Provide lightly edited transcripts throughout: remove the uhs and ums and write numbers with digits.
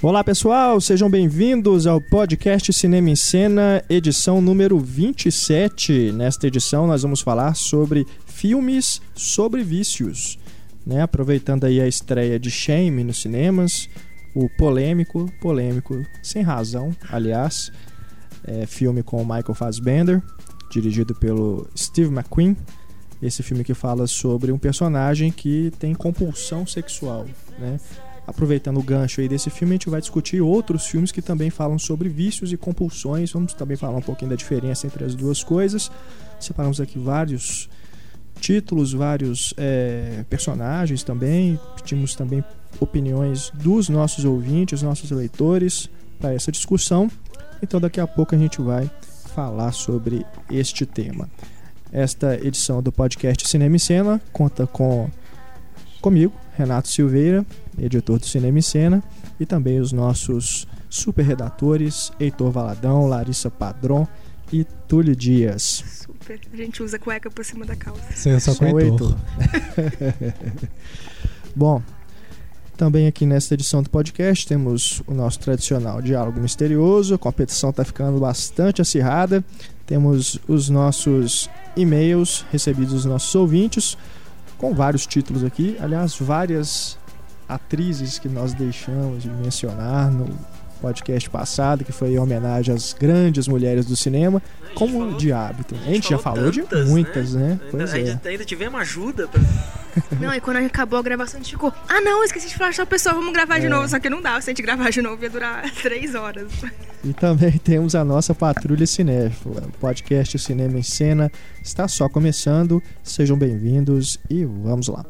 Olá pessoal, sejam bem-vindos ao podcast Cinema em Cena, edição número 27. Nesta edição nós vamos falar sobre filmes sobre vícios, né? Aproveitando aí a estreia de Shame nos cinemas, o polêmico, sem razão, aliás, filme com o Michael Fassbender, dirigido pelo Steve McQueen. Esse filme que fala sobre um personagem que tem compulsão sexual, né? Aproveitando o gancho aí desse filme, a gente vai discutir outros filmes que também falam sobre vícios e compulsões. Vamos também falar um pouquinho da diferença entre as duas coisas. Separamos aqui vários títulos, vários personagens também. Pedimos também opiniões dos nossos ouvintes, nossos leitores para essa discussão. Então daqui a pouco a gente vai falar sobre este tema. Esta edição do podcast Cinema em Cena conta comigo, Renato Silveira, editor do Cinema em Cena, e também os nossos super redatores, Heitor Valadão, Larissa Padron e Túlio Dias. Super, a gente usa cueca por cima da calça. Só com o Heitor. Bom, também aqui nesta edição do podcast temos o nosso tradicional Diálogo Misterioso. A competição está ficando bastante acirrada. Temos os nossos e-mails recebidos dos nossos ouvintes, com vários títulos aqui, aliás, várias atrizes que nós deixamos de mencionar no podcast passado, que foi em homenagem às grandes mulheres do cinema, como de hábito. A gente já falou tantas, de muitas, né? Pois ainda tivemos ajuda. Não, e quando acabou a gravação, a gente ficou, não, esqueci de falar, pessoal, vamos gravar de novo. Só que não dá, se a gente gravar de novo ia durar 3 horas. E também temos a nossa Patrulha Cinéfila. O podcast Cinema em Cena está só começando. Sejam bem-vindos e vamos lá.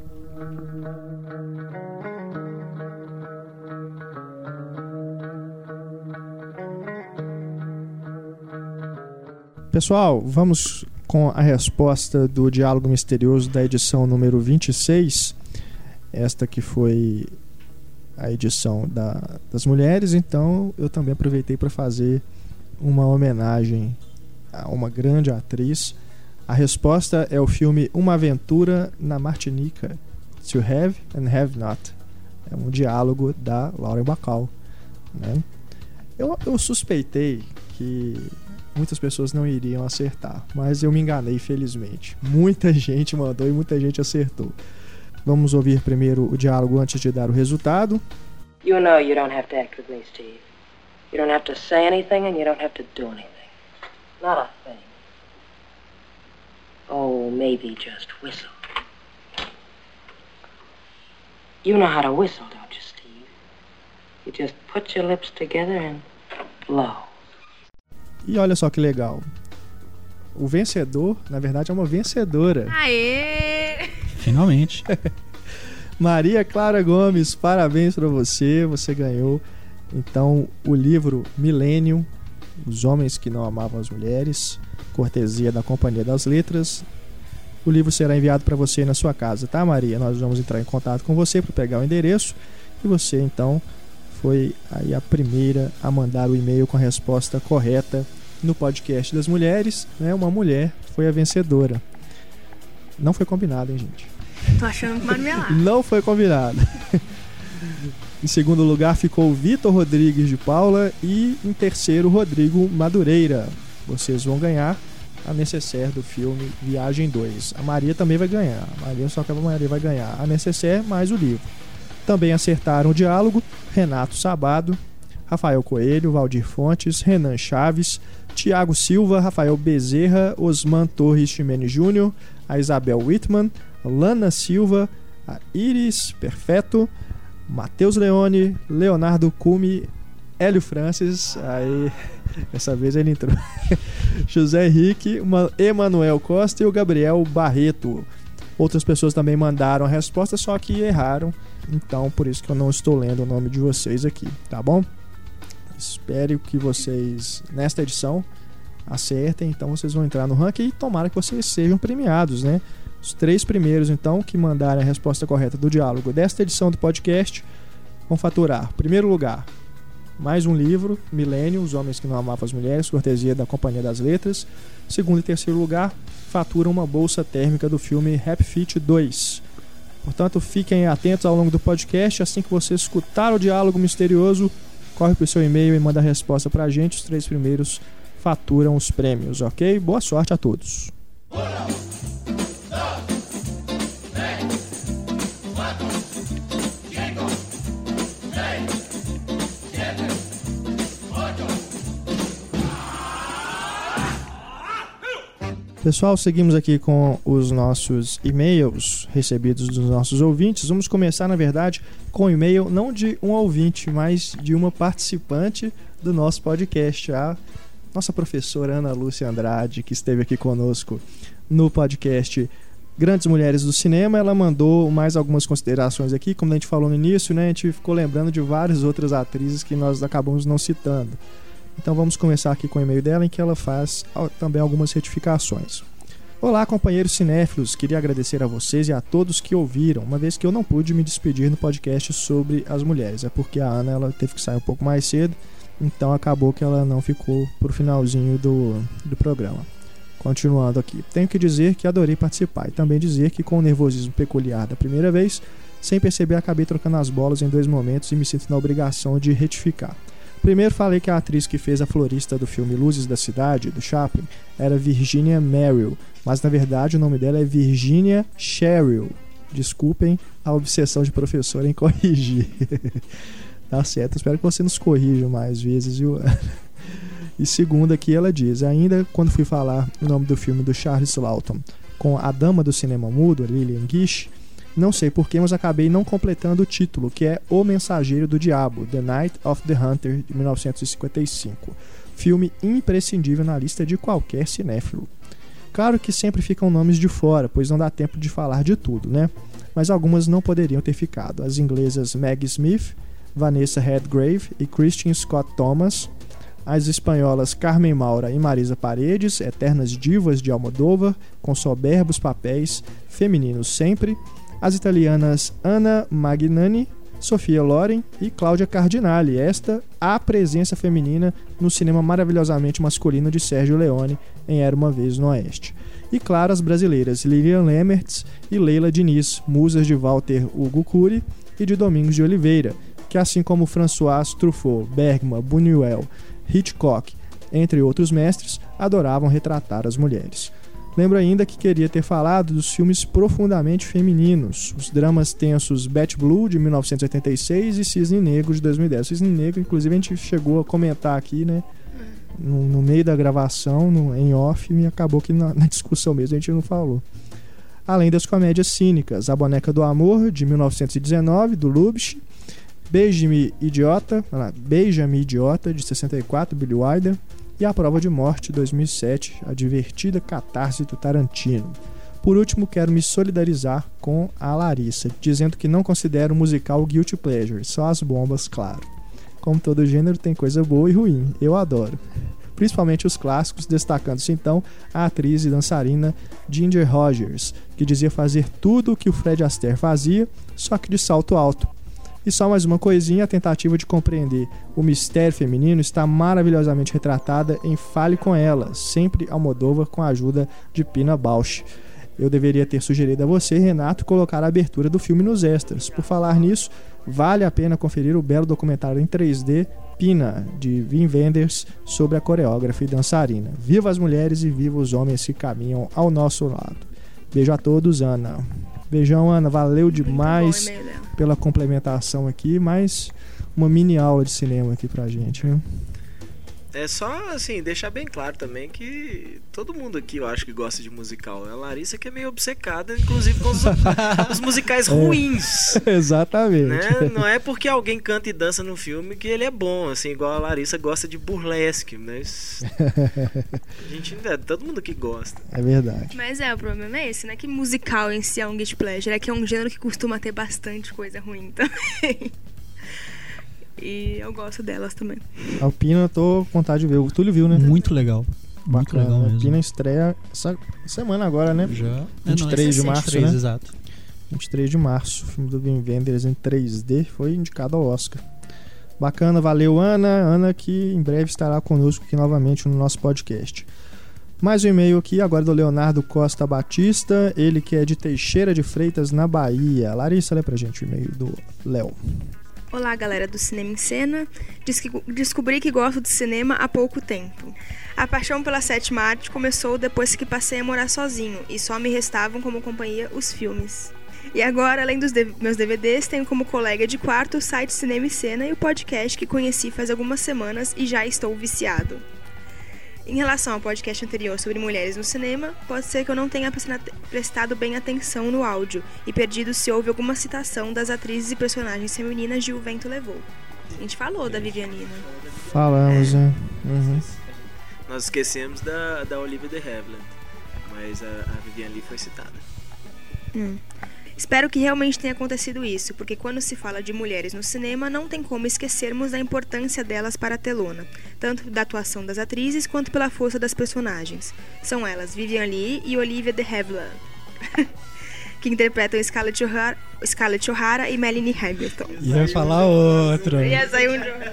Pessoal, vamos com a resposta do Diálogo Misterioso da edição número 26. Esta que foi a edição das mulheres, então eu também aproveitei para fazer uma homenagem a uma grande atriz. A resposta é o filme Uma Aventura na Martinica, To Have and Have Not. É um diálogo da Lauren Bacall, né? Eu suspeitei que muitas pessoas não iriam acertar, mas eu me enganei, felizmente. Muita gente mandou e muita gente acertou. Vamos ouvir primeiro o diálogo antes de dar o resultado. You know you don't have to act with me, Steve. You don't have to say anything and you don't have to do anything. Not a thing. Oh, maybe just whistle. You know how to whistle, don't you, Steve? You just put your lips together and blow. E olha só que legal. O vencedor, na verdade, é uma vencedora. Aê! Finalmente. Maria Clara Gomes, parabéns para você. Você ganhou, então, o livro Millennium, Os Homens que Não Amavam as Mulheres, cortesia da Companhia das Letras. O livro será enviado para você na sua casa, tá, Maria? Nós vamos entrar em contato com você para pegar o endereço. E você, então, foi aí a primeira a mandar o e-mail com a resposta correta no podcast das mulheres, né? Uma mulher foi a vencedora. Não foi combinado, hein, gente? Tô achando marmelada. Não foi combinado. Em segundo lugar ficou o Vitor Rodrigues de Paula e em terceiro Rodrigo Madureira. Vocês vão ganhar a necessaire do filme Viagem 2. A Maria também vai ganhar. A Maria vai ganhar a necessaire mais o livro. Também acertaram o diálogo Renato Sabado, Rafael Coelho, Valdir Fontes, Renan Chaves, Tiago Silva, Rafael Bezerra, Osman Torres Ximenes Júnior, a Isabel Whitman, Lana Silva, a Iris Perfeto, Matheus Leone, Leonardo Cume, Hélio Francis, aí dessa vez ele entrou, José Henrique, Emanuel Costa e o Gabriel Barreto. Outras pessoas também mandaram a resposta, só que erraram. Então, por isso que eu não estou lendo o nome de vocês aqui, tá bom? Espero que vocês, nesta edição, acertem. Então, vocês vão entrar no ranking e tomara que vocês sejam premiados, né? Os 3 primeiros, então, que mandarem a resposta correta do diálogo desta edição do podcast vão faturar, primeiro lugar, mais um livro, Millennium, Os Homens que Não Amavam as Mulheres, cortesia da Companhia das Letras. Segundo e terceiro lugar, faturam uma bolsa térmica do filme Happy Feet 2. Portanto, fiquem atentos ao longo do podcast. Assim que você escutar o diálogo misterioso, corre pro seu e-mail e manda a resposta pra gente. Os 3 primeiros faturam os prêmios, ok? Boa sorte a todos. Pessoal, seguimos aqui com os nossos e-mails recebidos dos nossos ouvintes. Vamos começar, na verdade, com o e-mail não de um ouvinte, mas de uma participante do nosso podcast, a nossa professora Ana Lúcia Andrade, que esteve aqui conosco no podcast Grandes Mulheres do Cinema. Ela mandou mais algumas considerações aqui, como a gente falou no início, né? A gente ficou lembrando de várias outras atrizes que nós acabamos não citando. Então vamos começar aqui com o e-mail dela, em que ela faz também algumas retificações. Olá, companheiros cinéfilos, queria agradecer a vocês e a todos que ouviram, uma vez que eu não pude me despedir no podcast sobre as mulheres. É porque a Ana ela teve que sair um pouco mais cedo, então acabou que ela não ficou pro finalzinho do programa. Continuando aqui, tenho que dizer que adorei participar e também dizer que com o nervosismo peculiar da primeira vez, sem perceber acabei trocando as bolas em 2 momentos e me sinto na obrigação de retificar. Primeiro falei que a atriz que fez a florista do filme Luzes da Cidade, do Chaplin, era Virginia Merrill, mas na verdade o nome dela é Virginia Sherrill. Desculpem a obsessão de professor em corrigir. Tá certo, espero que você nos corrija mais vezes, viu? E segundo aqui ela diz, ainda quando fui falar o nome do filme do Charles Lawton com a dama do cinema mudo, Lillian Gish, não sei porquê, mas acabei não completando o título, que é O Mensageiro do Diabo, The Night of the Hunter, de 1955. Filme imprescindível na lista de qualquer cinéfilo. Claro que sempre ficam nomes de fora, pois não dá tempo de falar de tudo, né? Mas algumas não poderiam ter ficado. As inglesas Maggie Smith, Vanessa Redgrave e Christian Scott Thomas. As espanholas Carmen Maura e Marisa Paredes, eternas divas de Almodóvar, com soberbos papéis femininos sempre. As italianas Anna Magnani, Sofia Loren e Cláudia Cardinali. Esta, a presença feminina no cinema maravilhosamente masculino de Sérgio Leone em Era Uma Vez no Oeste. E claro, as brasileiras Lilian Lemertz e Leila Diniz, musas de Walter Hugo Cury e de Domingos de Oliveira, que assim como François Truffaut, Bergman, Buñuel, Hitchcock, entre outros mestres, adoravam retratar as mulheres. Lembro ainda que queria ter falado dos filmes profundamente femininos, os dramas tensos Bat Blue, de 1986, e Cisne Negro, de 2010. Cisne Negro, inclusive, a gente chegou a comentar aqui, né, no meio da gravação, em off, e acabou que na discussão mesmo a gente não falou. Além das comédias cínicas, A Boneca do Amor, de 1919, do Lubitsch, Beija-me Idiota, de 64, Billy Wilder, e A Prova de Morte, 2007, a divertida catarse do Tarantino. Por último, quero me solidarizar com a Larissa, dizendo que não considero o musical guilty pleasure, só as bombas, claro. Como todo gênero, tem coisa boa e ruim, eu adoro. Principalmente os clássicos, destacando-se então a atriz e dançarina Ginger Rogers, que dizia fazer tudo o que o Fred Astaire fazia, só que de salto alto. E só mais uma coisinha, a tentativa de compreender o mistério feminino está maravilhosamente retratada em Fale com Ela, sempre Almodóvar com a ajuda de Pina Bausch. Eu deveria ter sugerido a você, Renato, colocar a abertura do filme nos extras. Por falar nisso, vale a pena conferir o belo documentário em 3D, Pina, de Wim Wenders, sobre a coreógrafa e dançarina. Viva as mulheres e viva os homens que caminham ao nosso lado. Beijo a todos, Ana. Beijão, Ana, valeu demais pela complementação aqui, mais uma mini aula de cinema aqui pra gente, viu? É só, assim, deixar bem claro também que todo mundo aqui, eu acho que gosta de musical. A Larissa que é meio obcecada, inclusive com os musicais ruins. Exatamente. Né? Não é porque alguém canta e dança no filme que ele é bom, assim, igual a Larissa gosta de burlesque, mas a gente, todo mundo aqui gosta. É verdade. Mas o problema é esse, né? Que musical em si é um guilty pleasure, é que é um gênero que costuma ter bastante coisa ruim também. E eu gosto delas também. A Alpina eu tô com vontade de ver. O Túlio viu, né? Muito legal. Bacana. Muito legal mesmo. A Alpina estreia essa semana agora, né? Já. 23 de março, 23, né? Exato. 23 de março. O filme do Wim Wenders em 3D foi indicado ao Oscar. Bacana, valeu, Ana. Ana que em breve estará conosco aqui novamente no nosso podcast. Mais um e-mail aqui, agora do Leonardo Costa Batista. Ele que é de Teixeira de Freitas, na Bahia. Larissa, lê pra gente o e-mail do Léo. Olá, galera do Cinema em Cena. Descobri que gosto de cinema há pouco tempo. A paixão pela sétima arte começou depois que passei a morar sozinho e só me restavam como companhia os filmes. E agora, além dos meus DVDs, tenho como colega de quarto o site Cinema em Cena e o podcast que conheci faz algumas semanas e já estou viciado. Em relação ao podcast anterior sobre mulheres no cinema, pode ser que eu não tenha prestado bem atenção no áudio e perdido se houve alguma citação das atrizes e personagens femininas de O Vento Levou. A gente falou da Vivian Lee, né? Falamos, né? Nós esquecemos da Olivia de Havilland, mas a Vivian Lee foi citada. Espero que realmente tenha acontecido isso, porque quando se fala de mulheres no cinema, não tem como esquecermos da importância delas para a telona, tanto da atuação das atrizes quanto pela força das personagens. São elas Vivian Lee e Olivia de Havilland, que interpretam Scarlett O'Hara e Melanie Hamilton. Ia falar outra. Ia sair um jogo.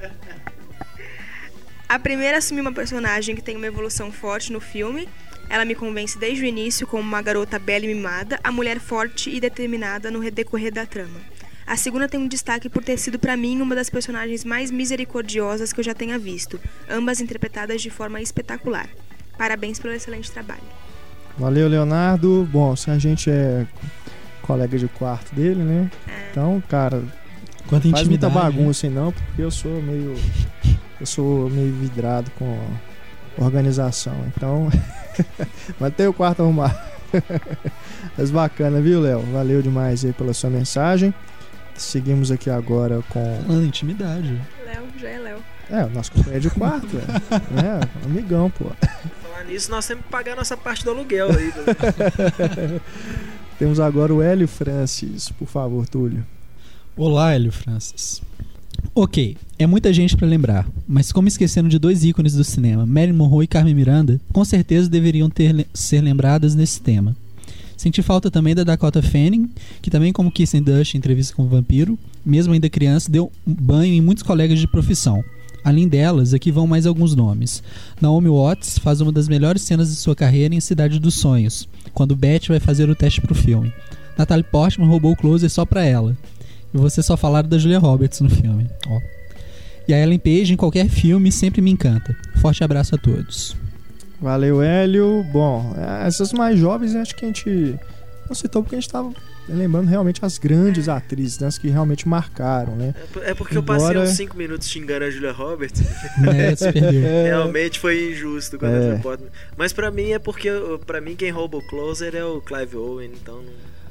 A primeira assumiu uma personagem que tem uma evolução forte no filme. Ela me convence desde o início como uma garota bela e mimada, a mulher forte e determinada no decorrer da trama. A segunda tem um destaque por ter sido pra mim uma das personagens mais misericordiosas que eu já tenha visto, ambas interpretadas de forma espetacular. Parabéns pelo excelente trabalho. Valeu, Leonardo. Bom, se a gente é colega de quarto dele, né? Então, cara, Quanta faz muita intimidade, bagunça assim não, porque eu sou meio vidrado com organização, então manter o quarto arrumado. Mas bacana, viu, Léo? Valeu demais aí pela sua mensagem. Seguimos aqui agora com... Falando intimidade. Léo, já é Léo. o nosso companheiro de quarto, amigão, pô. Falar nisso, nós temos que pagar a nossa parte do aluguel aí. Temos agora o Hélio Francis, por favor, Túlio. Olá, Hélio Francis. Ok, é muita gente pra lembrar, mas como esqueceram de dois ícones do cinema, Marilyn Monroe e Carmen Miranda, com certeza deveriam ser lembradas nesse tema. Senti falta também da Dakota Fanning, que também como Kirsten Dunst em Entrevista com o Vampiro, mesmo ainda criança, deu banho em muitos colegas de profissão. Além delas, aqui vão mais alguns nomes. Naomi Watts faz uma das melhores cenas de sua carreira em Cidade dos Sonhos, quando Beth vai fazer o teste pro filme. Natalie Portman roubou o closer só pra ela. E vocês só falaram da Julia Roberts no filme. E a Ellen Page em qualquer filme sempre me encanta. Forte abraço a todos. Valeu, Hélio. Bom, essas mais jovens acho que a gente não citou porque a gente estava lembrando realmente as grandes atrizes, né, as que realmente marcaram, né? É porque eu passei uns 5 minutos xingando a Julia Roberts. Se perdeu. Realmente foi injusto quando ela pode. Mas pra mim é porque pra mim quem rouba o closer é o Clive Owen, então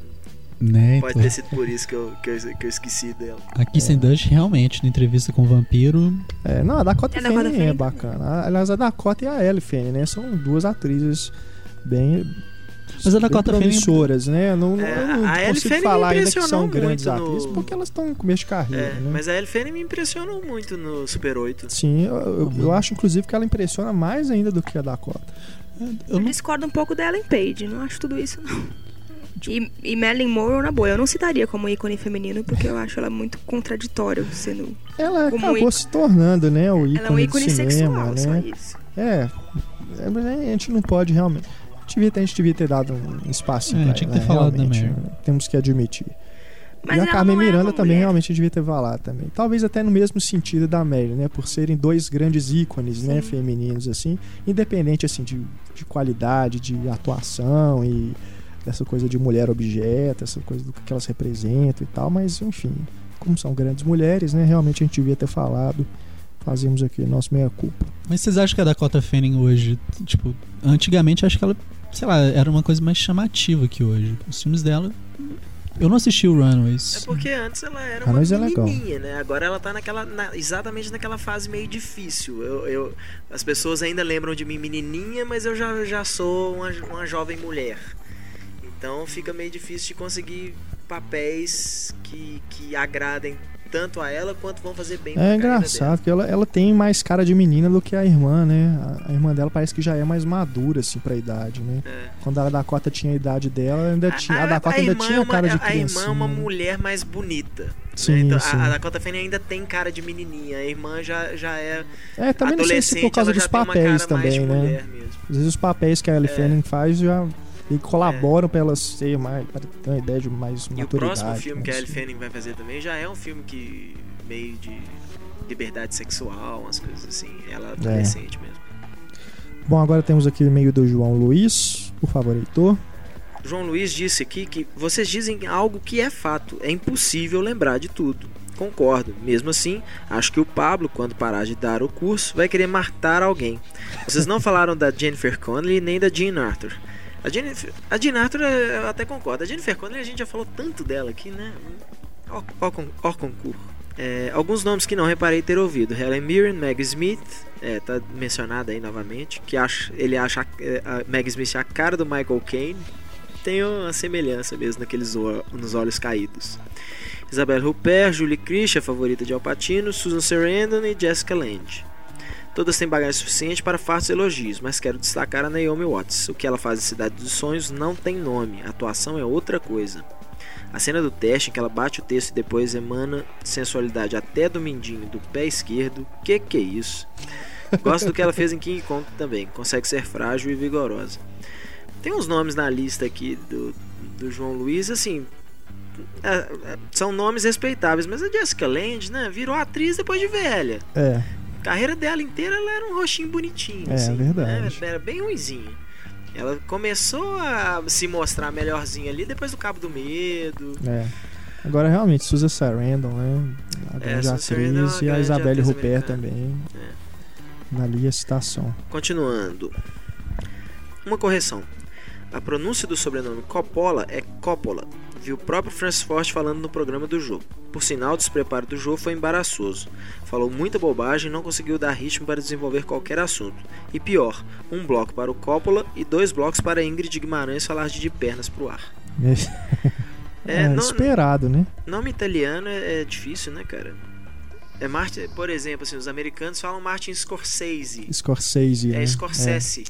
não pode ter sido por isso que eu esqueci dela. A Kirsten Dunst realmente, na Entrevista com o Vampiro. A Dakota Fanning é bacana. Aliás, a Dakota e a Ellie Fanning, né? São duas atrizes bem promissoras, né? Eu não consigo falar ainda que são grandes atrizes, porque elas estão no começo de carreira, né? Mas a Ellie Fanning me impressionou muito no Super 8. Sim, eu acho inclusive que ela impressiona mais ainda do que a Dakota. Eu discordo um pouco da Ellen Page, não acho tudo isso não. E Marilyn Monroe, na boa, eu não citaria como ícone feminino, porque eu acho ela muito contraditória, sendo... Ela acabou se tornando, né, o ícone, ela é um ícone do cinema, sexual, né? só isso. Mas a gente não pode realmente... A gente devia ter dado um espaço pra ela, tinha que ter falado realmente, também. Temos que admitir. Mas e a Carmen Miranda também mulher. realmente devia ter falado também. Talvez até no mesmo sentido da Marilyn, né? Por serem dois grandes ícones, né, femininos, assim, independente assim, de qualidade, de atuação e dessa coisa de mulher objeto, essa coisa do que elas representam e tal, mas enfim, como são grandes mulheres, né? Realmente a gente devia ter falado. Fazemos aqui nosso meia-culpa. Mas vocês acham que a Dakota Fanning hoje, tipo, antigamente acho que ela, sei lá, era uma coisa mais chamativa que hoje. Os filmes dela, eu não assisti o Runaways. É porque antes ela era uma menininha, né? Agora ela tá exatamente naquela fase meio difícil. As pessoas ainda lembram de mim menininha, mas eu já sou uma jovem mulher. Então fica meio difícil de conseguir papéis que agradem tanto a ela quanto vão fazer bem. É engraçado que ela tem mais cara de menina do que a irmã, né? A irmã dela parece que já é mais madura assim pra idade, né? Quando a Dakota tinha a idade dela, ainda tinha. A Dakota ainda tinha cara de criança. A irmã é uma mulher mais bonita. Sim, né? Então, sim. a Dakota Fanning ainda tem cara de menininha. A irmã já é também não sei se por causa dos papéis também, né? Às vezes os papéis que a Ellie Fanning faz já e colaboram pra elas ser mais, pra ter uma ideia de mais E o maturidade. próximo filme que a né? Elle Fanning vai fazer também já é um filme que meio de liberdade sexual, umas coisas assim. Ela é adolescente mesmo. Bom, agora temos aqui o e-mail do João Luiz, por favor, Heitor. João Luiz disse aqui que vocês dizem algo que é fato, é impossível lembrar de tudo. Concordo, mesmo assim, acho que o Pablo, quando parar de dar o curso, vai querer matar alguém. Vocês não falaram da Jennifer Connelly nem da Jean Arthur. A Jean Arthur eu até concordo. A Jennifer Connelly a gente já falou tanto dela aqui, né? Ó concurso. Alguns nomes que não reparei ter ouvido: Helen Mirren, Meg Smith, tá mencionada aí novamente, que ele acha a Meg Smith a cara do Michael Caine. Tem uma semelhança mesmo nos olhos caídos. Isabelle Huppert, Julie Christie, a favorita de Al Pacino, Susan Sarandon e Jessica Lange. Todas têm bagagem suficiente para fartos elogios, mas quero destacar a Naomi Watts. O que ela faz em Cidade dos Sonhos não tem nome, a atuação é outra coisa. A cena do teste em que ela bate o texto e depois emana sensualidade até do mindinho do pé esquerdo, que é isso? Gosto do que ela fez em King Kong também, consegue ser frágil e vigorosa. Tem uns nomes na lista aqui do João Luiz, assim, são nomes respeitáveis, mas a Jessica Lange, né, virou atriz depois de velha. A carreira dela inteira ela era um roxinho bonitinho, assim, verdade. Né, era bem ruinzinha. Ela começou a se mostrar melhorzinha ali depois do Cabo do Medo. Agora realmente Susan Sarandon, né, a grande atriz, e a Isabelle Huppert também. Ali a citação. Continuando. Uma correção. A pronúncia do sobrenome Coppola é Coppola. Vi o próprio Francis Ford falando no programa do jogo. Por sinal, o despreparo do jogo foi embaraçoso. Falou muita bobagem e não conseguiu dar ritmo para desenvolver qualquer assunto. E pior, um bloco para o Coppola e 2 blocos para Ingrid Guimarães falar de pernas pro ar. Esperado, né? Nome italiano é difícil, né, cara? Por exemplo, assim, os americanos falam Martin Scorsese. Scorsese, né? Scorsese.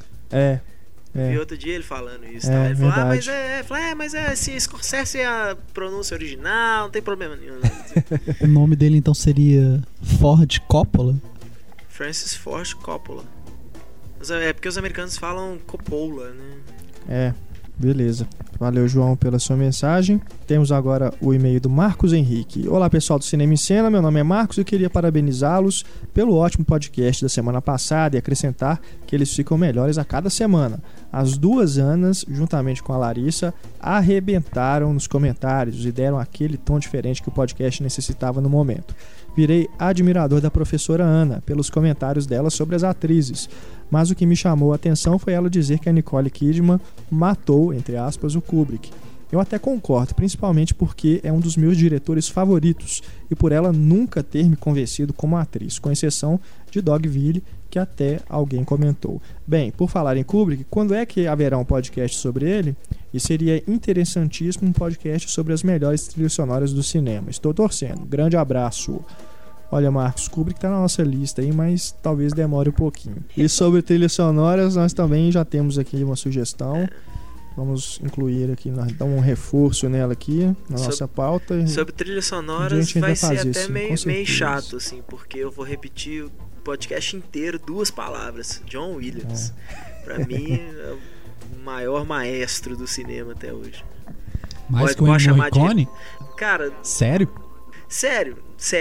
Vi outro dia ele falando isso. Ele falou, mas se Scorsese é a pronúncia original, não tem problema nenhum. O nome dele então seria Ford Coppola? Francis Ford Coppola. É porque os americanos falam Coppola, né? Beleza. Valeu, João, pela sua mensagem. Temos agora o e-mail do Marcos Henrique. Olá, pessoal do Cinema em Cena, meu nome é Marcos e eu queria parabenizá-los pelo ótimo podcast da semana passada e acrescentar que eles ficam melhores a cada semana. As 2 Anas, juntamente com a Larissa, arrebentaram nos comentários e deram aquele tom diferente que o podcast necessitava no momento. Virei admirador da professora Ana pelos comentários dela sobre as atrizes, mas o que me chamou a atenção foi ela dizer que a Nicole Kidman matou, entre aspas, o Kubrick. Eu até concordo, principalmente porque é um dos meus diretores favoritos e por ela nunca ter me convencido como atriz, com exceção de Dogville, que até alguém comentou. Bem, por falar em Kubrick, quando é que haverá um podcast sobre ele? E seria interessantíssimo um podcast sobre as melhores trilhas sonoras do cinema. Estou torcendo. Grande abraço. Olha, Marcos, Kubrick tá na nossa lista aí, mas talvez demore um pouquinho. E sobre trilhas sonoras, nós também já temos aqui uma sugestão. Vamos incluir aqui, dar um reforço nela aqui, na nossa pauta. Sobre trilhas sonoras vai ser até meio chato, assim, porque eu vou repetir o podcast inteiro 2 palavras. John Williams. Pra mim, é o maior maestro do cinema até hoje. Mais que o Morricone? Cara... Sério? Sério.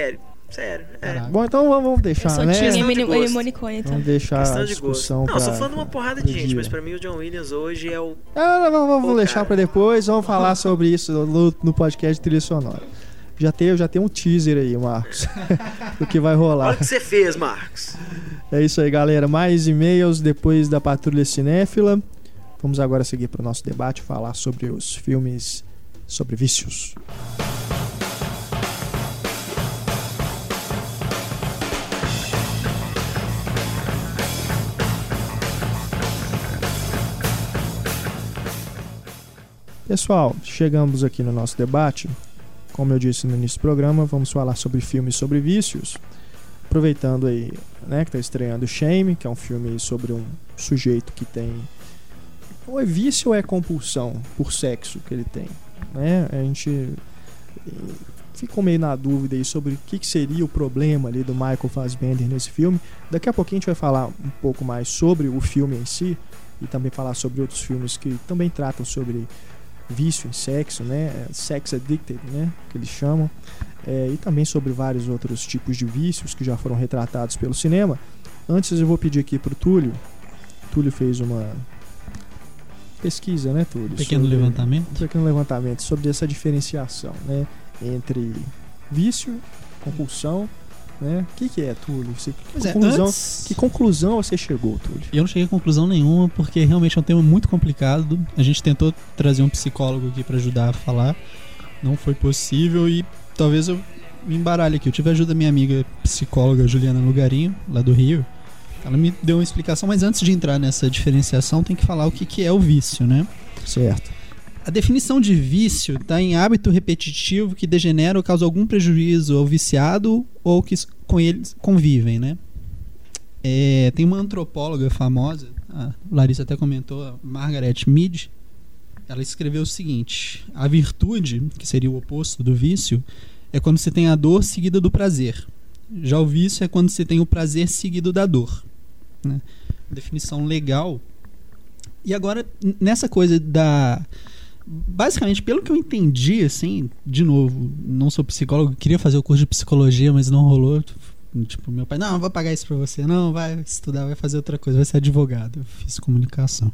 Bom, então vamos deixar, né? Vamos deixar a discussão pra... Não, sou fã de uma porrada de gente, mas pra mim o John Williams hoje é o... Vamos deixar pra depois, vamos falar sobre isso no podcast de trilha sonora. Já tem um teaser aí, Marcos, do que vai rolar. Olha o que você fez, Marcos. É isso aí, galera. Mais e-mails depois da Patrulha Cinéfila. Vamos agora seguir pro nosso debate, falar sobre os filmes sobre vícios. Pessoal, chegamos aqui no nosso debate. Como eu disse no início do programa, vamos falar sobre filmes sobre vícios. Aproveitando aí, né, que está estreando Shame, que é um filme sobre um sujeito que tem... Ou é vício ou é compulsão por sexo que ele tem, né? A gente ficou meio na dúvida aí sobre o que seria o problema ali do Michael Fassbender nesse filme. Daqui a pouquinho a gente vai falar um pouco mais sobre o filme em si, e também falar sobre outros filmes que também tratam sobre vício em sexo, né? Sex addicted, né? Que eles chamam. E também sobre vários outros tipos de vícios que já foram retratados pelo cinema. Antes eu vou pedir aqui pro Túlio. Túlio fez uma pesquisa, né, Túlio? Pequeno levantamento. Um pequeno levantamento sobre essa diferenciação, né, entre vício, compulsão, né? O que é, Túlio? Que conclusão você chegou, Túlio? Eu não cheguei a conclusão nenhuma, porque realmente é um tema muito complicado. A gente tentou trazer um psicólogo aqui para ajudar a falar, não foi possível, e talvez eu me embaralhe aqui. Eu tive a ajuda da minha amiga psicóloga Juliana Lugarinho, lá do Rio. Ela me deu uma explicação, mas antes de entrar nessa diferenciação, tem que falar o que é o vício, né? Certo. A definição de vício está em hábito repetitivo que degenera ou causa algum prejuízo ao viciado ou que com ele convivem, né? Tem uma antropóloga famosa, a Larissa até comentou, a Margaret Mead. Ela escreveu o seguinte: a virtude, que seria o oposto do vício, é quando você tem a dor seguida do prazer. Já o vício é quando você tem o prazer seguido da dor, né? Definição legal. E agora, nessa coisa da... Basicamente, pelo que eu entendi, assim, de novo, não sou psicólogo, queria fazer o curso de psicologia, mas não rolou. Tipo, meu pai, não vou pagar isso pra você, não, vai estudar, vai fazer outra coisa, vai ser advogado. Eu fiz comunicação.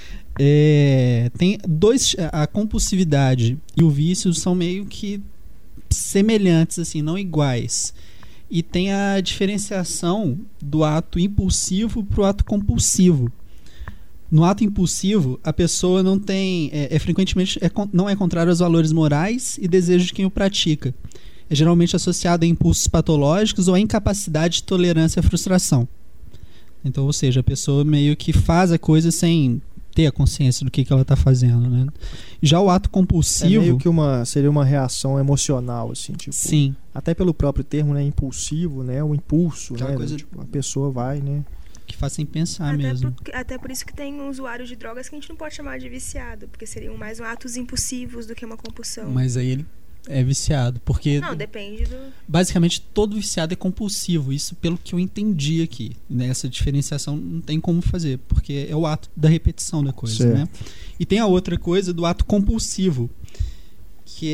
Tem dois, a compulsividade e o vício são meio que semelhantes, assim, não iguais. E tem a diferenciação do ato impulsivo pro ato compulsivo. No ato impulsivo, a pessoa não tem, frequentemente não é contrário aos valores morais e desejos de quem o pratica. É geralmente associado a impulsos patológicos ou a incapacidade de tolerância à frustração. Então, ou seja, a pessoa meio que faz a coisa sem ter a consciência do que ela está fazendo, né? Já o ato compulsivo... meio que seria uma reação emocional, assim, tipo... Sim. Até pelo próprio termo, né? Impulsivo, né? O impulso, aquela né? Coisa... Tipo, a pessoa vai, né? Que faz sem pensar mesmo. Até por isso que tem usuários de drogas que a gente não pode chamar de viciado, porque seriam mais atos impulsivos do que uma compulsão. Mas aí ele é viciado, porque... Não, depende do... Basicamente, todo viciado é compulsivo, isso pelo que eu entendi aqui. Essa diferenciação não tem como fazer, porque é o ato da repetição da coisa, certo, né? E tem a outra coisa do ato compulsivo, que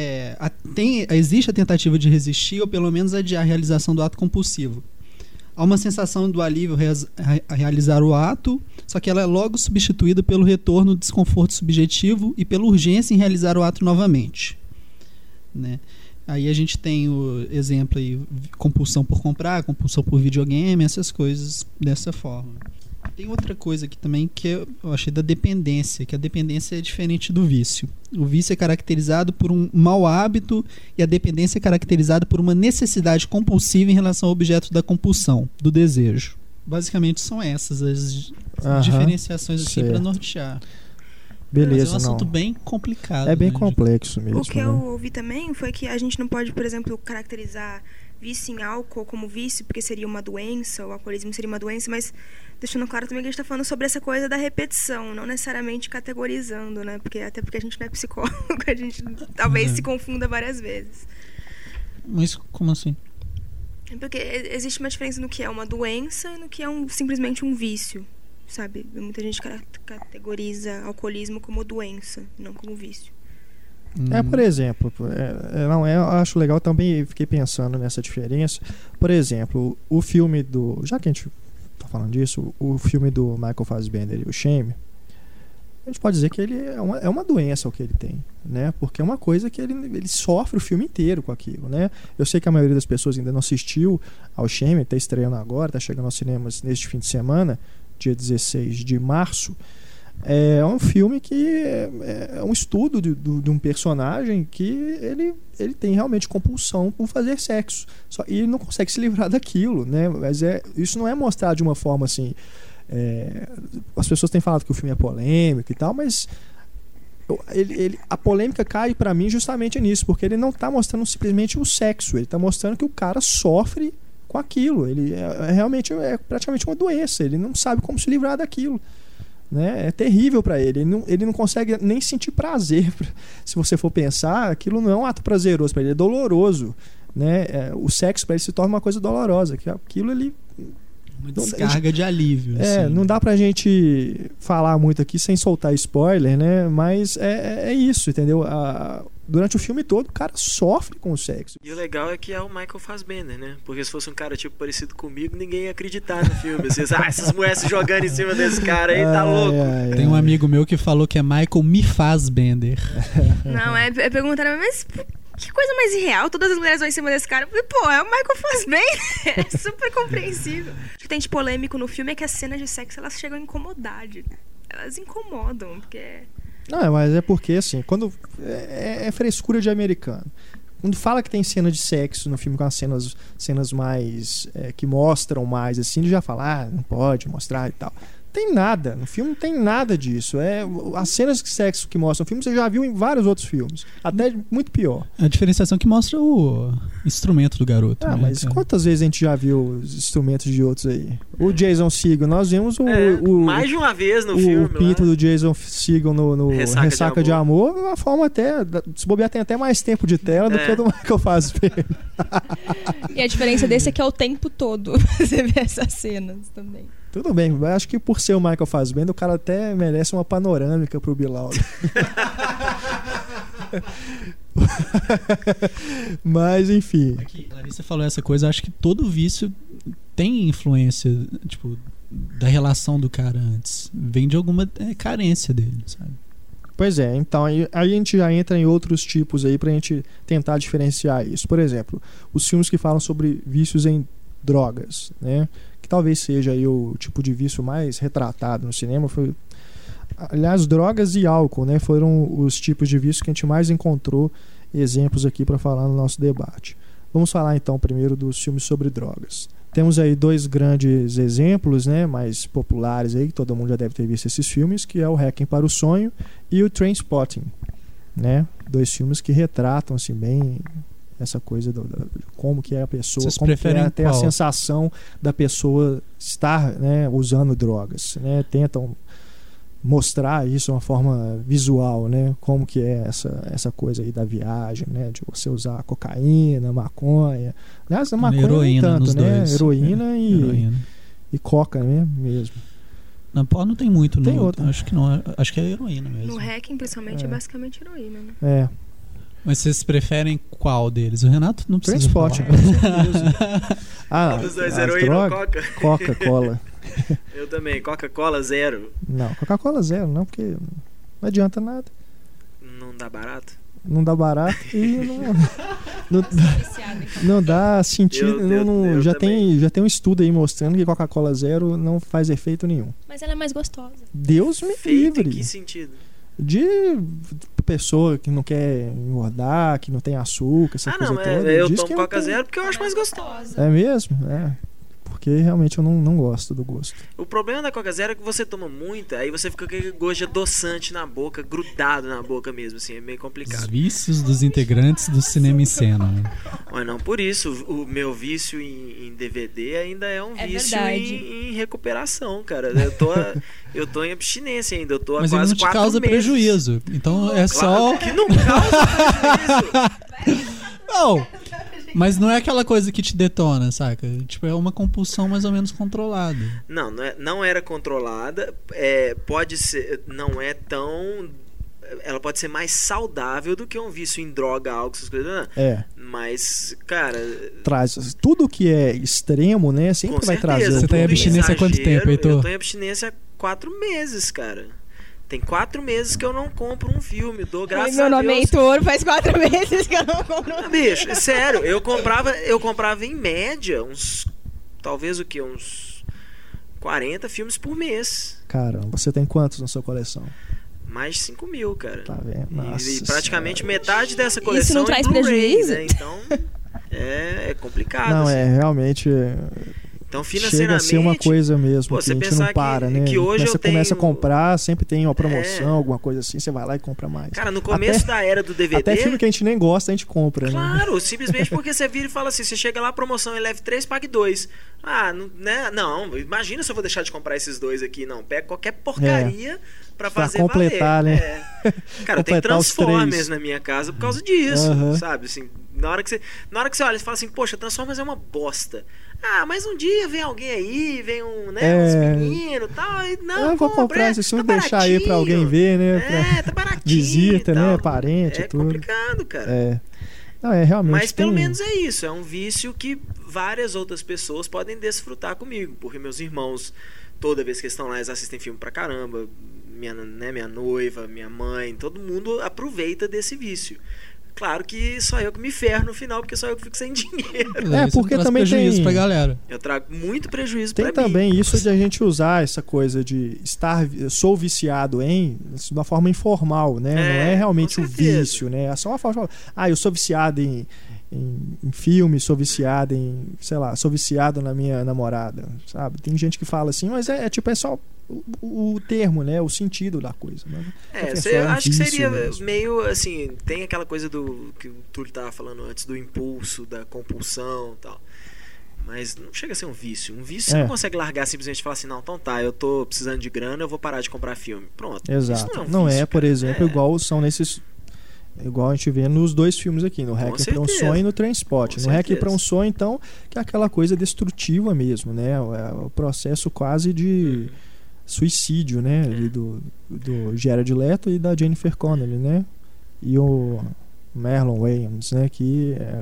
existe a tentativa de resistir ou pelo menos adiar a realização do ato compulsivo. Há uma sensação do alívio a realizar o ato, só que ela é logo substituída pelo retorno do desconforto subjetivo e pela urgência em realizar o ato novamente, né? Aí a gente tem o exemplo aí, compulsão por comprar, compulsão por videogame, essas coisas dessa forma. Tem outra coisa aqui também que eu achei da dependência, que a dependência é diferente do vício. O vício é caracterizado por um mau hábito e a dependência é caracterizada por uma necessidade compulsiva em relação ao objeto da compulsão, do desejo. Basicamente são essas as diferenciações assim para nortear. Beleza, mas é um assunto bem complicado. É bem complexo mesmo. O que eu ouvi também foi que a gente não pode, por exemplo, caracterizar vício em álcool como vício, porque seria uma doença, o alcoolismo seria uma doença, mas deixando claro também que a gente está falando sobre essa coisa da repetição, não necessariamente categorizando, né? Até porque a gente não é psicólogo, a gente talvez se confunda várias vezes. Mas como assim? Porque existe uma diferença no que é uma doença e no que é simplesmente um vício, sabe? Muita gente categoriza alcoolismo como doença, não como vício. Por exemplo, eu acho legal também, fiquei pensando nessa diferença. Por exemplo, o filme já que a gente tá falando disso, o filme do Michael Fassbender e o Shame, a gente pode dizer que ele é uma doença o que ele tem, né? Porque é uma coisa que ele sofre o filme inteiro com aquilo, né? Eu sei que a maioria das pessoas ainda não assistiu ao Shame, tá estreando agora, tá chegando aos cinemas neste fim de semana, dia 16 de março. É um filme que é um estudo de um personagem que ele tem realmente compulsão por fazer sexo. E ele não consegue se livrar daquilo, né? Mas isso não é mostrado de uma forma assim... as pessoas têm falado que o filme é polêmico e tal, mas a polêmica cai pra mim justamente nisso, porque ele não tá mostrando simplesmente o sexo, ele tá mostrando que o cara sofre com aquilo. Ele realmente é praticamente uma doença, ele não sabe como se livrar daquilo, né? É terrível para ele não consegue nem sentir prazer. Se você for pensar, aquilo não é um ato prazeroso para ele, é doloroso, né? O sexo para ele se torna uma coisa dolorosa, que aquilo ele Uma descarga de alívio. Assim, não dá pra gente falar muito aqui sem soltar spoiler, né? Mas é isso, entendeu? Durante o filme todo, o cara sofre com o sexo. E o legal é que é o Michael Fassbender, né? Porque se fosse um cara tipo parecido comigo, ninguém ia acreditar no filme. Essas mulheres se jogando em cima desse cara aí, tá louco. Tem um amigo meu que falou que é Michael Me Fassbender. Não, perguntaram, mas que coisa mais irreal, todas as mulheres vão em cima desse cara. Eu falei, pô, é o Michael Fassbender. É super compreensível. O que tem de polêmico no filme é que as cenas de sexo, elas chegam a incomodar. Elas incomodam, porque... Não, mas é porque, assim, quando é frescura de americano. Quando fala que tem cena de sexo no filme com as cenas mais... que mostram mais, assim, ele já fala, não pode mostrar e tal. Tem nada, no filme não tem nada disso. As cenas de sexo que mostram no filme você já viu em vários outros filmes, até muito pior. A diferenciação que mostra o instrumento do garoto. Né? Mas quantas vezes a gente já viu os instrumentos de outros aí? O Jason Segel, nós vimos mais de uma vez no filme. O pinto do Jason Segel no Ressaca de Amor, uma forma até, se bobear, tem até mais tempo de tela do que o do Michael Fassbender. E a diferença desse é que é o tempo todo você vê essas cenas também. Tudo bem, eu acho que por ser o Michael Fassbender, o cara até merece uma panorâmica pro Bilal. Mas, enfim. Aqui, Larissa falou essa coisa, acho que todo vício tem influência, tipo, da relação do cara antes. Vem de alguma carência dele, sabe? Pois é, então aí a gente já entra em outros tipos aí pra gente tentar diferenciar isso. Por exemplo, os filmes que falam sobre vícios em drogas, né? Que talvez seja aí o tipo de vício mais retratado no cinema. Aliás, drogas e álcool, né? Foram os tipos de vício que a gente mais encontrou exemplos aqui para falar no nosso debate. Vamos falar então primeiro dos filmes sobre drogas. Temos aí dois grandes exemplos, né, mais populares aí, que todo mundo já deve ter visto esses filmes, que é o Requiem para o Sonho e o Trainspotting, né? Dois filmes que retratam assim bem essa coisa de como que é a pessoa, Vocês como que é até qual? a sensação da pessoa estar, né, usando drogas, né? Tentam mostrar isso de uma forma visual, né? Como que é essa coisa aí da viagem, né? De você usar cocaína, maconha. Aliás, a maconha heroína, nem tanto, né? dois. Heroína Heroína. e coca, né? Mesmo. Na pó não tem muito, Tem no, outra. acho que não, acho que é heroína mesmo. No Requiem, principalmente, é basicamente heroína, né? É. Mas vocês preferem qual deles? O Renato não precisa Transporte. Ah, dos dois, as heroína ou drogas, coca? Coca-Cola. Eu também, Coca-Cola zero. Não, Coca-Cola zero, não, porque não adianta nada. Não dá barato? Não dá barato e não dá sentido. Eu já também. tem um estudo aí mostrando que Coca-Cola zero não faz efeito nenhum. Mas ela é mais gostosa. Deus me Feito em livre. que sentido? De pessoa que não quer engordar, que não tem açúcar, essa coisa toda. Eu Diz tomo que Coca não tem. zero porque eu acho mais gostosa. É mesmo? É. Porque realmente eu não gosto do gosto. O problema da Coca Zero é que você toma muita, aí você fica com aquele gosto de adoçante na boca, grudado na boca mesmo, assim, é meio Os complicado. vícios dos integrantes do Cinema em Cena. Né? Mas não por isso, o meu vício em DVD ainda é um vício em recuperação, cara. Eu tô em abstinência ainda, eu tô há Mas ele quase não te 4 causa meses. prejuízo. Então é só. Claro que não causa prejuízo. Não! Mas não é aquela coisa que te detona, saca? Tipo, é uma compulsão mais ou menos controlada. Não era controlada. Pode ser. Não é tão. Ela pode ser mais saudável do que um vício em droga, álcool, essas coisas. Né? É. Mas, cara. Traz tudo que é extremo, né? Sempre com vai certeza, trazer. Você tá em tudo abstinência há quanto exagero, tempo, Heitor? Eu tô em abstinência há 4 meses, cara. Tem 4 meses que eu não compro um filme. Dou graças Meu a nome é Deus. Heitor, faz 4 meses que eu não compro. Ah, bicho, é sério, eu comprava em média talvez uns 40 filmes por mês. Caramba, você tem quantos na sua coleção? Mais de 5 mil, cara. Tá vendo? Nossa E praticamente Senhora. metade dessa coleção Isso não traz é Blu-ray, prejuízo? né? Então é complicado. Não, assim. realmente. Então, Chega financeiramente, a ser uma coisa mesmo, pô, que você a gente pensar não para, né? que hoje Você começa a tenho- comprar, sempre tem uma promoção, alguma coisa assim, você vai lá e compra mais. Cara, no começo da era do DVD, Até filme que a gente nem gosta, a gente compra, né? claro, simplesmente porque você vira e fala assim, você chega lá, promoção e leve 3, pague 2. Ah, não, imagina se eu vou deixar de comprar esses 2 aqui, não. Pega qualquer porcaria pra fazer completar, valer. né? Cara, eu tenho completar os Transformers 3. na minha casa por causa disso, Aham. sabe? Assim, na hora que você olha, você fala assim, poxa, Transformers é uma bosta. Ah, mas um dia vem alguém aí, vem uns meninos e tal. E, não, Eu vou comprar esse filme, deixar aí pra alguém ver, né? Tá baratinho. Visita, e tal. né? Parente, é tudo. complicado, cara. É. Não, realmente. Mas pelo tem- menos é isso, é um vício que várias outras pessoas podem desfrutar comigo, porque meus irmãos, toda vez que eles estão lá, eles assistem filme pra caramba, minha noiva, minha mãe, todo mundo aproveita desse vício. Claro que só eu que me ferro no final, porque só eu que fico sem dinheiro. Isso porque traz também prejuízo tem- pra galera. Eu trago muito prejuízo Tem pra mim. também isso de a gente usar essa coisa de sou viciado em, de uma forma informal, né? Não é realmente com o certeza. vício, né? É só uma forma. Eu sou viciado em filme, sou viciado em, sei lá, sou viciado na minha namorada, sabe? Tem gente que fala assim, mas é só o termo, né? O sentido da coisa. Né? Eu acho que vício seria mesmo. meio assim, tem aquela coisa do que o Túlio tava falando antes, do impulso, da compulsão e tal. Mas não chega a ser um vício. Um vício você não consegue largar simplesmente e falar assim, não, então tá, eu tô precisando de grana, eu vou parar de comprar filme. Pronto. Exato. Isso Não vício, é, por cara. exemplo, igual são nesses. Igual a gente vê nos dois filmes aqui, no Requiem para um certeza. Sonho e no Trainspotting. Com No Requiem certeza. para um Sonho, então, que é aquela coisa destrutiva mesmo, né? O processo quase de suicídio, né? Ali do Jared Leto e da Jennifer Connelly, né? E o Marlon Wayans, né? Que é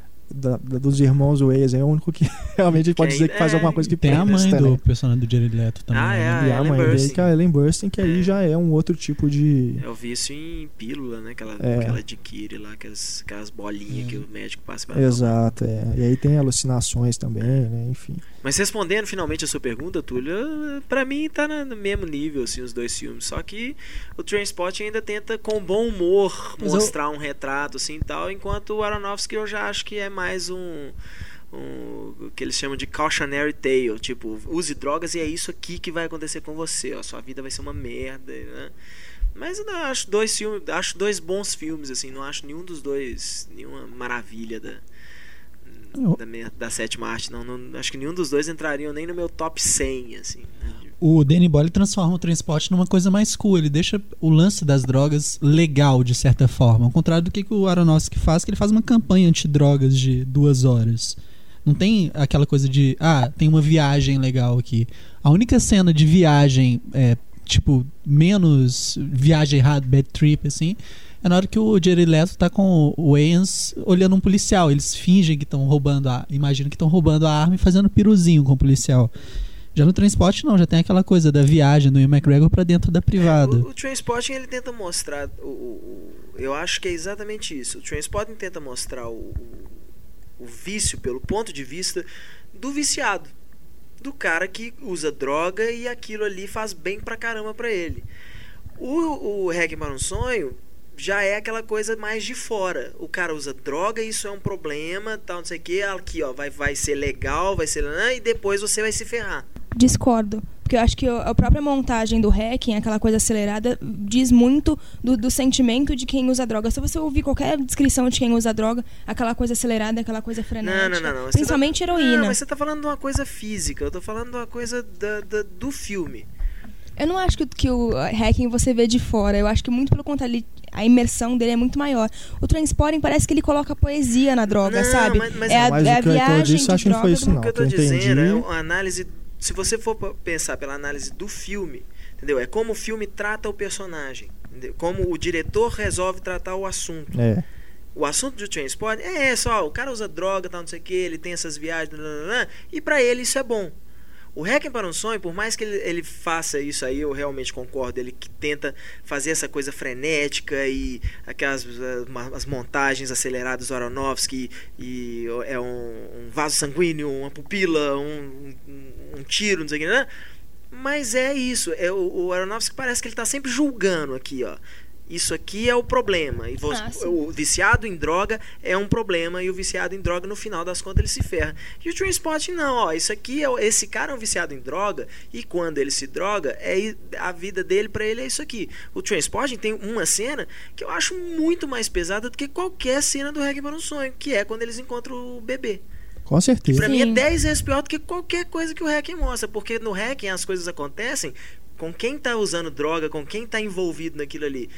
dos irmãos Wayans, é o único que realmente a gente pode dizer que faz alguma coisa que Tem a mãe presta, do né? personagem do Jared Leto também. Ah, né? E a Ellen mãe dele, Burstyn. que é a Ellen Burstyn, que aí É. já é um outro tipo de... É o vício em pílula, né? Que ela adquire lá, aquelas bolinhas que o médico passa pra ela. Exato, E aí tem alucinações também, né? Enfim. Mas respondendo finalmente a sua pergunta, Túlio, pra mim tá no mesmo nível, assim, os dois filmes. Só que o Trainspotting ainda tenta, com bom humor, Mas mostrar um retrato, assim, e tal, enquanto o Aronofsky eu já acho que é mais o que eles chamam de cautionary tale, tipo, use drogas e é isso aqui que vai acontecer com você, ó, sua vida vai ser uma merda, né? Mas eu acho dois bons filmes, assim, não acho nenhum dos dois nenhuma maravilha da sétima arte, não acho que nenhum dos dois entrariam nem no meu top 100, assim, né? O Danny Boyle transforma o Trainspotting numa coisa mais cool. Ele deixa o lance das drogas legal, de certa forma. Ao contrário do que o Aronofsky faz, que ele faz uma campanha antidrogas de 2 horas. Não tem aquela coisa de, tem uma viagem legal aqui. A única cena de viagem, tipo, menos viagem errada, bad trip, assim, é na hora que o Jared Leto tá com o Wayans olhando um policial. Eles fingem que estão roubando imaginam que estão roubando a arma e fazendo piruzinho com o policial. Já no Trainspotting não, já tem aquela coisa da viagem do Ian McGregor pra dentro da privada. O Trainspotting ele tenta mostrar eu acho que é exatamente isso. O Trainspotting tenta mostrar o vício pelo ponto de vista do viciado, do cara que usa droga e aquilo ali faz bem pra caramba pra ele. O Requiem para um Sonho já é aquela coisa mais de fora. O cara usa droga, isso é um problema, tal, não sei o que. Aqui, ó, vai ser legal, vai ser... E depois você vai se ferrar. Discordo. Porque eu acho que a própria montagem do Requiem, aquela coisa acelerada, diz muito do sentimento de quem usa droga. Se você ouvir qualquer descrição de quem usa droga, aquela coisa acelerada, aquela coisa frenética. Não. Principalmente heroína. Não, mas você tá falando de uma coisa física. Eu tô falando de uma coisa do filme. Eu não acho que o Requiem você vê de fora. Eu acho que muito pelo contrário, a imersão dele é muito maior. O Trainspotting parece que ele coloca poesia na droga, Não, sabe? mas- É a Mas o que o Heitor viagem disse, de acho que não foi droga isso, do- não. O que eu tô eu entendi. dizendo é uma análise. Se você for pensar pela análise do filme, entendeu? É como o filme trata o personagem, entendeu? Como o diretor resolve tratar o assunto. O assunto do Trainspotting é só, o cara usa droga, tal, não sei o que, ele tem essas viagens, e pra ele isso é bom. O Requiem para um Sonho, por mais que ele faça isso aí, eu realmente concordo, ele que tenta fazer essa coisa frenética e aquelas as montagens aceleradas do Aronofsky, e é um vaso sanguíneo, uma pupila, um tiro, não sei o que, né? Mas é isso, o Aronofsky parece que ele está sempre julgando aqui, ó. Isso aqui é o problema. E o viciado em droga é um problema. E o viciado em droga, no final das contas, ele se ferra. E o Trainspotting não, ó. Isso aqui esse cara é um viciado em droga. E quando ele se droga, a vida dele, pra ele, é isso aqui. O Trainspotting tem uma cena que eu acho muito mais pesada do que qualquer cena do Requiem para um Sonho, que é quando eles encontram o bebê. Com certeza. Pra mim é Sim. 10 vezes pior do que qualquer coisa que o Requiem mostra. Porque no Requiem as coisas acontecem com quem tá usando droga, com quem tá envolvido naquilo ali.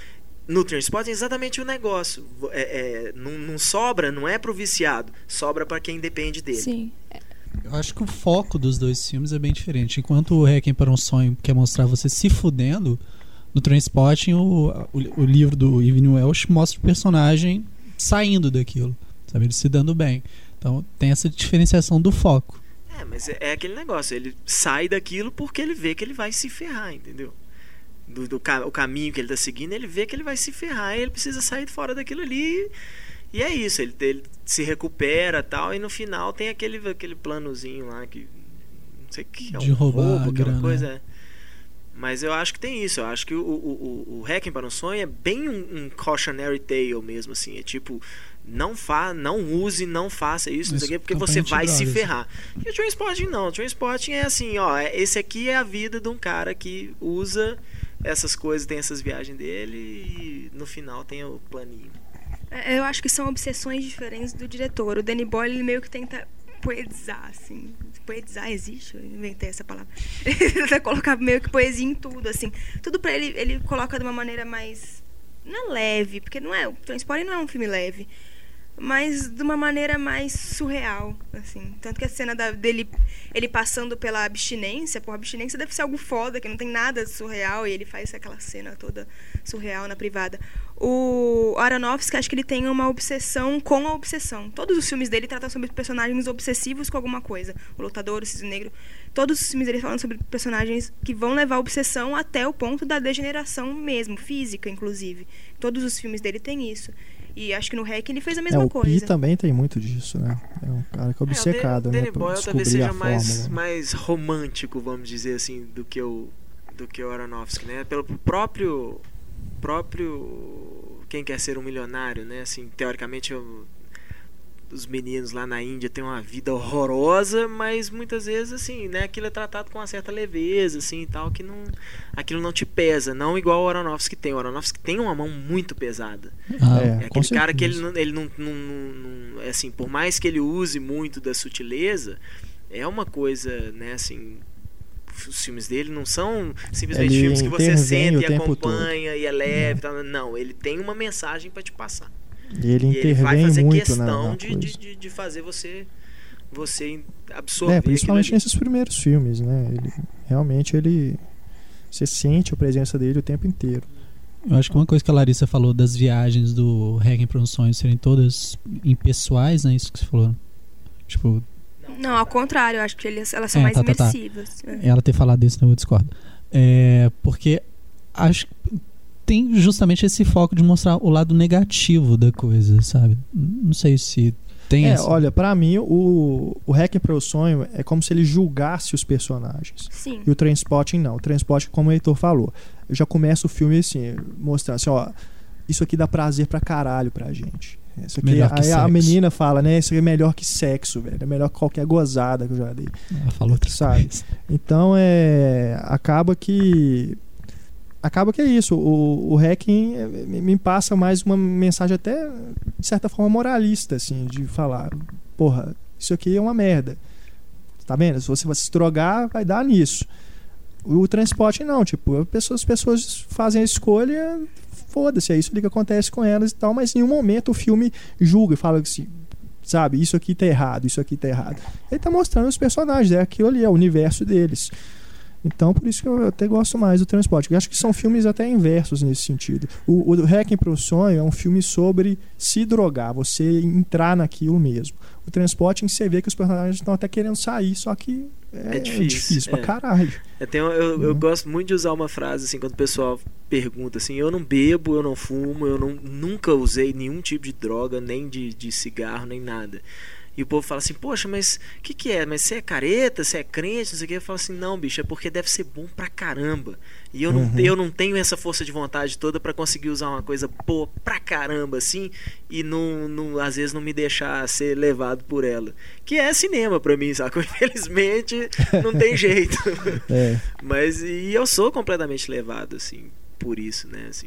no Trainspotting é exatamente o negócio. Não sobra, não é pro viciado, sobra para quem depende dele. Sim. Eu acho que o foco dos dois filmes é bem diferente. Enquanto o Requiem para um Sonho quer mostrar você se fudendo, no Trainspotting o livro do Evan Welsh mostra o personagem saindo daquilo, sabe? Ele se dando bem. Então tem essa diferenciação do foco. Mas é aquele negócio, ele sai daquilo porque ele vê que ele vai se ferrar, entendeu? O caminho que ele tá seguindo, ele vê que ele vai se ferrar e ele precisa sair fora daquilo ali. E é isso, ele se recupera e tal, e no final tem aquele planozinho lá que não sei o que é, de roubar roubo, aquela coisa. Mas eu acho que tem isso, eu acho que o Requiem para um Sonho é bem um cautionary tale mesmo, assim, é tipo, não use, não faça isso, não sei o quê, porque você vai se ferrar. E o Trainspotting não, o Trainspotting é assim, ó, esse aqui é a vida de um cara que usa essas coisas, tem essas viagens dele e no final tem o planinho. Eu acho que são obsessões diferentes do diretor. O Danny Boyle, ele meio que tenta poetizar, assim. Poetizar existe? Eu inventei essa palavra. Ele tenta colocar meio que poesia em tudo, assim. Tudo pra ele coloca de uma maneira mais... Não é leve, porque o Trainspotting não é um filme leve. Mas de uma maneira mais surreal, assim. Tanto que a cena dele ele passando pela abstinência, a abstinência deve ser algo foda, que não tem nada surreal, e ele faz aquela cena toda surreal na privada. O Aronofsky, acho que ele tem uma obsessão com a obsessão. Todos os filmes dele tratam sobre personagens obsessivos com alguma coisa. O Lutador, o Cisne Negro. Todos os filmes dele falam sobre personagens que vão levar a obsessão até o ponto da degeneração mesmo, física, inclusive. Todos os filmes dele têm isso. E acho que no REC ele fez a mesma coisa. O Pi também tem muito disso, né? É um cara que é obcecado, o né? Danny Boyle talvez seja mais romântico, vamos dizer assim, do que o Aronofsky, né? Pelo próprio Quem Quer Ser um Milionário, né? Assim, teoricamente os meninos lá na Índia têm uma vida horrorosa, mas muitas vezes assim, né, aquilo é tratado com uma certa leveza assim e tal, que aquilo não te pesa, não igual o Aronofsky tem. O Aronofsky tem uma mão muito pesada. É aquele cara que ele não assim, por mais que ele use muito da sutileza, é uma coisa, né, assim, os filmes dele não são simplesmente filmes que você senta e acompanha e é leve, tal. Não, ele tem uma mensagem para te passar. E ele vai fazer muito questão de fazer você absorver. Principalmente nesses primeiros filmes, né? Você sente a presença dele o tempo inteiro. Eu acho que uma coisa que a Larissa falou das viagens do Requiem para um Sonho serem todas impessoais, né? Isso que você falou. Tipo... Não, ao contrário, eu acho que elas são mais imersivas. Ela ter falado isso, eu discordo. Porque acho que tem justamente esse foco de mostrar o lado negativo da coisa, sabe? Não sei se tem olha, pra mim o Requiem para o Sonho é como se ele julgasse os personagens. Sim. E o Trainspotting não. O Trainspotting, como o Heitor falou, já começa o filme assim, mostrando assim, ó, isso aqui dá prazer pra caralho pra gente. Isso aqui, aí a menina fala, né, isso aqui é melhor que sexo, velho. É melhor que qualquer gozada que eu já dei. Ela falou outra sabe? Então acaba que é isso. O Requiem me passa mais uma mensagem até de certa forma moralista, assim, de falar, porra, isso aqui é uma merda, tá vendo? Se você vai se drogar, vai dar nisso. O Trainspotting não, tipo, as pessoas fazem a escolha, foda-se, é isso que acontece com elas e tal, mas em nenhum momento o filme julga e fala assim, sabe, isso aqui tá errado, isso aqui tá errado. Ele tá mostrando os personagens, é aquilo ali, é o universo deles. Então, por isso que eu até gosto mais do Trainspotting. Eu acho que são filmes até inversos nesse sentido. O Requiem para o Sonho é um filme sobre se drogar, você entrar naquilo mesmo. O Trainspotting, você vê que os personagens estão até querendo sair, só que é difícil pra caralho. Eu gosto muito de usar uma frase assim, quando o pessoal pergunta assim, eu não bebo, eu não fumo, nunca usei nenhum tipo de droga, nem de cigarro, nem nada. E o povo fala assim, poxa, mas o que é? Mas você é careta? Você é crente? Não sei o que. Eu falo assim, não, bicho, é porque deve ser bom pra caramba. E eu não tenho essa força de vontade toda pra conseguir usar uma coisa boa pra caramba, assim, e às vezes não me deixar ser levado por ela. Que é cinema pra mim, sabe? Infelizmente, não tem jeito. Mas e eu sou completamente levado, assim, por isso, né? Assim,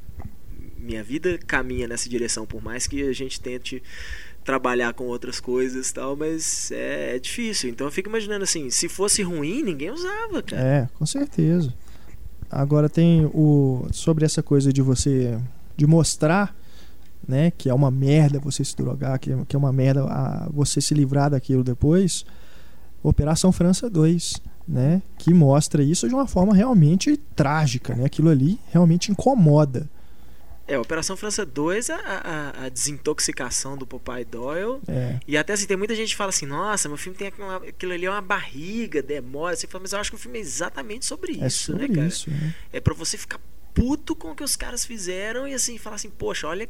minha vida caminha nessa direção, por mais que a gente tente trabalhar com outras coisas e tal, mas é difícil. Então eu fico imaginando assim, se fosse ruim, ninguém usava, cara. Com certeza. Agora tem sobre essa coisa de você de mostrar, né, que é uma merda você se drogar, que é uma merda você se livrar daquilo depois. Operação França 2, né, que mostra isso de uma forma realmente trágica, né? Aquilo ali realmente incomoda. Operação França 2, a desintoxicação do Popeye Doyle. E até assim, tem muita gente que fala assim, nossa, meu filme tem aquilo ali é uma barriga, demora. Você fala, mas eu acho que o filme é exatamente sobre isso, sobre né, cara? Isso, né? É pra você ficar puto com o que os caras fizeram e assim, falar assim, poxa, olha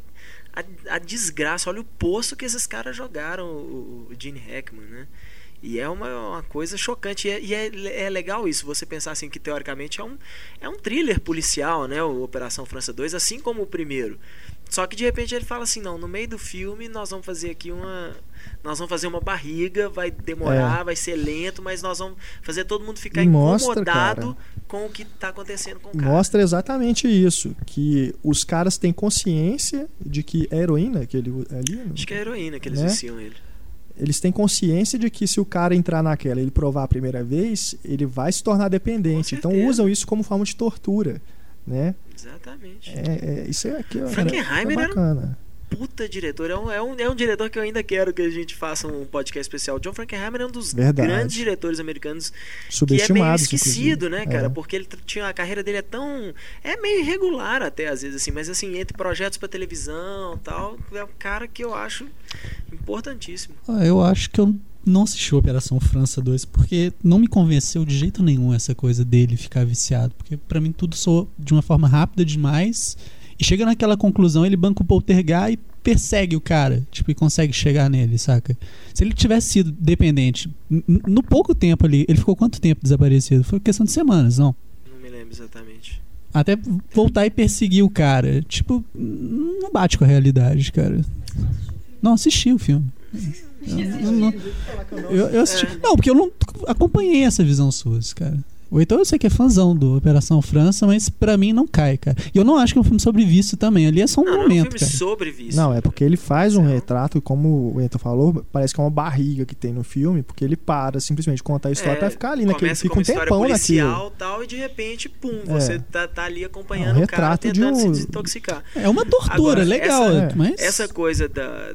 a desgraça, olha o poço que esses caras jogaram, o Gene Hackman, né? E é uma coisa chocante. E é legal isso, você pensar assim que teoricamente é um thriller policial, né? O Operação França 2, assim como o primeiro. Só que de repente ele fala assim, não, no meio do filme nós vamos fazer aqui nós vamos fazer uma barriga, vai demorar, vai ser lento, mas nós vamos fazer todo mundo ficar incomodado com o que está acontecendo com o cara. Mostra exatamente isso, que os caras têm consciência de que é heroína que ele ali. Acho que é heroína que eles viciam ele. Eles têm consciência de que se o cara entrar naquela, ele provar a primeira vez, ele vai se tornar dependente. Então usam isso como forma de tortura, né? Exatamente. Isso é aqui, Frankenheimer é bacana. Puta diretor, é um diretor que eu ainda quero que a gente faça um podcast especial. John Frankenheimer é um dos grandes diretores americanos que é meio esquecido, né, cara? Porque ele a carreira dele é meio irregular até às vezes, assim, mas assim, entre projetos pra televisão e tal, é um cara que eu acho importantíssimo. Eu acho que eu não assisti a Operação França 2 porque não me convenceu de jeito nenhum essa coisa dele ficar viciado, porque pra mim tudo soa de uma forma rápida demais. E chega naquela conclusão, ele banca o poltergeist e persegue o cara, tipo, e consegue chegar nele, saca? Se ele tivesse sido dependente, no pouco tempo ali, ele ficou quanto tempo desaparecido? Foi questão de semanas, não? Não me lembro exatamente. Até voltar e perseguir o cara, tipo, não bate com a realidade, cara. Não assisti o filme. Eu assisti. Não, porque eu não acompanhei essa visão sua, cara. Ou então eu sei que é fãzão do Operação França, mas pra mim não cai, cara. E eu não acho que é um filme sobre vício também. Ali é só um momento, não é um filme cara. Sobre vício. Não, é porque ele faz um retrato, como o Ento falou, parece que é uma barriga que tem no filme, porque ele para simplesmente contar a história pra ficar ali naquele, fica um tempão naquilo. Tal, e de repente, pum, você tá ali acompanhando o cara tentando se desintoxicar. É uma tortura. Agora, legal. Mas essa coisa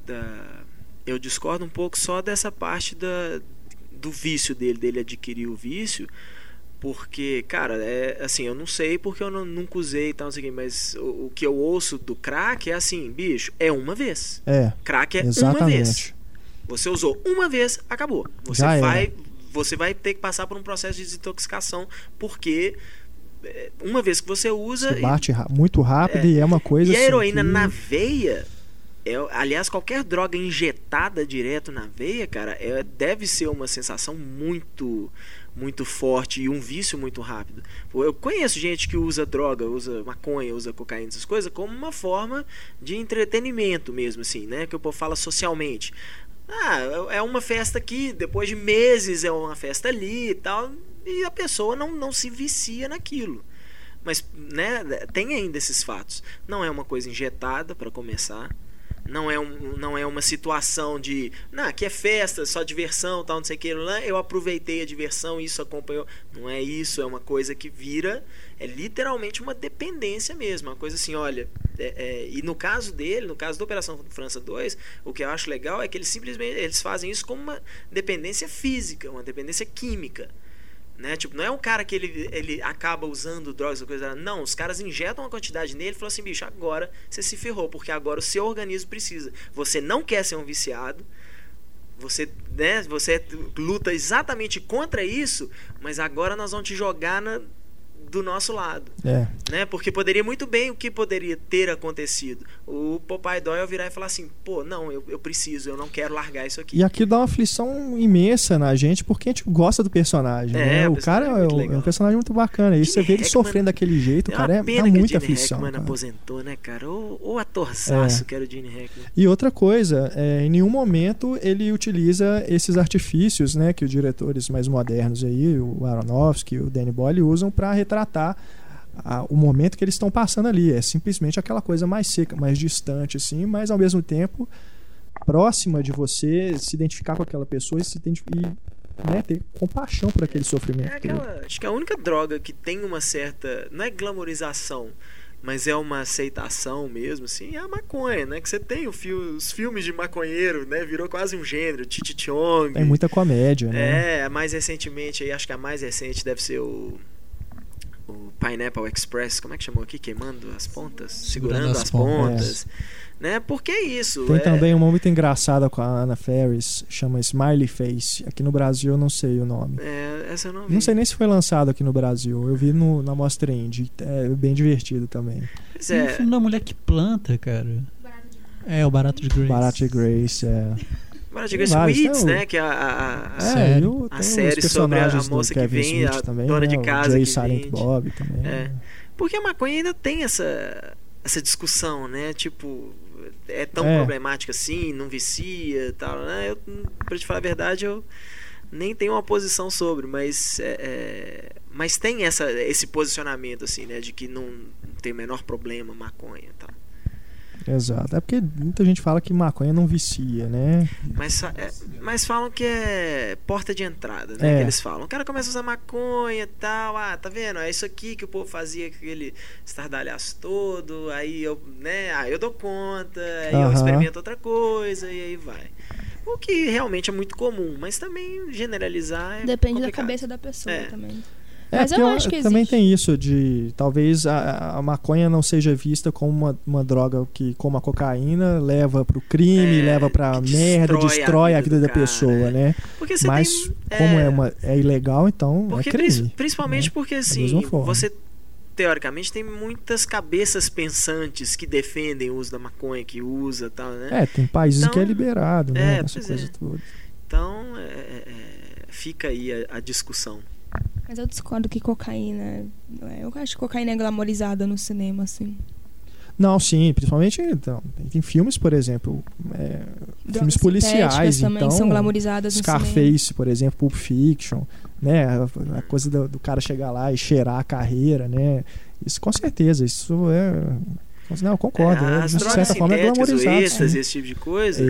eu discordo um pouco só dessa parte do vício dele adquirir o vício. Porque, cara, assim, eu não sei porque eu nunca usei e tal, não sei o que, mas o que eu ouço do crack é assim, bicho, é uma vez. Crack é exatamente. Uma vez. Você usou uma vez, acabou. Você vai ter que passar por um processo de desintoxicação, porque uma vez que você usa... Você bate muito rápido e é uma coisa e assim... E a heroína na veia... aliás, qualquer droga injetada direto na veia, cara, deve ser uma sensação muito forte e um vício muito rápido. Eu conheço gente que usa droga, usa maconha, usa cocaína, essas coisas, como uma forma de entretenimento mesmo, assim, né? Que o povo fala socialmente. É uma festa aqui, depois de meses é uma festa ali e tal, e a pessoa não se vicia naquilo. Mas, né, tem ainda esses fatos. Não é uma coisa injetada, para começar. Não é uma situação de aqui é festa, só diversão, tal, não sei o que, eu aproveitei a diversão e isso acompanhou. Não é isso, é uma coisa que vira, é literalmente uma dependência mesmo, uma coisa assim, olha, e no caso dele, no caso da Operação França 2, o que eu acho legal é que eles fazem isso como uma dependência física, uma dependência química. Né? Tipo, não é um cara que ele acaba usando drogas ou coisa. Não, os caras injetam uma quantidade nele e falam assim, bicho, agora você se ferrou, porque agora o seu organismo precisa. Você não quer ser um viciado, você luta exatamente contra isso, mas agora nós vamos te jogar do nosso lado. Né? Porque poderia muito bem, o que poderia ter acontecido? O Popeye Doyle virar e falar assim, pô, não, eu preciso, eu não quero largar isso aqui. E aqui dá uma aflição imensa na gente, porque a gente gosta do personagem, né? O cara é um personagem muito bacana. E você vê ele sofrendo daquele jeito, o cara dá muita aflição. O Gene Hackman aposentou, né, cara? O atorzaço que era o Gene Hackman. E outra coisa, em nenhum momento ele utiliza esses artifícios, né, que os diretores mais modernos aí, o Aronofsky, o Danny Boyle, usam para retratar o momento que eles estão passando ali. É simplesmente aquela coisa mais seca, mais distante, assim, mas ao mesmo tempo próxima de você, se identificar com aquela pessoa e né, ter compaixão por aquele sofrimento. Acho que a única droga que tem uma certa, não é glamorização, mas é uma aceitação mesmo, assim, é a maconha, né? Que você tem os filmes de maconheiro, né? Virou quase um gênero, Cheech Chong. Tem muita comédia, né? Mais recentemente, aí, acho que a mais recente deve ser o Pineapple Express, como é que chamou aqui? Queimando as pontas? Segurando as pontas. Né? Por que isso? Tem também uma muito engraçada com a Anna Faris, chama Smiley Face. Aqui no Brasil eu não sei o nome. Essa eu não vi. Não sei nem se foi lançado aqui no Brasil. Eu vi na Mostra Indie. É bem divertido também. Tem um filme da mulher que planta, cara. O Barato de Grace. Barato de Grace, Barato de Grace Weeds, né? Que é a série sobre a moça que vem, a também, dona de casa Jay que Silent vende. Bob também. Porque a maconha ainda tem essa discussão, né? Tipo, é tão problemática assim, não vicia e tal, né? Pra te falar a verdade, eu nem tenho uma posição sobre, mas tem esse posicionamento, assim, né? De que não tem o menor problema maconha e tal. Exato. É porque muita gente fala que maconha não vicia, né? Mas falam que é porta de entrada, né? Que eles falam. O cara começa a usar maconha e tal. Tá vendo? É isso aqui que o povo fazia, aquele estardalhaço todo. Aí eu dou conta. Aí eu experimento outra coisa. E aí vai. O que realmente é muito comum. Mas também generalizar depende complicado. da cabeça da pessoa também. Mas eu acho que também tem isso de talvez a maconha não seja vista como uma droga que, como a cocaína, leva pro crime, leva pra merda, destrói a vida da pessoa, né? Porque você mas como é ilegal, então porque é crime. Principalmente porque assim, você teoricamente tem muitas cabeças pensantes que defendem o uso da maconha, que usa e tal, né? Tem países que é liberado, né? Essa coisa toda. Então, fica aí a discussão. Mas eu discordo que cocaína... Eu acho que cocaína é glamorizada no cinema, assim. Não, sim, principalmente tem filmes, por exemplo, filmes policiais, também são glamorizadas no cinema. Scarface, por exemplo, Pulp Fiction, né? A coisa do cara chegar lá e cheirar a carreira, né? Isso com certeza, isso não, eu concordo, né? As de drogas certa forma é glamorizado. esse tipo de coisa,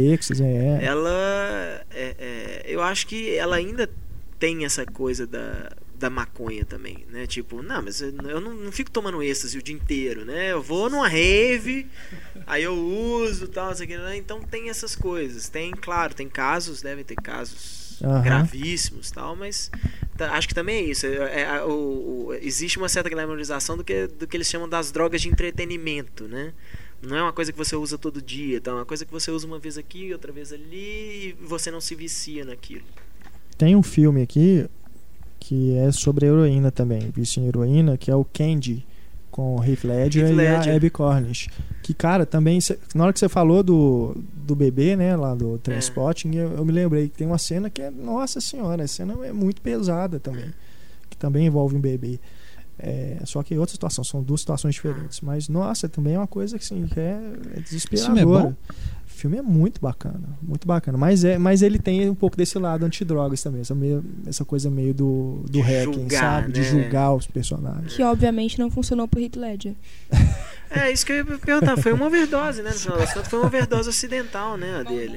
ela eu acho que ela ainda tem essa coisa da maconha também, né? Tipo, não, mas eu não fico tomando êxtase o dia inteiro, né? Eu vou numa rave, aí eu uso tal, não sei o que, né? Então tem essas coisas. Tem casos, devem ter casos gravíssimos tal, mas acho que também é isso. Existe uma certa glamorização do que eles chamam das drogas de entretenimento, né? Não é uma coisa que você usa todo dia, tá? É uma coisa que você usa uma vez aqui, outra vez ali, e você não se vicia naquilo. Tem um filme aqui que é sobre heroína também, vício em heroína, que é o Candy, com o Heath Ledger e a Abby Cornish. Que, cara, também, na hora que você falou do bebê, né, lá do Trainspotting, eu me lembrei que tem uma cena que nossa senhora, a cena é muito pesada também, que também envolve um bebê. Só que em outra situação, são duas situações diferentes. Mas, nossa, também é uma coisa que, assim, que é desesperadora. Esse filme é bom? O filme é muito bacana. Mas ele tem um pouco desse lado antidrogas também, essa coisa meio do hacking, sabe? Né? De julgar os personagens. Que obviamente não funcionou pro Heath Ledger. Isso que eu ia perguntar. Foi uma overdose, né? No final das contas, foi uma overdose acidental, né? A dele.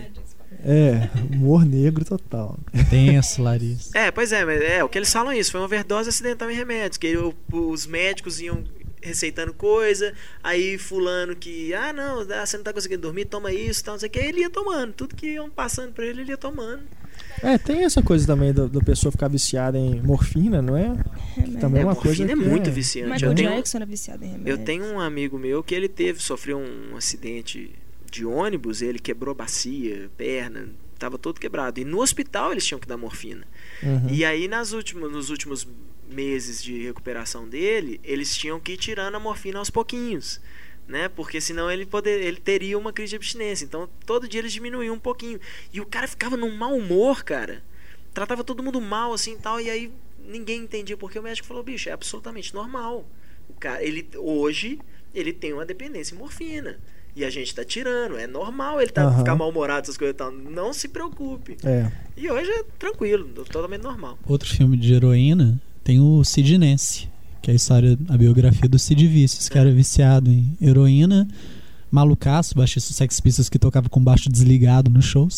Humor negro total. Tenso, Larissa. Pois mas o que eles falam isso, foi uma overdose acidental em remédios, que os médicos iam receitando coisa, aí fulano que, não, você não tá conseguindo dormir, toma isso, tal, não sei o que, ele ia tomando, tudo que iam passando pra ele ia tomando. Tem essa coisa também da pessoa ficar viciada em morfina, não é? Que também é uma coisa que muito viciante. Michael Jackson era viciado em remédio. Eu tenho um amigo meu que ele sofreu um acidente de ônibus, ele quebrou bacia, perna, tava todo quebrado, e no hospital eles tinham que dar morfina. E aí nos últimos meses de recuperação dele, eles tinham que ir tirando a morfina aos pouquinhos, né? Porque senão ele teria uma crise de abstinência. Então todo dia eles diminuíam um pouquinho, e o cara ficava num mau humor, cara, tratava todo mundo mal assim, tal, e aí ninguém entendia porque o médico falou: bicho, é absolutamente normal, o cara, hoje ele tem uma dependência em morfina e a gente tá tirando, é normal ele ficar mal-humorado, essas coisas e tal, não se preocupe. E hoje é tranquilo, totalmente normal. Outro filme de heroína tem o Sid Nance, que é a biografia do Sid Vicious, que era viciado em heroína, malucaço, baixista do Sex Pistols, que tocava com baixo desligado nos shows,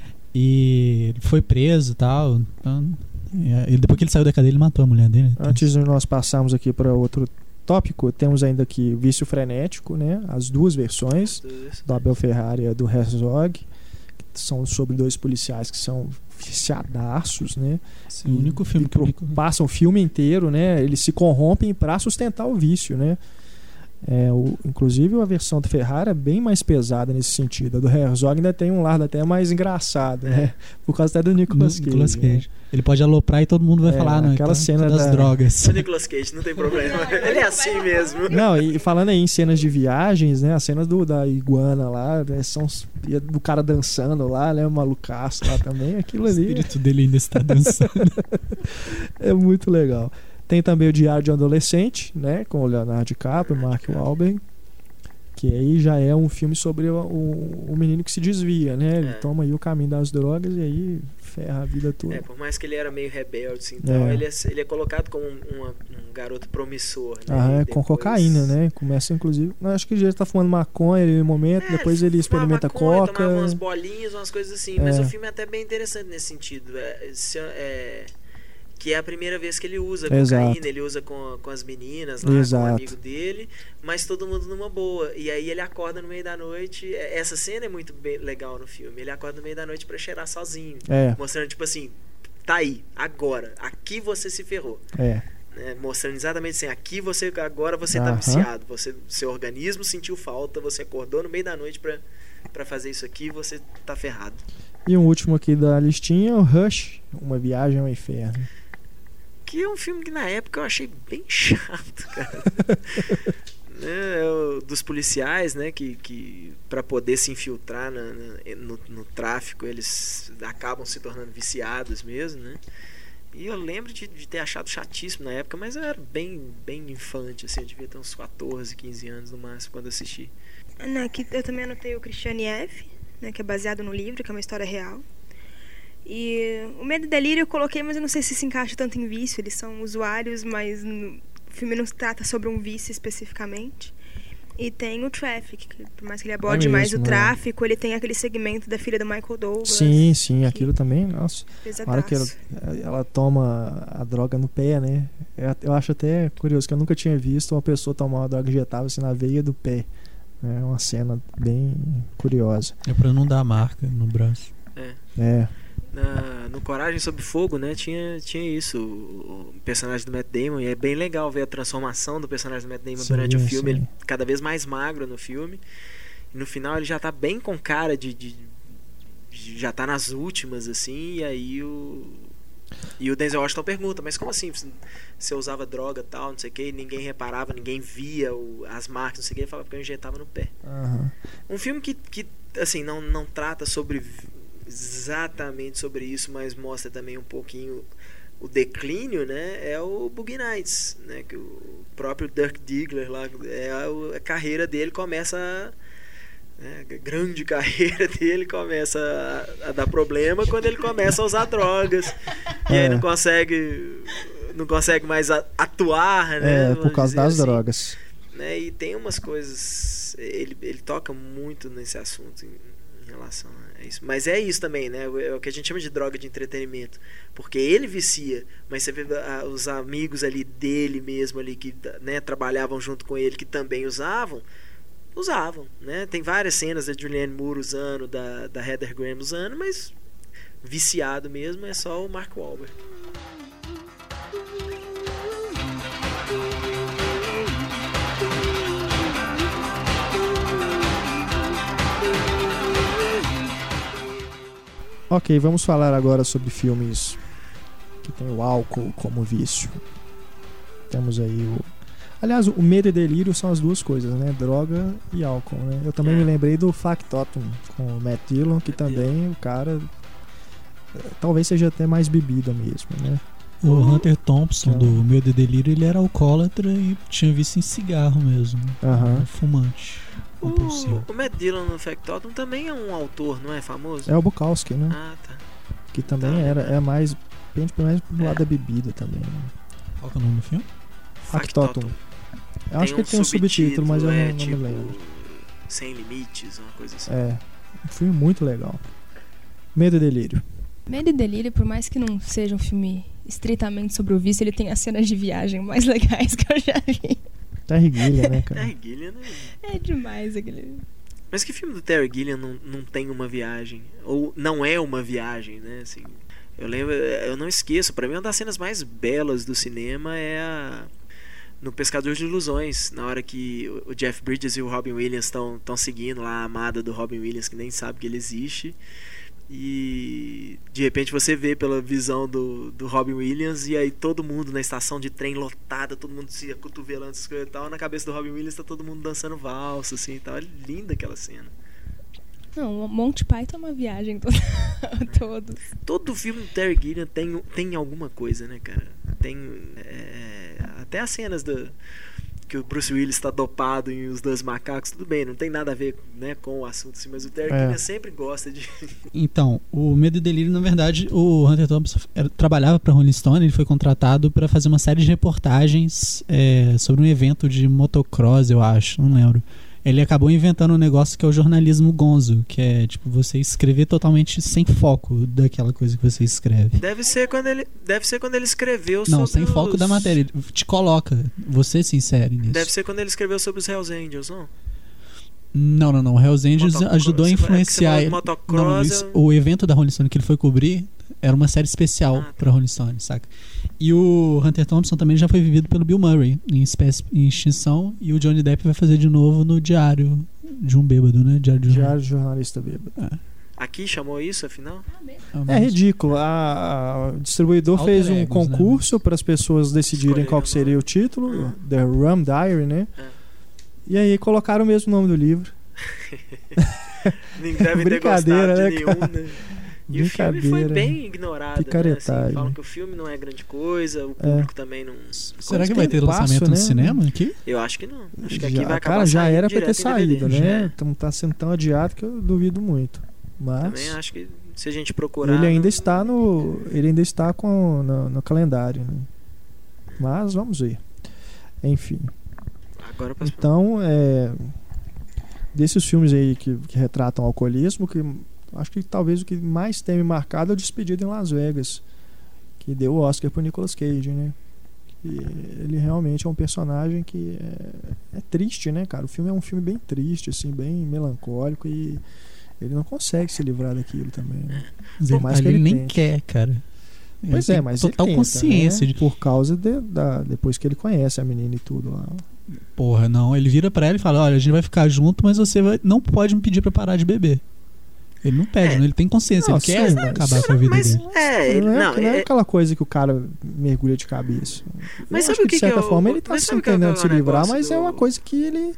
e ele foi preso e tal. Então, depois que ele saiu da cadeia, ele matou a mulher dele. Antes de nós passarmos aqui para outro tópico, temos ainda aqui Vício Frenético, né? As duas versões, do Abel Ferrara e do Herzog, que são sobre dois policiais que são viciadaços, né? Esse é o único filme que passam o filme inteiro, né? Eles se corrompem para sustentar o vício, né? Inclusive a versão do Ferrara é bem mais pesada nesse sentido. A do Herzog ainda tem um lado até mais engraçado, né? Por causa até do Nicolas Cage. Né? Ele pode aloprar e todo mundo vai falar, não, aquela cena das drogas. O Nicolas Cage não tem problema. Ele é assim mesmo. Não, e falando aí em cenas de viagens, né? As cenas da iguana lá, né, são do cara dançando lá, né? O malucaço lá também, aquilo ali. O espírito dele ainda está dançando. É muito legal. Tem também o Diário de um Adolescente, né, com o Leonardo DiCaprio, Mark Wahlberg, que aí já é um filme sobre o menino que se desvia, né? Ele toma aí o caminho das drogas e aí ferra a vida toda. Por mais que ele era meio rebelde, assim, então, ele é colocado como um garoto promissor, né? Com cocaína, né? Começa, inclusive... Acho que ele já tá fumando maconha em um momento, depois ele experimenta maconha, coca. Tomava umas bolinhas, umas coisas assim. Mas o filme é até bem interessante nesse sentido. Que é a primeira vez que ele usa cocaína, ele usa com as meninas lá, com um amigo dele, mas todo mundo numa boa. E aí ele acorda no meio da noite. Essa cena é muito legal no filme. Ele acorda no meio da noite pra cheirar sozinho. Mostrando, tipo assim, tá aí, agora, aqui você se ferrou. Né? Mostrando exatamente assim, aqui agora você tá viciado. Seu organismo sentiu falta, você acordou no meio da noite pra fazer isso aqui, você tá ferrado. E um último aqui da listinha, o Rush, Uma Viagem ao Inferno. Que é um filme que na época eu achei bem chato, cara. Dos policiais, né, que para poder se infiltrar no tráfico, eles acabam se tornando viciados mesmo, né? E eu lembro de ter achado chatíssimo na época, mas eu era bem infante, assim, eu devia ter uns 14, 15 anos no máximo quando assisti. Aqui eu também anotei o Christiane F., né, que é baseado no livro, que é uma história real. E o Medo e Delírio eu coloquei, mas eu não sei se encaixa tanto em vício. Eles são usuários, mas o filme não trata sobre um vício especificamente. E tem o Traffic, que por mais que ele aborde mais o tráfico, ele tem aquele segmento da filha do Michael Douglas. Sim, aquilo também, nossa. Na hora que ela toma a droga no pé, né? Eu acho até curioso que eu nunca tinha visto uma pessoa tomar uma droga injetável assim na veia do pé. É uma cena bem curiosa. É pra não dar marca no braço. No Coragem Sob Fogo, né, tinha isso, o personagem do Matt Damon, e é bem legal ver a transformação do personagem do Matt Damon durante o filme. Ele cada vez mais magro no filme, e no final ele já tá bem com cara de já tá nas últimas, assim, e aí o Denzel Washington pergunta, mas como assim, você usava droga e tal, não sei o que, ninguém reparava, ninguém via as marcas, não sei o que, ele falava porque eu injetava no pé. Um filme que assim, não trata exatamente sobre isso, mas mostra também um pouquinho o declínio, né? É o Boogie Nights, né? Que o próprio Dirk Diggler lá, a carreira dele começa a grande carreira dele começa a dar problema quando ele começa a usar drogas e aí não consegue mais atuar, né? Por causa das drogas, né? E tem umas coisas, ele toca muito nesse assunto em relação a isso. Mas é isso também, né? É o que a gente chama de droga de entretenimento. Porque ele vicia, mas você vê os amigos ali dele mesmo ali que, né, trabalhavam junto com ele, que também usavam, né? Tem várias cenas da Julianne Moore usando, da Heather Graham usando, mas viciado mesmo é só o Mark Wahlberg. Ok, vamos falar agora sobre filmes que tem o álcool como vício. Temos aí Aliás, o Medo e Delírio são as duas coisas, né? Droga e álcool, né? Eu também me lembrei do Factotum com o Matt Dillon, que também o cara talvez seja até mais bebida mesmo, né? O Hunter Thompson do Medo e Delírio, ele era alcoólatra e tinha vício em cigarro mesmo. Fumante. O Matt Dillon no Factotum também é um autor, não é famoso? É o Bukowski, né? Tá. Que também é mais pro lado da bebida também. Né? Qual que é o nome do filme? Factotum. Eu acho que ele tem um subtítulo, mas eu não me lembro. Sem Limites, uma coisa assim. Um filme muito legal. Medo e Delírio. Medo e Delírio, por mais que não seja um filme estritamente sobre o vício, ele tem as cenas de viagem mais legais que eu já vi. Terry Gilliam, né, cara? Terry Gilliam, né? É demais aquele... Mas que filme do Terry Gilliam não tem uma viagem? Ou não é uma viagem, né? Assim, eu não esqueço, pra mim uma das cenas mais belas do cinema é no Pescador de Ilusões, na hora que o Jeff Bridges e o Robin Williams estão seguindo lá a amada do Robin Williams, que nem sabe que ele existe, e de repente você vê pela visão do Robin Williams, e aí todo mundo na estação de trem lotada, todo mundo se acotovelando essas coisas e tal, na cabeça do Robin Williams tá todo mundo dançando valsa assim, e tal. É linda aquela cena. Não, Monty Python é uma viagem todos. Todo filme do Terry Gilliam tem alguma coisa, né, cara? Tem até as cenas que o Bruce Willis está dopado em Os Dois Macacos, tudo bem, não tem nada a ver, né, com o assunto assim, mas o Terry Gilliam sempre gosta de... Então, o Medo e Delírio, na verdade, o Hunter Thompson trabalhava para Rolling Stone, ele foi contratado para fazer uma série de reportagens sobre um evento de motocross, eu acho, não lembro. Ele acabou inventando um negócio que é o jornalismo gonzo, que é tipo você escrever totalmente sem foco daquela coisa que você escreve. Deve ser quando ele escreveu sobre Não, sem foco da matéria, ele te coloca, você se insere nisso. Deve ser quando ele escreveu sobre os Hells Angels, não? Não. O Hells Angels ajudou a influenciar ele. O evento da Rolling Stone que ele foi cobrir era uma série especial pra Rolling Stone, saca? E o Hunter Thompson também já foi vivido pelo Bill Murray em Extinção, e o Johnny Depp vai fazer de novo no Diário de um Bêbado, né? Diário de Jornalista Bêbado. Aqui chamou isso, afinal? É ridículo. O distribuidor fez um concurso, né, para as pessoas decidirem qual que seria o título, The Rum Diary, né? E aí colocaram o mesmo nome do livro. Nem deve ter gostado de nenhum, né? E o filme foi bem ignorado, né? Assim, falam que o filme não é grande coisa, o público também não... Será que vai ter lançamento no cinema aqui? Eu acho que não. Acho que aqui vai acabar cara, já era pra ter saído, DVD, né? Tá sendo tão adiado que eu duvido muito. Mas também acho que se a gente procurar... Ele ainda está no calendário, né? Mas vamos ver. Enfim. Agora então, desses filmes aí que retratam o alcoolismo, que acho que talvez o que mais tem me marcado é o Despedido em Las Vegas, que deu o Oscar pro Nicolas Cage, né? E ele realmente é um personagem que é triste, né, cara? O filme é um filme bem triste, assim, bem melancólico, e ele não consegue se livrar daquilo também, né? Por mais que ele nem quer, cara. Pois ele mas total ele tenta, consciência, né? Por causa depois que ele conhece a menina e tudo lá. Porra, não, ele vira pra ela e fala: olha, a gente vai ficar junto, mas você não pode me pedir pra parar de beber. Ele não pede, ele tem consciência, ele quer acabar com a vida dele. Não é aquela coisa que o cara mergulha de cabeça. Mas sabe o que de certa forma ele tá tentando se livrar, mas é uma coisa que ele...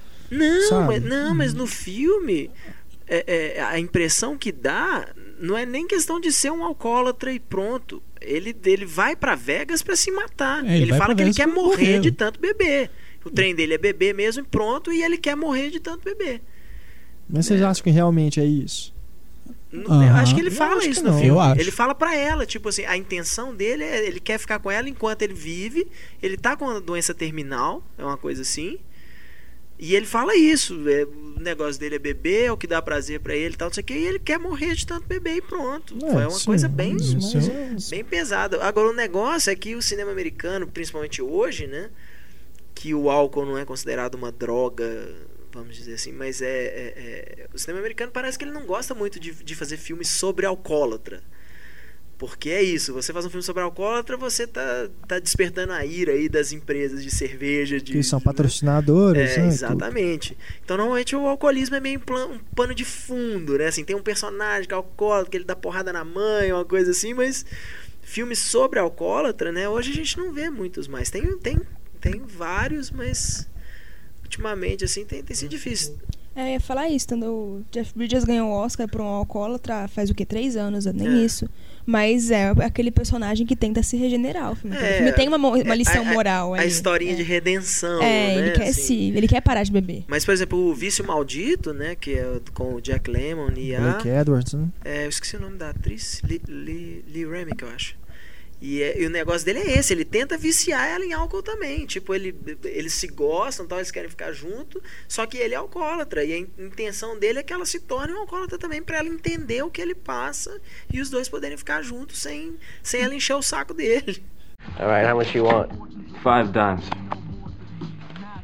Mas no filme a impressão que dá não é nem questão de ser um alcoólatra e pronto. Ele vai pra Vegas pra se matar. Ele fala que ele quer morrer de tanto beber. O trem dele é beber mesmo e pronto, e ele quer morrer de tanto beber. Mas vocês acham que realmente é isso? Eu acho que ele fala isso no filme. Ele fala pra ela, tipo assim, a intenção dele é, ele quer ficar com ela enquanto ele vive, ele tá com uma doença terminal, é uma coisa assim, e ele fala isso, o negócio dele é beber, é o que dá prazer pra ele, tal, não sei o que, e ele quer morrer de tanto beber e pronto. Foi uma coisa bem pesada. Agora o negócio é que o cinema americano, principalmente hoje, né, que o álcool não é considerado uma droga, vamos dizer assim, mas o cinema americano parece que ele não gosta muito de fazer filmes sobre alcoólatra, porque é isso, você faz um filme sobre alcoólatra, você tá despertando a ira aí das empresas de cerveja, que são patrocinadores, né? Exatamente. Então normalmente o alcoolismo é meio um pano de fundo, né? Assim, tem um personagem que é alcoólatra, que ele dá porrada na mãe, uma coisa assim, mas filmes sobre alcoólatra, né, hoje a gente não vê muitos mais. Tem vários, mas ultimamente, assim, tem sido difícil. Eu ia falar isso, quando o Jeff Bridges ganhou o Oscar por um alcoólatra faz o quê? 3 anos, nem isso. Mas é aquele personagem que tenta se regenerar. O filme tem uma lição moral. A historinha de redenção. Ele né? quer ele quer parar de beber. Mas, por exemplo, o Vício Maldito, né, que é com o Jack Lemmon e Blake Edwards, né? Eu esqueci o nome da atriz, Lee Remick, eu acho. E o negócio dele é esse, ele tenta viciar ela em álcool também. Tipo, eles se gostam, tal, eles querem ficar junto, só que ele é alcoólatra. E a intenção dele é que ela se torne um alcoólatra também, pra ela entender o que ele passa e os dois poderem ficar juntos sem ela encher o saco dele. All right, how much you want? 5 dimes.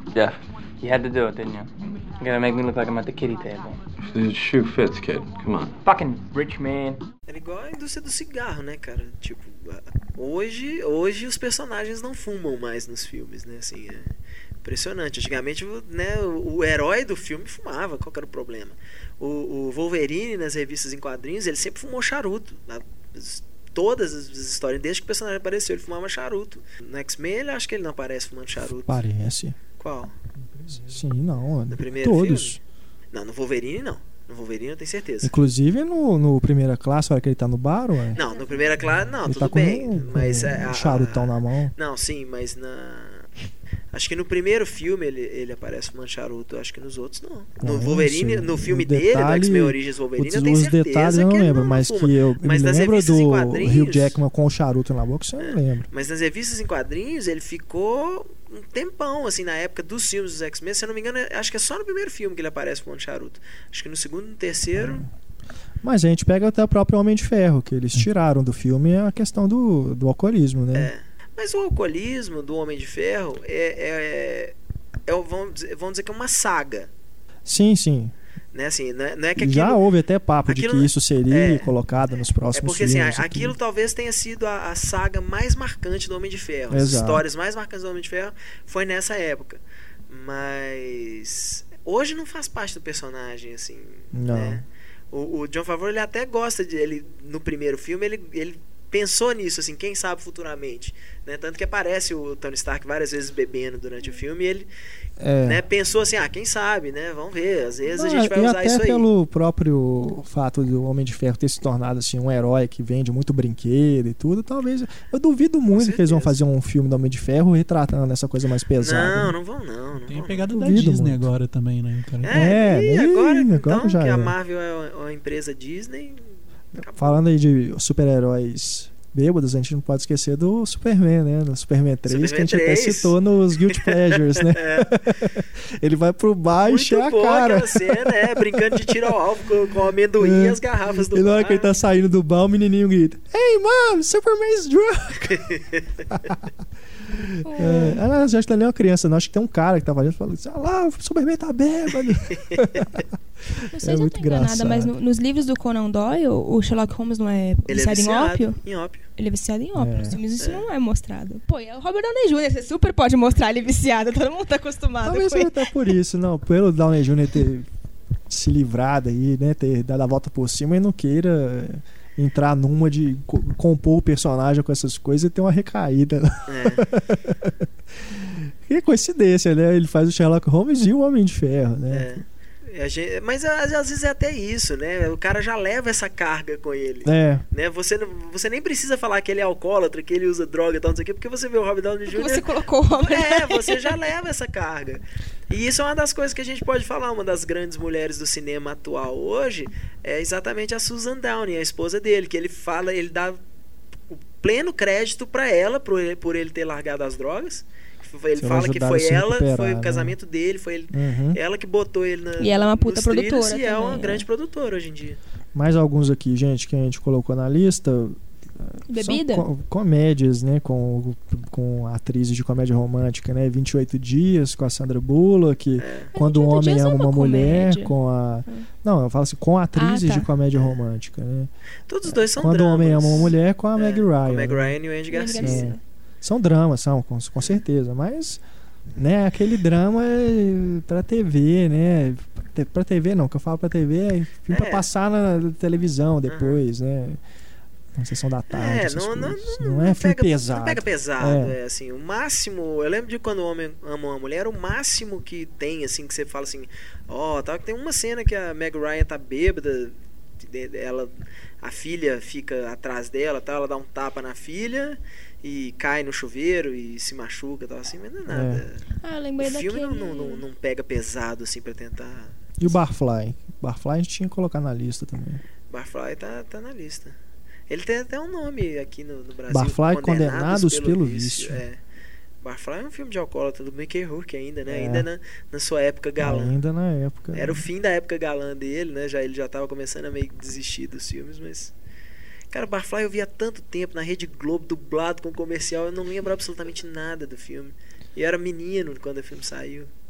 Jeff, you had to do it, didn't you? You're gonna make me look like I'm at the kiddie table. The shoe fits, kid. Come on. Fucking rich man. Era igual a indústria do cigarro, né, cara? Tipo, hoje os personagens não fumam mais nos filmes, né? Assim, é impressionante. Antigamente, né, o herói do filme fumava. Qual que era o problema? O Wolverine, nas revistas em quadrinhos, ele sempre fumou charuto. Todas as histórias, desde que o personagem apareceu, ele fumava charuto. No X-Men, ele acho que ele não aparece fumando charuto. Parece. Qual? Sim, não. No primeiro todos. filme? Não, no Wolverine não. No Wolverine eu tenho certeza. Inclusive no Primeira Classe, a hora que ele tá no bar, ué. Não, no Primeira Classe, não, ele tudo tá com bem. Mas um charutão na mão. Não, sim, mas acho que no primeiro filme ele aparece fumando charuto. Acho que nos outros não. No Wolverine, no filme dele, do X-Men Origins Wolverine, eu tenho certeza. Os detalhes eu não lembro, mas que eu me lembro do Hugh Jackman com o charuto na boca, isso eu não lembro. Mas nas revistas em quadrinhos ele ficou um tempão, assim, na época dos filmes dos X-Men. Se eu não me engano, acho que é só no primeiro filme que ele aparece fumando charuto. Acho que no segundo e no terceiro... Mas a gente pega até o próprio Homem de Ferro, que eles tiraram do filme a questão do alcoolismo, né? Mas o alcoolismo do Homem de Ferro vamos dizer que é uma saga. Sim, sim. Né? Assim, não é que aquilo, já houve até papo de que isso seria colocado nos próximos filmes. É porque assim, aquilo talvez tenha sido a saga mais marcante do Homem de Ferro. Exato. As histórias mais marcantes do Homem de Ferro foi nessa época. Mas hoje não faz parte do personagem, assim. Não. Né? O Jon Favreau, ele até gosta de... no primeiro filme, ele pensou nisso, assim, quem sabe futuramente, né? Tanto que aparece o Tony Stark várias vezes bebendo durante o filme e ele né, pensou assim, quem sabe, né? Vamos ver, às vezes a gente vai usar isso aí. Até pelo próprio fato do Homem de Ferro ter se tornado assim, um herói que vende muito brinquedo e tudo, talvez, eu duvido muito que eles vão fazer um filme do Homem de Ferro retratando essa coisa mais pesada. Não vão não. Tem a pegada da Disney muito. Agora também, né? Cara? Agora então já que a Marvel é uma empresa Disney... Acabou. Falando aí de super-heróis bêbados, a gente não pode esquecer do Superman, né? No Superman 3, que a gente até citou nos Guilty Pleasures, né? Ele vai pro bar e encher a cara. Aquela cena, brincando de tiro ao alvo com o amendoim e as garrafas do bar. E na hora que ele tá saindo do bar, o menininho grita: "Hey, mom, Superman's drunk!" Ela já está nem uma criança, não. Acho que tem um cara que tava ali falando assim: lá, o Superman tá bêbado. Não sei se eu tô enganada, mas nos livros do Conan Doyle, o Sherlock Holmes não é viciado em ópio? Ele é viciado em ópio. Nos filmes isso não é mostrado. Pô, é o Robert Downey Jr., você super pode mostrar ele viciado, todo mundo tá acostumado. Talvez até por isso, não. Pelo Downey Jr. ter se livrado aí, né? Ter dado a volta por cima e não queira entrar numa de compor o personagem com essas coisas e ter uma recaída. Que coincidência, né? Ele faz o Sherlock Holmes e o Homem de Ferro, né? Mas às vezes é até isso, né? O cara já leva essa carga com ele. Né? Você nem precisa falar que ele é alcoólatra, que ele usa droga e tal, não sei o quê, porque você vê o Robert Downey Jr. Você colocou o Robert. Você já leva essa carga. E isso é uma das coisas que a gente pode falar. Uma das grandes mulheres do cinema atual hoje é exatamente a Susan Downey, a esposa dele, que ele dá o pleno crédito pra ela por ele ter largado as drogas. Ele fala que foi ela, foi o casamento dele, foi ele, ela que botou ele na. E ela é uma puta produtora. E é uma grande produtora hoje em dia. Mais alguns aqui, gente, que a gente colocou na lista. Bebida? São comédias, né? Com atrizes de comédia romântica, né? 28 Dias com a Sandra Bullock. Quando um homem ama uma mulher, com a. Não, eu falo assim, com atrizes de comédia romântica, né? Todos os dois são Quando dramas. Um homem ama uma mulher, com a Meg Ryan. Com a Meg Ryan e o Andy Garcia. São dramas, com certeza, mas né, aquele drama é pra TV, né? Pra TV não, que eu falo pra TV é filme pra passar na televisão depois, né? Na sessão da tarde. Não é filme pesado. Não pega pesado, assim, o máximo, eu lembro de quando o homem ama uma mulher, o máximo que tem, assim, que você fala assim, que tem uma cena que a Meg Ryan tá bêbada, a filha fica atrás dela, ela dá um tapa na filha e cai no chuveiro e se machuca, tal assim, mas não é nada. Eu lembrei o filme daquele... não pega pesado assim pra tentar. E o Barfly? Barfly a gente tinha que colocar na lista também. Barfly tá na lista. Ele tem até um nome aqui no Brasil. Barfly, Condenados pelo Vício. Barfly é um filme de alcoólatra do Mickey Rourke ainda, né? Ainda na sua época galã. Ainda na época. Era o fim da época galã dele, né? Ele já tava começando a meio que desistir dos filmes, mas... Cara, Barfly eu vi há tanto tempo na Rede Globo, dublado com comercial, eu não lembro absolutamente nada do filme. E eu era menino quando o filme saiu.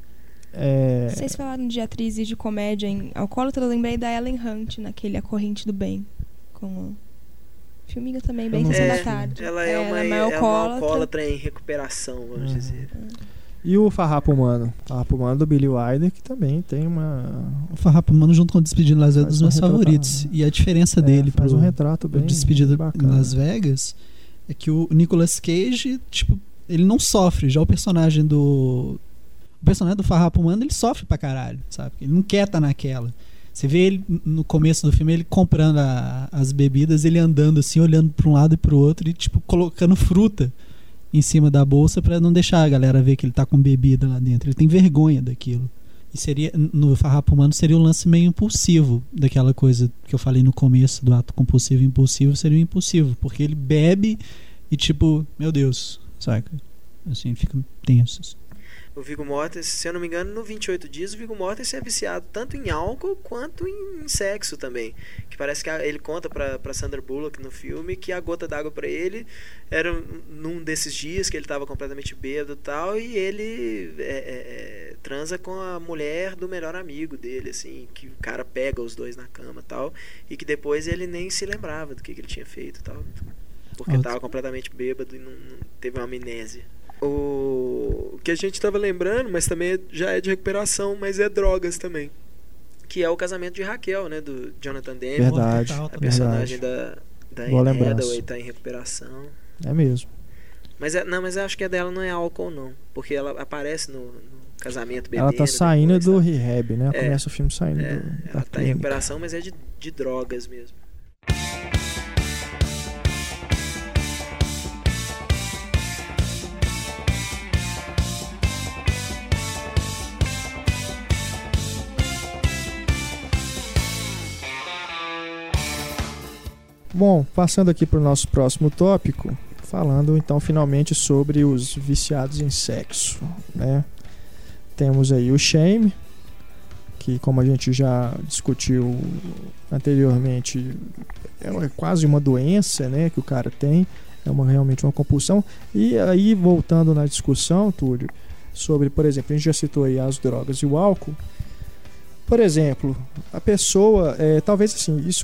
Vocês falaram de atrizes de comédia em alcoólatra, eu lembrei da Ellen Hunt naquele A Corrente do Bem, com filminho também bem sessão da tarde. Ela é uma alcoólatra em recuperação, vamos dizer. E o Farrapo Humano? O Farrapo Humano do Billy Wilder, que também tem uma... O Farrapo Humano junto com o Despedido em Las Vegas dos meus favoritos. E a diferença dele faz um retrato bem Despedido bacana. em Las Vegas é que o Nicolas Cage, tipo, ele não sofre. Já o personagem do Farrapo Humano, ele sofre pra caralho, sabe? Ele não quer estar naquela. Você vê ele no começo do filme, ele comprando as bebidas, ele andando assim, olhando pra um lado e pro outro e tipo colocando fruta em cima da bolsa pra não deixar a galera ver que ele tá com bebida lá dentro. Ele tem vergonha daquilo. E seria, no Farrapo Humano, seria um lance meio impulsivo daquela coisa que eu falei no começo do ato compulsivo e impulsivo, seria um impulsivo, porque ele bebe e tipo, meu Deus, saca? Assim, fica tenso. O Viggo Mortensen, se eu não me engano, no 28 Dias, o Viggo Mortensen é viciado tanto em álcool quanto em sexo também. Que parece que ele conta pra Sandra Bullock no filme que a gota d'água pra ele era num desses dias que ele tava completamente bêbado e tal, e ele transa com a mulher do melhor amigo dele, assim, que o cara pega os dois na cama e tal, e que depois ele nem se lembrava do que ele tinha feito e tal, porque tava completamente bêbado e não teve uma amnésia. O que a gente estava lembrando, mas também já é de recuperação, mas é drogas também, que é o Casamento de Raquel, né, do Jonathan Demme. Verdade. A personagem da Anne Hathaway tá em recuperação. É mesmo. Mas eu acho que a dela não é álcool não, porque ela aparece no casamento bebendo. Ela tá saindo do rehab, né? Começa o filme saindo ela tá em recuperação, mas é de drogas mesmo. Bom, passando aqui para o nosso próximo tópico, falando então finalmente sobre os viciados em sexo, né? Temos aí o shame, que como a gente já discutiu anteriormente, é quase uma doença, né, que o cara tem, realmente uma compulsão. E aí, voltando na discussão, Túlio, sobre, por exemplo, a gente já citou aí as drogas e o álcool. Por exemplo, a pessoa, talvez assim, isso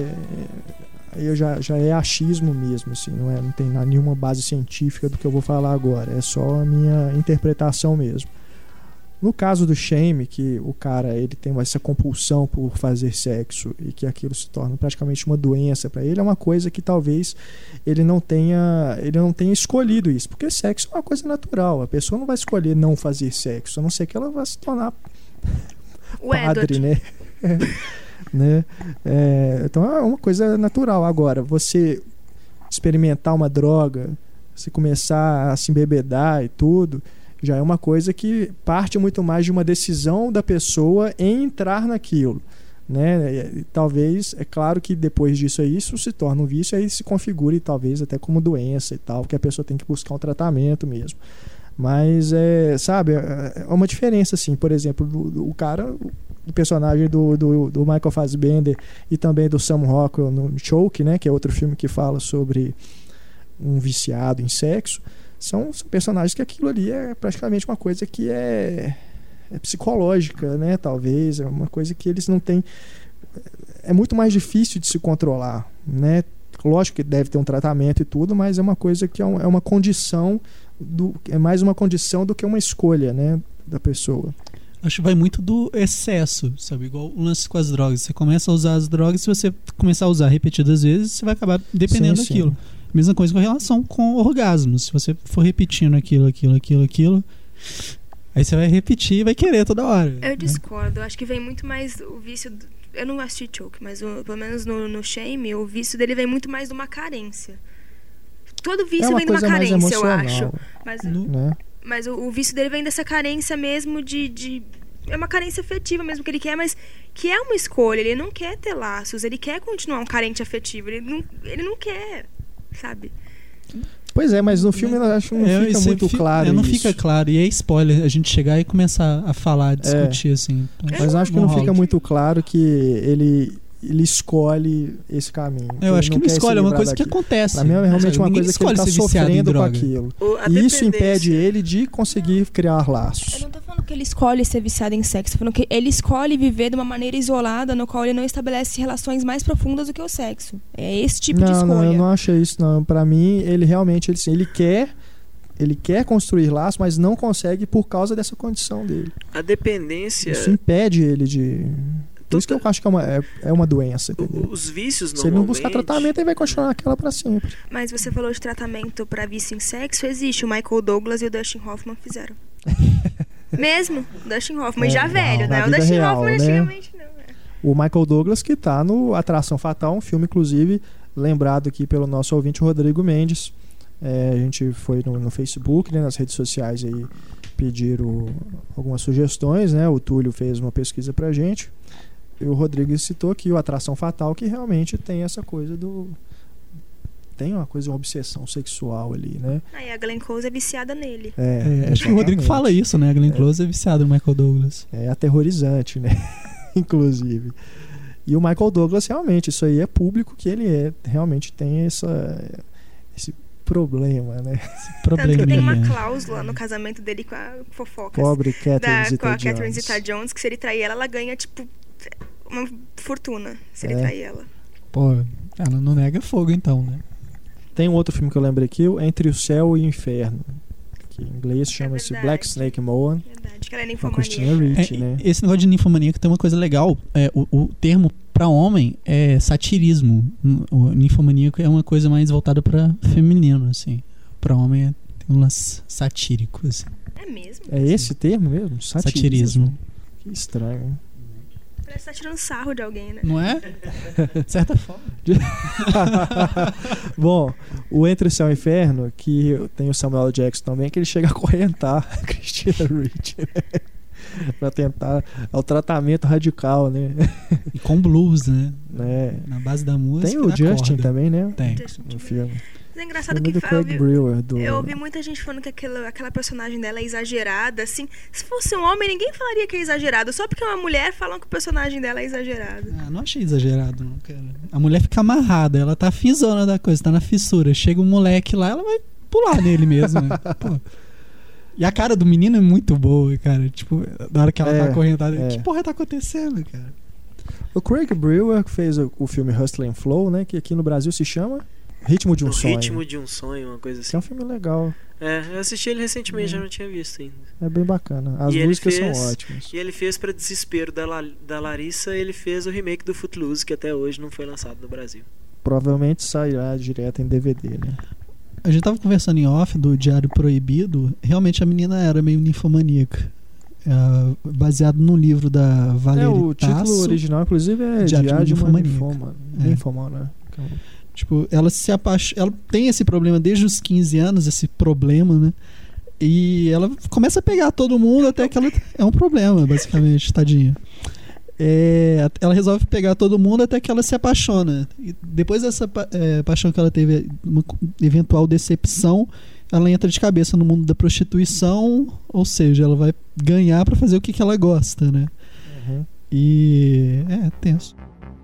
já é achismo mesmo, assim, não tem nenhuma base científica do que eu vou falar agora, é só a minha interpretação mesmo. No caso do shame, que o cara ele tem essa compulsão por fazer sexo e que aquilo se torna praticamente uma doença para ele, é uma coisa que talvez ele não tenha escolhido isso, porque sexo é uma coisa natural, a pessoa não vai escolher não fazer sexo, a não ser que ela vá se tornar padre, né? Né? Então é uma coisa natural. Agora, você experimentar uma droga, você começar a se embebedar e tudo, já é uma coisa que parte muito mais de uma decisão da pessoa em entrar naquilo, né? E talvez, é claro que depois disso aí, isso se torna um vício, aí se configure talvez até como doença e tal, que a pessoa tem que buscar um tratamento mesmo. Mas sabe, é uma diferença assim, por exemplo, o personagem do Michael Fassbender e também do Sam Rockwell no Choke, né, que é outro filme que fala sobre um viciado em sexo. São personagens que aquilo ali é praticamente uma coisa que é psicológica, né, talvez, é uma coisa que eles não têm, é muito mais difícil de se controlar, né? Lógico que deve ter um tratamento e tudo, mas é uma coisa que é uma condição é mais uma condição do que uma escolha, né, da pessoa. Acho que vai muito do excesso, sabe? Igual o lance com as drogas. Você começa a usar as drogas, se você começar a usar repetidas vezes, você vai acabar dependendo daquilo. Mesma coisa com relação com orgasmos. Se você for repetindo aquilo, aí você vai repetir e vai querer toda hora. Eu discordo. Eu acho que vem muito mais o vício... Eu não assisti Choke, mas pelo menos no Shame, o vício dele vem muito mais de uma carência. Todo vício vem de uma carência, eu acho. Mas o vício dele vem dessa carência mesmo é uma carência afetiva mesmo que ele quer, mas que é uma escolha. Ele não quer ter laços, ele quer continuar um carente afetivo. Ele não quer, sabe? Pois é, mas no filme eu acho que não fica muito claro não isso. Fica claro, e é spoiler a gente chegar e começar a falar, a discutir assim. Mas acho que não fica muito claro que ele escolhe esse caminho. Eu acho que não escolhe, é uma coisa que acontece. Pra mim é realmente uma coisa que ele tá sofrendo com aquilo. E isso impede ele de conseguir criar laços. Eu não tô falando que que ele escolhe ser viciado em sexo. Tô falando que ele escolhe viver de uma maneira isolada, no qual ele não estabelece relações mais profundas do que o sexo. É esse tipo de escolha. Não, eu não acho isso, não. Pra mim, ele realmente, ele quer construir laços, mas não consegue por causa dessa condição dele. A dependência... Isso impede ele de... Por isso que eu acho que é uma doença. Entendeu? Os vícios, se ele não buscar tratamento, ele vai continuar naquela pra sempre. Mas você falou de tratamento pra vício em sexo, existe. O Michael Douglas e o Dustin Hoffman fizeram. Mesmo, Dustin Hoffman, já velho, né? O Dustin Hoffman antigamente não. O Michael Douglas, que tá no Atração Fatal, um filme, inclusive, lembrado aqui pelo nosso ouvinte Rodrigo Mendes. A gente foi no Facebook, né, nas redes sociais aí, pediram algumas sugestões, né? O Túlio fez uma pesquisa pra gente. E o Rodrigo citou aqui o Atração Fatal, que realmente tem essa coisa tem uma obsessão sexual ali, né? E a Glenn Close é viciada nele. Acho que o Rodrigo fala isso, né? A Glenn Close é viciada no Michael Douglas. É aterrorizante, né? Inclusive. E o Michael Douglas, realmente, isso aí é público, que ele realmente tem esse problema, né? Tanto que tem uma cláusula no casamento dele com a fofoca. Pobre Catherine com a Catherine Zeta-Jones, que se ele trair ela ganha, tipo, uma fortuna, se ele trair ela. Pô, ela não nega fogo, então, né? Tem um outro filme que eu lembrei aqui, Entre o Céu e o Inferno, que em inglês chama-se Black Snake Moan. Verdade, que ela é ninfomaníaca. Né? Esse negócio de ninfomaníaca tem uma coisa legal. O termo para homem é satirismo. O ninfomaníaco é uma coisa mais voltada para feminino, assim. Para homem tem um lance satírico, assim. É mesmo? É esse termo mesmo? Satirismo. Que estranho, hein? Parece que tá tirando sarro de alguém, né? Não é? De certa forma. Bom, o Entre o Céu e o Inferno, que tem o Samuel Jackson também, que ele chega a acorrentar a Christina Ricci, né? Pra tentar o tratamento radical, né? E com blues, né? Na base da música. Tem o Justin também, né? Tem. No filme. Mas é engraçado que eu ouvi muita gente falando que aquela personagem dela é exagerada, assim. Se fosse um homem, ninguém falaria que é exagerado. Só porque é uma mulher falam que o personagem dela é exagerado. Não achei exagerado, não, cara. A mulher fica amarrada, ela tá finzona da coisa, tá na fissura. Chega um moleque lá, ela vai pular nele mesmo, né? Pô. E a cara do menino é muito boa, cara. Tipo, na hora que ela tá acorrentada, que porra tá acontecendo, cara? O Craig Brewer fez o filme Hustle and Flow, né? Que aqui no Brasil se chama Ritmo de um Sonho. Ritmo de um Sonho, uma coisa assim. Que é um filme legal. Eu assisti ele recentemente, já não tinha visto ainda. É bem bacana. As músicas são ótimas. E ele fez, pra desespero da Larissa, ele fez o remake do Footloose, que até hoje não foi lançado no Brasil. Provavelmente sairá direto em DVD, né? A gente tava conversando em off do Diário Proibido. Realmente a menina era meio ninfomaníaca. Baseado num livro da Valerie o Tasso. Título original, inclusive, é Diário de uma Ninfomana. Tipo, ela tem esse problema desde os 15 anos, esse problema, né? E ela começa a pegar todo mundo até que ela... É um problema, basicamente, tadinha. Ela resolve pegar todo mundo até que ela se apaixona. E depois dessa paixão que ela teve, uma eventual decepção, ela entra de cabeça no mundo da prostituição, ou seja, ela vai ganhar pra fazer o que ela gosta, né? Uhum. E... tenso.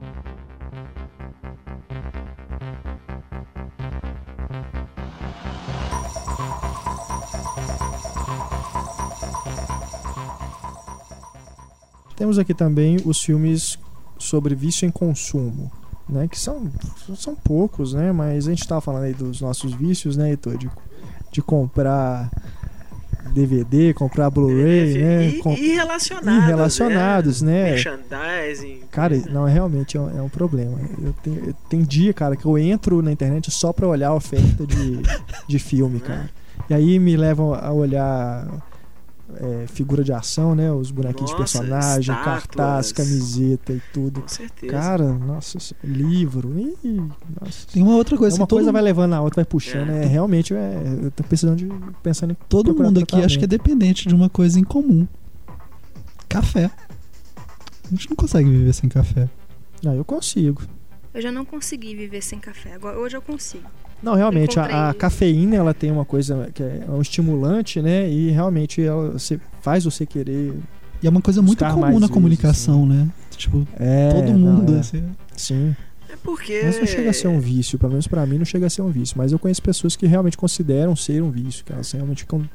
Temos aqui também os filmes sobre vício em consumo, né? Que são poucos, né? Mas a gente estava falando aí dos nossos vícios, né, Heitor? De comprar DVD, comprar Blu-ray, né? E relacionados, né? Merchandising. Cara, não, realmente é um problema. Tem dia, cara, que eu entro na internet só pra olhar a oferta de filme, cara. E aí me levam a olhar... figura de ação, né? Os bonequinhos de personagem, cartaz, camiseta e tudo. Com certeza. Cara, nossa, livro. Nossa. Tem uma outra coisa. Uma coisa vai levando a outra, vai puxando. Realmente, eu tô pensando em todo mundo aqui acho que é dependente de uma coisa em comum. Café. A gente não consegue viver sem café. Eu consigo. Eu já não consegui viver sem café. Agora, hoje eu consigo. Não, realmente, a cafeína, ela tem uma coisa que é um estimulante, né? E realmente ela faz você querer. E é uma coisa muito comum na comunicação, assim, né? Tipo, todo mundo. Assim. Sim. É porque... Mas não chega a ser um vício, pelo menos pra mim não chega a ser um vício. Mas eu conheço pessoas que realmente consideram ser um vício, que elas realmente ficam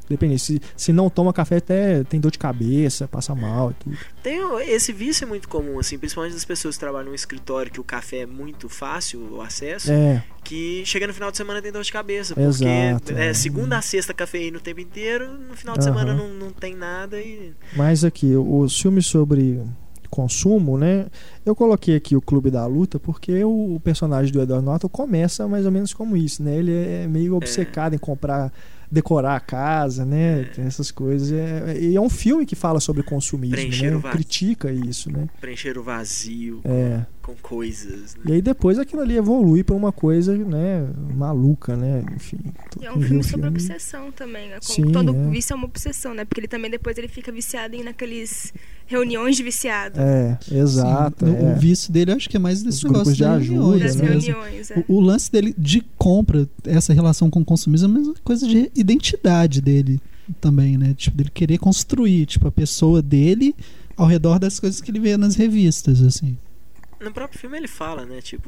Depende, se não toma café até tem dor de cabeça, passa mal e tudo. Esse vício é muito comum, assim, principalmente das pessoas que trabalham no escritório, que o café é muito fácil, o acesso, que chega no final de semana tem dor de cabeça, porque segunda a sexta cafeína o tempo inteiro, no final de semana não tem nada. Mas aqui, os filmes sobre consumo, né? Eu coloquei aqui o Clube da Luta porque o personagem do Edward Norton começa mais ou menos como isso, né? Ele é meio obcecado em decorar a casa, né? Essas coisas. E é um filme que fala sobre consumismo, né? Critica isso, né? Preencher o vazio com coisas. Né? E aí depois aquilo ali evolui para uma coisa, né? Maluca, né? Enfim. E é um filme sobre obsessão também. Né? Sim, todo vício é uma obsessão, né? Porque ele também depois ele fica viciado naqueles reuniões de viciado. Exato. Sim, o vício dele eu acho que é mais desse negócio de ajuda, das reuniões. O lance dele de compra, essa relação com o consumismo é a mesma coisa de identidade dele também, né? Tipo, dele querer construir, tipo, a pessoa dele ao redor das coisas que ele vê nas revistas, assim. No próprio filme ele fala, né? Tipo,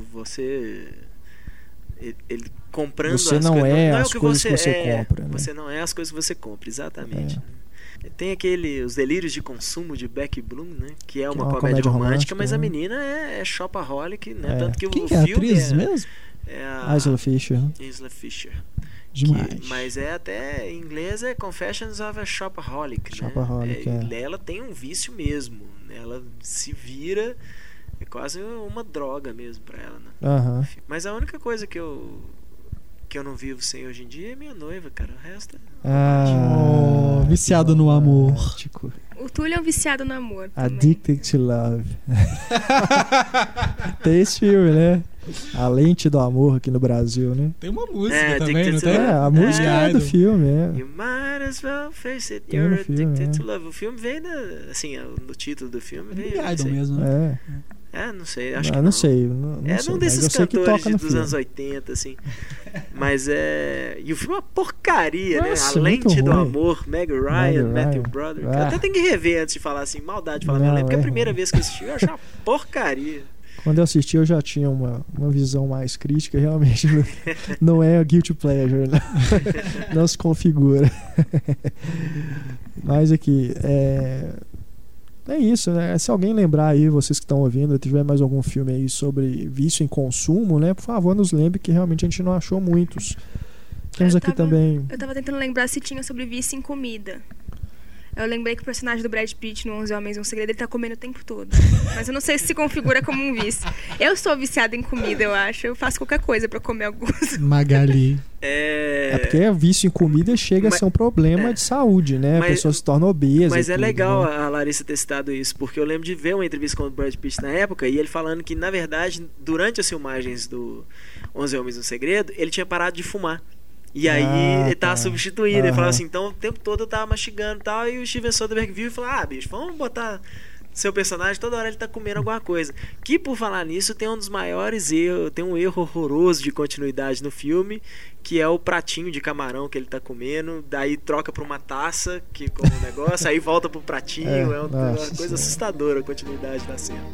ele comprando você as não coisas. É não as coisas que você compra. Né? Você não é as coisas que você compra, exatamente. Né? Tem Os Delírios de Consumo de Becky Bloom, né? Que é uma comédia romântica, mas a menina é shopaholic, né? Tanto que quem o filme atriz mesmo? É a Isla Fisher. Isla Fisher. Demais. Mas até em inglês é Confessions of a Shopaholic, Shopaholic, né? Ela tem um vício mesmo, né? Ela se vira, é quase uma droga mesmo pra ela, né? Mas a única coisa que eu não vivo sem hoje em dia é minha noiva, cara. O resto viciado no amor. O Túlio é um viciado no amor também. Addicted to Love. Tem esse filme, né? A Lente do Amor aqui no Brasil, né? Tem uma música também, não tem? A música é do filme, You might as well face it, you're addicted to love. O filme vem no título do filme. Idol mesmo. Não sei, acho que não sei. Um desses cantores dos anos 80, assim. Mas e o filme é uma porcaria, Nossa, né? A Lente do ruim. Amor, Meg Ryan, Matthew Broderick. Eu até tenho que rever antes de falar assim, maldade de falar minha lembra, porque a primeira vez que eu assisti eu achei uma porcaria. Quando eu assisti eu já tinha uma visão mais crítica, realmente não é a guilty pleasure, né? Não se configura. Mas aqui, é isso, né? Se alguém lembrar aí, vocês que estão ouvindo, tiver mais algum filme aí sobre vício em consumo, né? Por favor, nos lembre que realmente a gente não achou muitos. Temos aqui também... Eu tava tentando lembrar se tinha sobre vício em comida. Eu lembrei que o personagem do Brad Pitt no 11 Homens e um Segredo, ele tá comendo o tempo todo. Mas eu não sei se configura como um vício. Eu sou viciada em comida, eu acho. Eu faço qualquer coisa pra comer alguns. Magali. Porque vício em comida chega a ser um problema de saúde, né? A pessoa se torna obesa. Mas tudo, legal, né? A Larissa ter citado isso, porque eu lembro de ver uma entrevista com o Brad Pitt na época, e ele falando que, na verdade, durante as filmagens do 11 Homens e um Segredo, ele tinha parado de fumar. E aí ele tava substituído. Ele falava assim, então o tempo todo eu tava mastigando e tal. E o Steven Soderbergh viu e falou: bicho, vamos botar seu personagem, toda hora ele tá comendo alguma coisa. Que, por falar nisso, tem um dos maiores erros, tem um erro horroroso de continuidade no filme, que é o pratinho de camarão que ele tá comendo, daí troca pra uma taça, que como um negócio, aí volta pro pratinho. É uma coisa assustadora a continuidade da cena.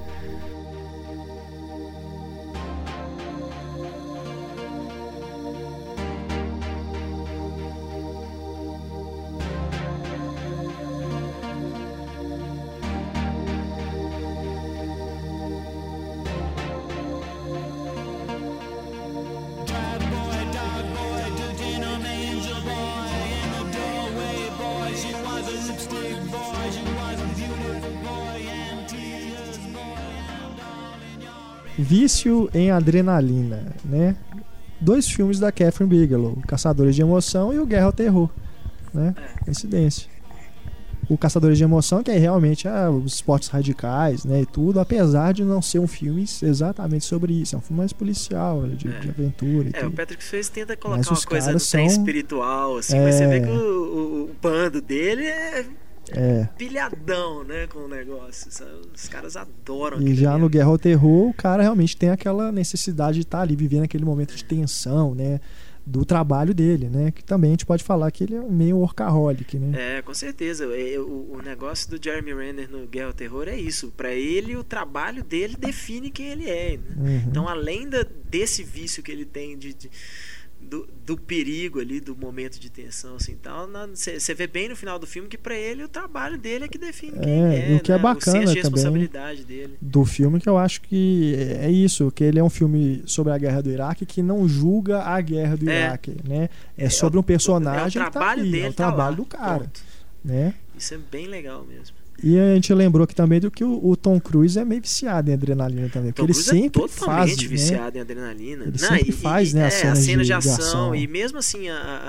Vício em Adrenalina, né? 2 filmes da Kathryn Bigelow, Caçadores de Emoção e o Guerra ao Terror, né? Coincidência. O Caçadores de Emoção, que é realmente os esportes radicais, né, e tudo, apesar de não ser um filme exatamente sobre isso, é um filme mais policial, de aventura e tudo. O Patrick Swayze tenta colocar uma coisa no trem espiritual, assim, mas você vê que o bando dele é pilhadão, né, com o negócio. Os caras adoram. E já no Guerra ao Terror, o cara realmente tem aquela necessidade de estar ali vivendo aquele momento de tensão, né, do trabalho dele, né, que também a gente pode falar que ele é meio workaholic, né. Com certeza. O negócio do Jeremy Renner no Guerra ao Terror é isso. Pra ele, o trabalho dele define quem ele é, né? Então, além desse vício que ele tem do perigo ali, do momento de tensão, assim, tal. Você vê bem no final do filme que pra ele o trabalho dele é que define quem é, o que é bacana o senso de também responsabilidade dele. Do filme, que eu acho que é isso, que ele é um filme sobre a guerra do Iraque que não julga a guerra do Iraque, né? É sobre um personagem o trabalho dele, é o trabalho do cara, né? Isso é bem legal mesmo. E a gente lembrou aqui também do que o Tom Cruise é meio viciado em adrenalina também. Porque ele sempre faz, viciado em adrenalina. Ele sempre faz, né, a cena de ação. E mesmo assim,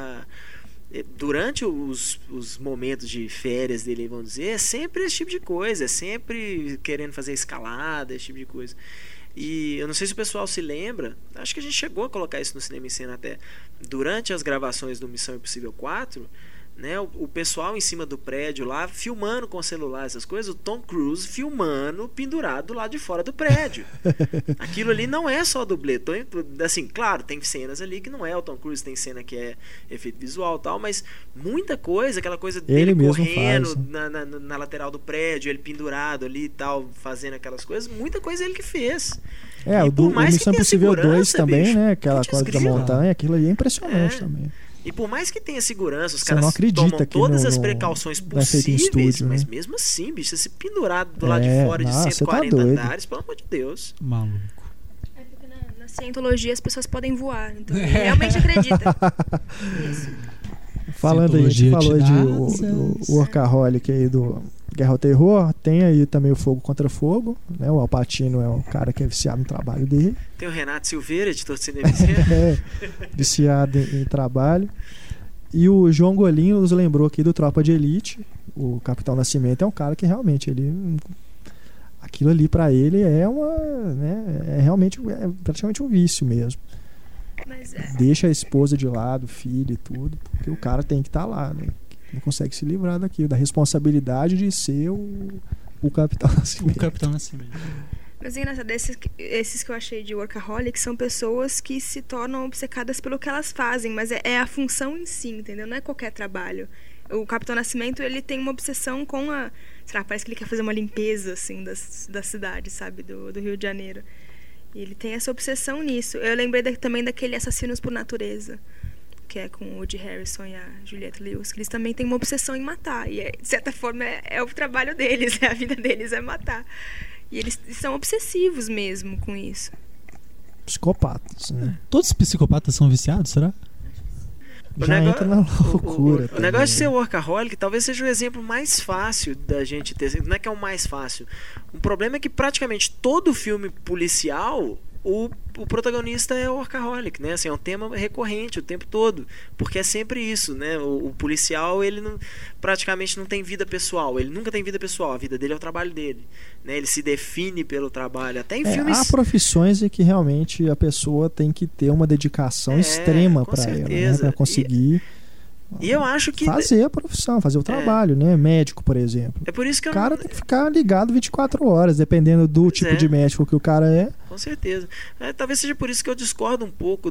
durante os momentos de férias dele, vamos dizer, é sempre esse tipo de coisa. É sempre querendo fazer escalada, esse tipo de coisa. E eu não sei se o pessoal se lembra, acho que a gente chegou a colocar isso no Cinema em Cena até. Durante as gravações do Missão Impossível 4... né, o pessoal em cima do prédio lá filmando com o celular, essas coisas, o Tom Cruise filmando pendurado lá de fora do prédio. Aquilo ali não é só dublê, assim, claro, tem cenas ali que não é o Tom Cruise, tem cena que é efeito visual e tal, mas muita coisa, aquela coisa dele correndo na lateral do prédio, ele pendurado ali e tal, fazendo aquelas coisas, muita coisa ele que fez. O Missão Impossível 2 também, bicho, né, aquela coisa da montanha, aquilo ali é impressionante também. E por mais que tenha segurança, os caras tomam todas as precauções possíveis, mas mesmo assim, bicho, você se pendurar do lado de fora de 140 andares, pelo amor de Deus. Maluco. É porque na cientologia as pessoas podem voar, então ele realmente acredita. Isso. Falando aí, a gente falou de Workaholic aí do Guerra ao Terror, tem aí também o Fogo contra Fogo, né? O Al Pacino é um cara que é viciado no trabalho dele. Tem o Renato Silveira, editor de cinema. Viciado em trabalho. E o João Golim nos lembrou aqui do Tropa de Elite. O Capitão Nascimento é um cara que realmente aquilo ali pra ele é realmente praticamente um vício mesmo. Deixa a esposa de lado, filho e tudo, porque o cara tem que estar lá, né? Não consegue se livrar daquilo, da responsabilidade de ser o Capitão Nascimento. O Capitão Nascimento. Mas é engraçado, esses que eu achei de workaholic são pessoas que se tornam obcecadas pelo que elas fazem, mas é a função em si, entendeu? Não é qualquer trabalho. O Capitão Nascimento, ele tem uma obsessão com parece que ele quer fazer uma limpeza, assim, da cidade, sabe? Do Rio de Janeiro. E ele tem essa obsessão nisso. Eu lembrei também daquele Assassinos por Natureza, que é com o Woody Harrelson e a Juliette Lewis, que eles também têm uma obsessão em matar. E, de certa forma, é o trabalho deles, a vida deles é matar. E eles são obsessivos mesmo com isso. Psicopatas, né? Todos os psicopatas são viciados, será? Entra na loucura. O negócio de ser workaholic talvez seja o exemplo mais fácil da gente ter. Não é que é o mais fácil. O problema é que praticamente todo filme policial, o protagonista é o workaholic, né? Assim, é um tema recorrente o tempo todo, porque é sempre isso, né? O policial, ele praticamente não tem vida pessoal, ele nunca tem vida pessoal, a vida dele é o trabalho dele, né? Ele se define pelo trabalho, até em filmes... Há profissões em que realmente a pessoa tem que ter uma dedicação extrema para ela, né? Para conseguir... E eu acho que fazer a profissão, fazer o trabalho, né? Médico, por exemplo. É por isso que o cara tem que ficar ligado 24 horas, dependendo do tipo de médico que o cara é. Com certeza. Talvez seja por isso que eu discordo um pouco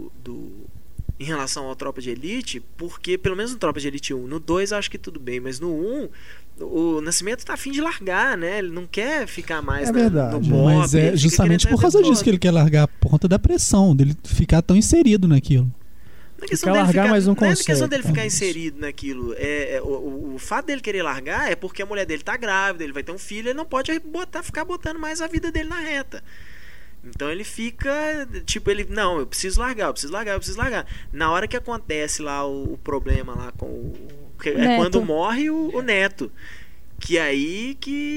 em relação ao Tropa de Elite, porque pelo menos no Tropa de Elite 1, no 2 eu acho que tudo bem, mas no 1 o Nascimento tá a fim de largar, né? Ele não quer ficar mais no Bob. Mas é justamente por causa disso que ele quer largar, por conta da pressão, dele ficar tão inserido naquilo. Não é questão dele ficar, mas não consegue. Não é questão dele ficar inserido naquilo. O fato dele querer largar é porque a mulher dele tá grávida, ele vai ter um filho, ele não pode ficar botando mais a vida dele na reta. Então ele fica, tipo, não, eu preciso largar. Na hora que acontece lá o problema lá com quando morre o neto. Que aí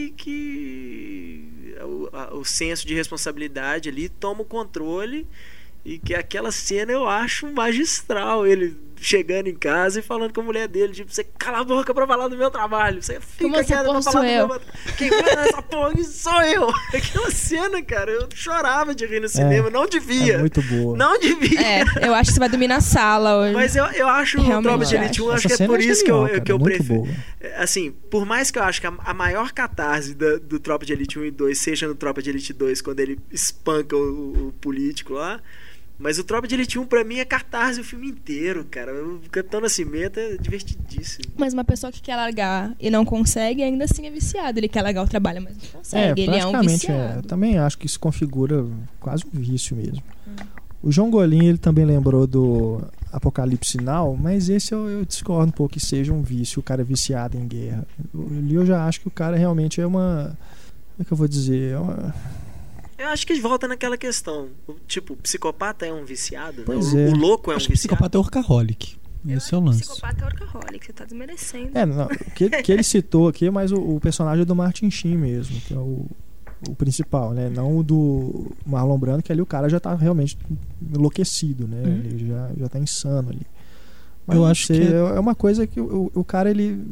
que o senso de responsabilidade ali toma o controle. E que aquela cena eu acho magistral, ele chegando em casa e falando com a mulher dele, tipo, você cala a boca pra falar do meu trabalho, você fica quieta pra falar do meu trabalho. Quem vai nessa porra sou eu. Aquela cena, cara, eu chorava de rir no cinema, não devia. É muito boa. Não devia. Eu acho que você vai dormir na sala hoje. Mas eu acho o Tropa de Elite 1, acho que é por isso que eu prefiro. Assim, por mais que eu acho que a maior catarse do Tropa de Elite 1 e 2 seja no Tropa de Elite 2, quando ele espanca o político lá. Mas o Tropa de Elite 1 pra mim é catarse o filme inteiro, cara. O Capitão Nascimento é divertidíssimo. Mas uma pessoa que quer largar e não consegue, ainda assim é viciado. Ele quer largar o trabalho, mas não consegue. Ele é um viciado. Eu também acho que isso configura quase um vício mesmo. O João Golim, ele também lembrou do Apocalipse Now, mas esse eu discordo um pouco que seja um vício, o cara é viciado em guerra. Ali eu já acho que o cara realmente é uma... Como é que eu vou dizer? Eu acho que volta naquela questão. Tipo, o psicopata é um viciado, pois né? É. O louco é um viciado. O psicopata é workaholic. Esse é o lance. O psicopata é workaholic, você tá desmerecendo. Não, que ele citou aqui, mas o personagem é do Martin Sheen mesmo, que é o principal, né? Não o do Marlon Brando, que ali o cara já tá realmente enlouquecido, né? Ele já tá insano ali. Mas eu acho que é uma coisa que o cara, ele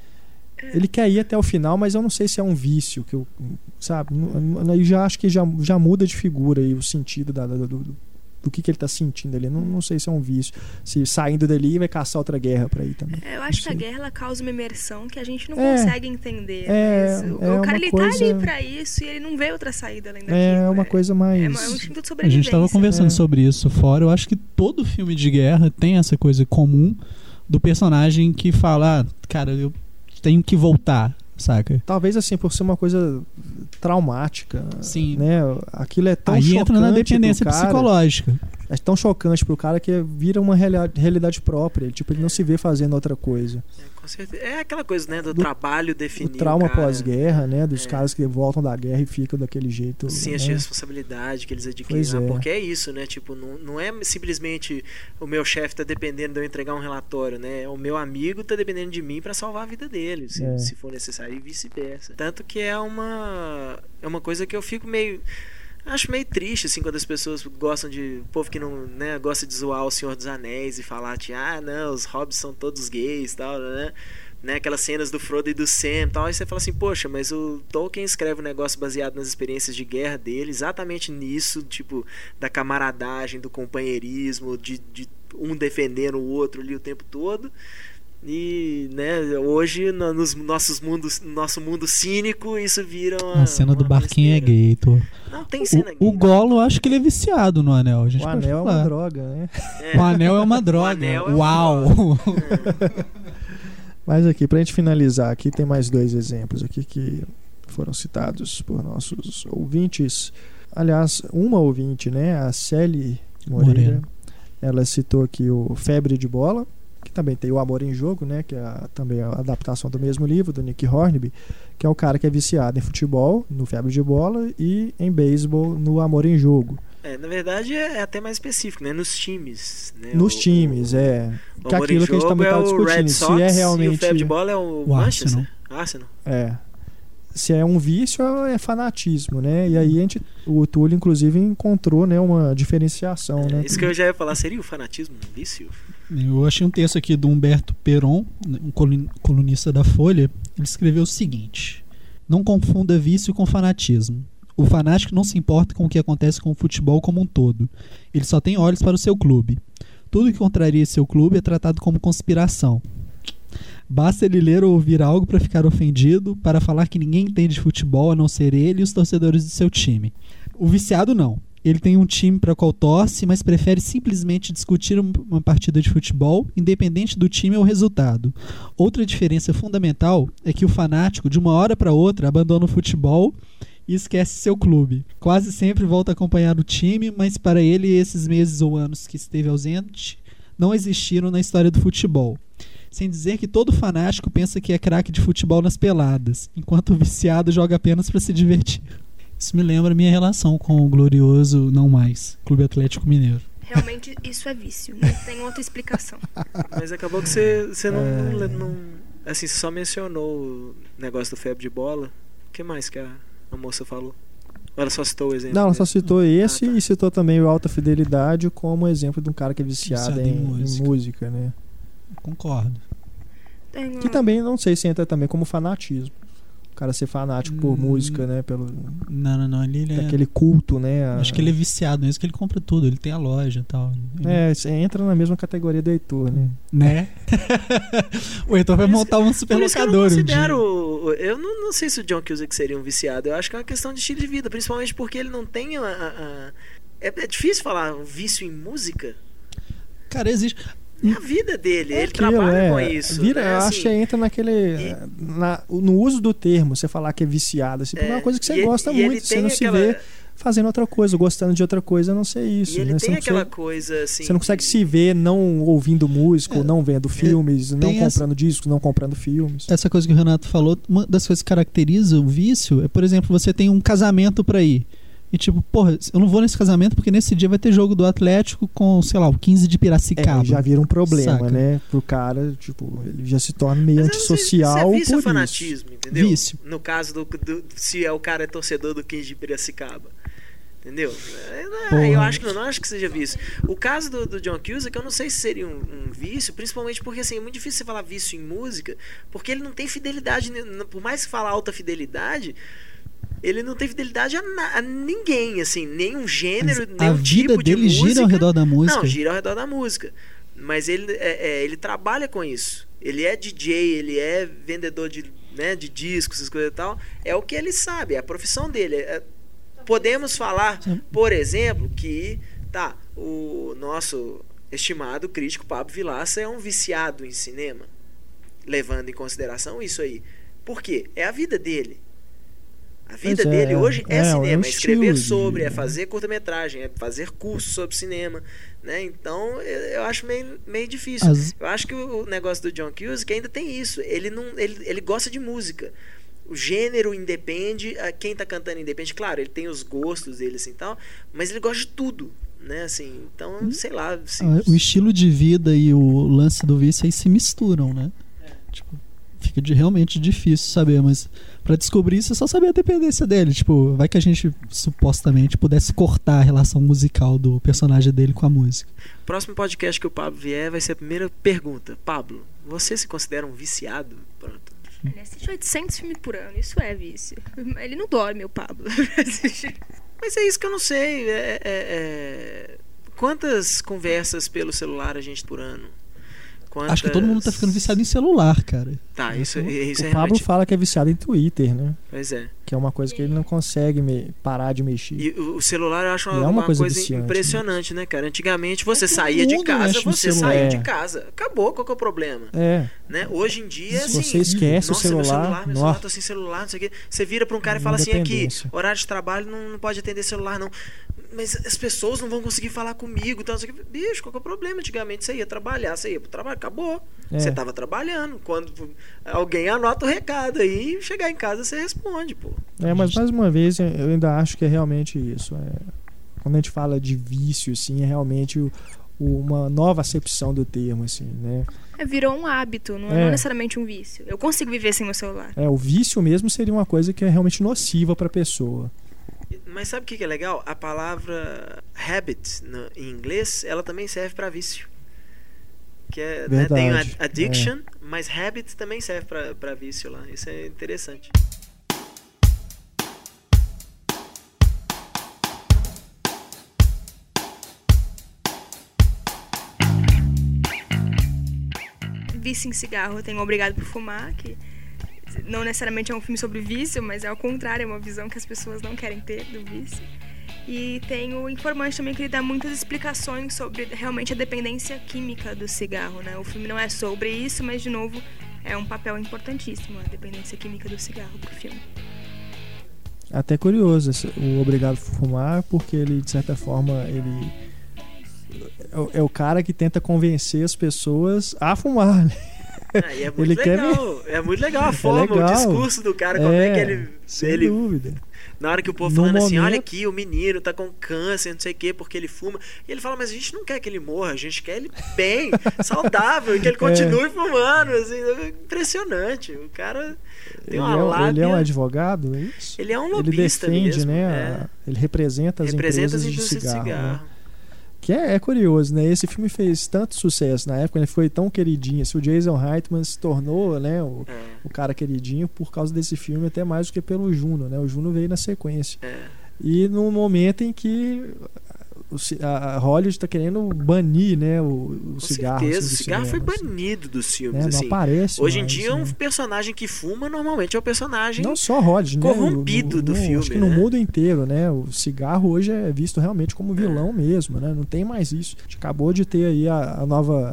quer ir até o final, mas eu não sei se é um vício, que sabe? Eu já acho que já muda de figura aí o sentido do que ele tá sentindo ali. Não sei se é um vício. Se saindo dali vai caçar outra guerra pra ir também. Eu acho que a guerra ela causa uma imersão que a gente não consegue entender. O cara ele tá ali pra isso e ele não vê outra saída além daquilo. É uma coisa mais... É um instinto de sobrevivência. A gente tava conversando sobre isso fora. Eu acho que todo filme de guerra tem essa coisa comum do personagem que fala, cara, eu tenho que voltar, saca? Talvez assim, por ser uma coisa traumática. Sim. Né? Aquilo é tão aí chocante. Entra na dependência psicológica. É tão chocante pro cara que vira uma realidade própria. Ele não se vê fazendo outra coisa. Com certeza. É aquela coisa, né, do trabalho definido. O trauma pós-guerra, né? Dos caras que voltam da guerra e ficam daquele jeito. Sim, né? a responsabilidade que eles adquirem. Porque é isso, né? Tipo, não é simplesmente o meu chefe tá dependendo de eu entregar um relatório, né? O meu amigo tá dependendo de mim para salvar a vida dele, se for necessário, e vice-versa. Tanto que é uma coisa que eu fico acho meio triste, assim, quando as pessoas gostam de... O povo que não, né, gosta de zoar o Senhor dos Anéis e falar, não, os hobbits são todos gays e tal, né? Aquelas cenas do Frodo e do Sam e tal. Aí você fala assim, poxa, mas o Tolkien escreve um negócio baseado nas experiências de guerra dele, exatamente nisso, tipo, da camaradagem, do companheirismo, de um defendendo o outro ali o tempo todo. E, né, hoje no nosso mundo cínico isso vira a cena do barquinho besteira. É gay, tô. Não tem cena gay. O Gollum, acho que ele é viciado no anel. O anel é uma droga, né? O anel é uma droga. Uau! Mas aqui, pra gente finalizar, aqui tem mais 2 exemplos aqui que foram citados por nossos ouvintes. Aliás, uma ouvinte, né, a Celi Moreira, ela citou aqui o Febre de Bola, que também tem o Amor em Jogo, né, que é também a adaptação do mesmo livro, do Nick Hornby, que é o cara que é viciado em futebol, no Febre de Bola, e em beisebol, no Amor em Jogo. Na verdade é até mais específico, né? Nos times, né? Nos times, que é aquilo que a gente também está discutindo. Sox, se é realmente... E o Febre de Bola é o Manchester. Arsenal. Se é um vício, é fanatismo, né? E aí o Túlio, inclusive, encontrou, né, uma diferenciação, né? Isso que eu já ia falar, seria o fanatismo um vício? Eu achei um texto aqui do Humberto Peron, um colunista da Folha. Ele escreveu o seguinte: não confunda vício com fanatismo. O fanático não se importa com o que acontece com o futebol como um todo. Ele só tem olhos para o seu clube. Tudo que contraria seu clube é tratado como conspiração. Basta ele ler ou ouvir algo para ficar ofendido, para falar que ninguém entende de futebol a não ser ele e os torcedores do seu time. O viciado não. Ele tem um time para qual torce, mas prefere simplesmente discutir uma partida de futebol, independente do time ou resultado. Outra diferença fundamental é que o fanático, de uma hora para outra, abandona o futebol e esquece seu clube. Quase sempre volta a acompanhar o time, mas para ele esses meses ou anos que esteve ausente não existiram na história do futebol. Sem dizer que todo fanático pensa que é craque de futebol nas peladas, enquanto o viciado joga apenas para se divertir. Isso me lembra a minha relação com o glorioso Não Mais, Clube Atlético Mineiro. Realmente isso é vício, não tem outra explicação. Mas acabou que você não assim, você só mencionou o negócio do Febre de Bola. O que mais que a moça falou? Ou ela só citou o exemplo? Não, ela só citou esse e citou também o Alta Fidelidade como exemplo de um cara que é viciado em música, né? Concordo. Que também não sei se entra também como fanatismo. O cara ser fanático por música, né? Não, ele é aquele culto, né? Acho que ele é viciado mesmo, que ele compra tudo, ele tem a loja e tal. Entra na mesma categoria do Heitor, né? O Heitor vai montar um superlocador. Eu não sei se o John Cusack seria um viciado. Eu acho que é uma questão de estilo de vida, principalmente porque ele não tem é difícil falar vício em música. Cara, existe. É a vida dele, ele trabalha com isso. Eu acho que entra naquele. No uso do termo, você falar que é viciado. Assim, é uma coisa que você gosta muito, você não se vê fazendo outra coisa, gostando de outra coisa, a não ser isso. E ele né? tem aquela coisa assim. Você não consegue se ver não ouvindo música, não vendo filmes, não comprando discos, não comprando filmes. Essa coisa que o Renato falou, uma das coisas que caracteriza o vício é, por exemplo, você tem um casamento pra ir. E tipo, porra, eu não vou nesse casamento porque nesse dia vai ter jogo do Atlético com, sei lá, o 15 de Piracicaba. Já vira um problema, saca? Né? Pro cara, tipo, ele já se torna meio antissocial. Isso é vício por ou fanatismo, isso. Entendeu? Vício. No caso se o cara é torcedor do 15 de Piracicaba. Entendeu? Eu acho que não acho que seja vício. O caso do John Cusack, eu não sei se seria um vício, principalmente porque assim, é muito difícil você falar vício em música, porque ele não tem fidelidade, por mais que fala alta fidelidade, ele não tem fidelidade a ninguém, assim, nenhum gênero, nenhum tipo de música. A vida dele gira ao redor da música. Não, gira ao redor da música. Mas ele trabalha com isso. Ele é DJ, ele é vendedor de discos, essas coisas e tal. É o que ele sabe, é a profissão dele. Podemos falar, por exemplo, que o nosso estimado crítico Pablo Vilaça é um viciado em cinema, levando em consideração isso aí. Por quê? É a vida dele. A vida dele hoje é cinema, é escrever sobre, é fazer curta-metragem, é fazer cursos sobre cinema, né? Então eu acho meio difícil. Eu acho que o negócio do John Cusack ainda tem isso. Ele gosta de música. O gênero independe, quem tá cantando independe, claro, ele tem os gostos dele assim, tal, mas ele gosta de tudo, né, assim, então, sei lá. O estilo de vida e o lance do vício aí se misturam, né? Tipo, fica realmente difícil saber, mas pra descobrir isso é só saber a dependência dele. Tipo, vai que a gente supostamente pudesse cortar a relação musical do personagem dele com a música. Próximo podcast que o Pablo vier vai ser a primeira pergunta. Pablo, você se considera um viciado? Pronto. Ele assiste 800 filmes por ano, isso é vício. Ele não dorme, o Pablo. Mas é isso que eu não sei. Quantas conversas pelo celular a gente por ano? Acho que todo mundo tá ficando viciado em celular, cara. Tá, isso o é Pablo realmente... fala que é viciado em Twitter, né? Pois é. Que é uma coisa que ele não consegue parar de mexer. E o celular eu acho uma coisa impressionante, né, cara? Antigamente você saía de casa, de casa. Acabou, qual que é o problema? Né? Hoje em dia, se você esquece o celular, meu celular, tô sem celular, não sei o quê. Você vira pra um cara e fala assim, aqui, horário de trabalho não pode atender celular, não. Mas as pessoas não vão conseguir falar comigo, então, bicho, qual que é o problema? Antigamente você ia trabalhar, você ia pro trabalho, acabou. Você tava trabalhando. Quando alguém anota o recado aí, chegar em casa você responde, pô. Mas mais uma vez eu ainda acho que é realmente isso. Quando a gente fala de vício, assim, é realmente uma nova acepção do termo, assim, né? Virou um hábito, não é necessariamente um vício. Eu consigo viver sem meu celular. O vício mesmo seria uma coisa que é realmente nociva pra pessoa. Mas sabe o que é legal? A palavra habit em inglês, ela também serve para vício. Que né, tem addiction, mas habit também serve para vício lá. Isso é interessante. Vício em cigarro, tem Obrigado por Fumar, que não necessariamente é um filme sobre vício, mas é ao contrário, é uma visão que as pessoas não querem ter do vício. E tem o Informante também, que ele dá muitas explicações sobre realmente a dependência química do cigarro, né? O filme não é sobre isso, mas de novo é um papel importantíssimo, a dependência química do cigarro pro filme. Até curioso o Obrigado por Fumar, porque ele, de certa forma, ele é o cara que tenta convencer as pessoas a fumar, né? E é muito legal. É muito legal a forma, o discurso do cara, como é que ele... Sem dúvida. Na hora que o povo falando assim, olha aqui, o menino tá com câncer, não sei o quê, porque ele fuma. E ele fala, mas a gente não quer que ele morra, a gente quer ele bem, saudável, e que ele continue fumando. Assim, impressionante. O cara tem uma lábia. Ele é um advogado, é isso? Ele é um lobista mesmo. Ele defende, mesmo, né? Ele representa as empresas de cigarro. Né? Que é curioso, né? Esse filme fez tanto sucesso na época, ele foi tão queridinho. O Jason Reitman se tornou, né, o cara queridinho por causa desse filme, até mais do que pelo Juno, né? O Juno veio na sequência. E no momento em que a Hollywood está querendo banir, né, o cigarro. Com certeza, o cigarro foi banido dos filmes. Não assim. aparece hoje mais, em dia, um personagem que fuma normalmente é um personagem não só Hollywood, corrompido do filme. Acho que no mundo inteiro, né? O cigarro hoje é visto realmente como vilão mesmo, né? Não tem mais isso. A gente acabou de ter aí a nova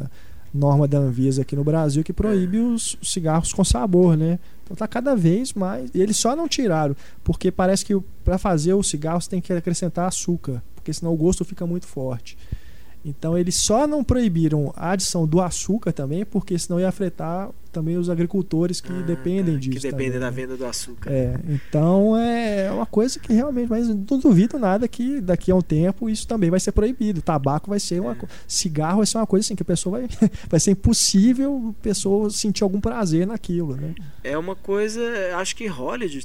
norma da Anvisa aqui no Brasil que proíbe os cigarros com sabor, né? Então tá cada vez mais. E eles só não tiraram, porque parece que para fazer o cigarro você tem que acrescentar açúcar, porque senão o gosto fica muito forte. Então eles só não proibiram a adição do açúcar também, porque senão ia afetar também os agricultores que dependem disso. Que dependem também, da né? venda do açúcar. Então é uma coisa que realmente, mas não duvido nada que daqui a um tempo isso também vai ser proibido. O tabaco vai ser cigarro vai ser uma coisa assim que a pessoa vai ser impossível a pessoa sentir algum prazer naquilo, né? É uma coisa, acho que Hollywood,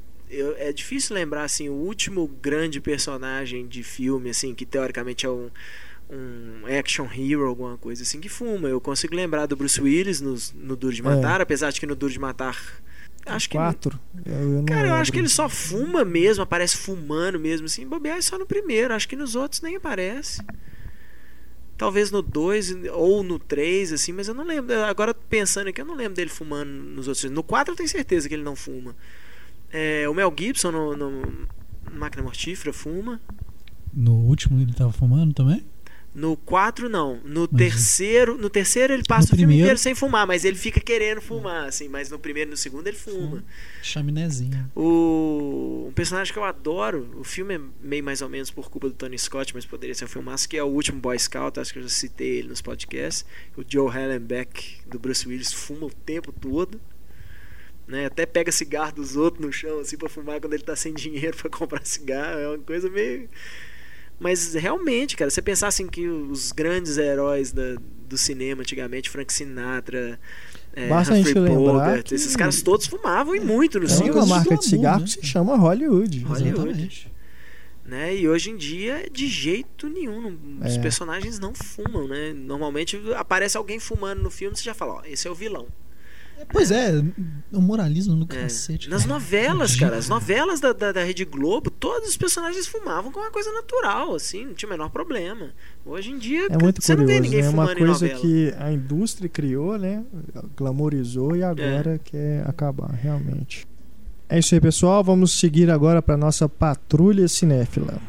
é difícil lembrar assim o último grande personagem de filme assim que teoricamente é um action hero, alguma coisa assim que fuma. Eu consigo lembrar do Bruce Willis no Duro de Matar, apesar de que no Duro de Matar acho 4. Eu acho que ele só fuma mesmo, aparece fumando mesmo assim, bobear só no primeiro, acho que nos outros nem aparece. Talvez no 2 ou no 3 assim, mas eu não lembro. Agora pensando aqui, eu não lembro dele fumando nos outros. No 4 eu tenho certeza que ele não fuma. O Mel Gibson no Máquina Mortífera fuma. No último ele tava fumando também? No 4 não. No terceiro ele passa o filme inteiro sem fumar, mas ele fica querendo fumar, assim. Mas no primeiro e no segundo ele fuma. Chaminézinho. Um personagem que eu adoro, o filme é meio mais ou menos por culpa do Tony Scott, mas poderia ser um filmaço, que é o Último Boy Scout, acho que eu já citei ele nos podcasts. O Joe Hallenbeck, do Bruce Willis, fuma o tempo todo. Né? Até pega cigarro dos outros no chão, assim, pra fumar quando ele tá sem dinheiro pra comprar cigarro. É uma coisa meio... Mas realmente, cara, você pensar assim que os grandes heróis do cinema antigamente, Frank Sinatra, Humphrey Bogart, esses caras todos fumavam e muito no cinema. Tem uma marca de cigarro que se chama Hollywood. Exatamente. Né? E hoje em dia, de jeito nenhum, os personagens não fumam, né? Normalmente aparece alguém fumando no filme, você já fala, ó, esse é o vilão. Pois o moralismo no cacete. Nas novelas, cara, as novelas da Rede Globo, todos os personagens fumavam com uma coisa natural, assim, não tinha o menor problema. Hoje em dia, muito você curioso, não vê ninguém fumando em novela. É uma coisa que a indústria criou, né? Glamorizou e agora quer acabar, realmente. É isso aí, pessoal. Vamos seguir agora para nossa patrulha cinéfila.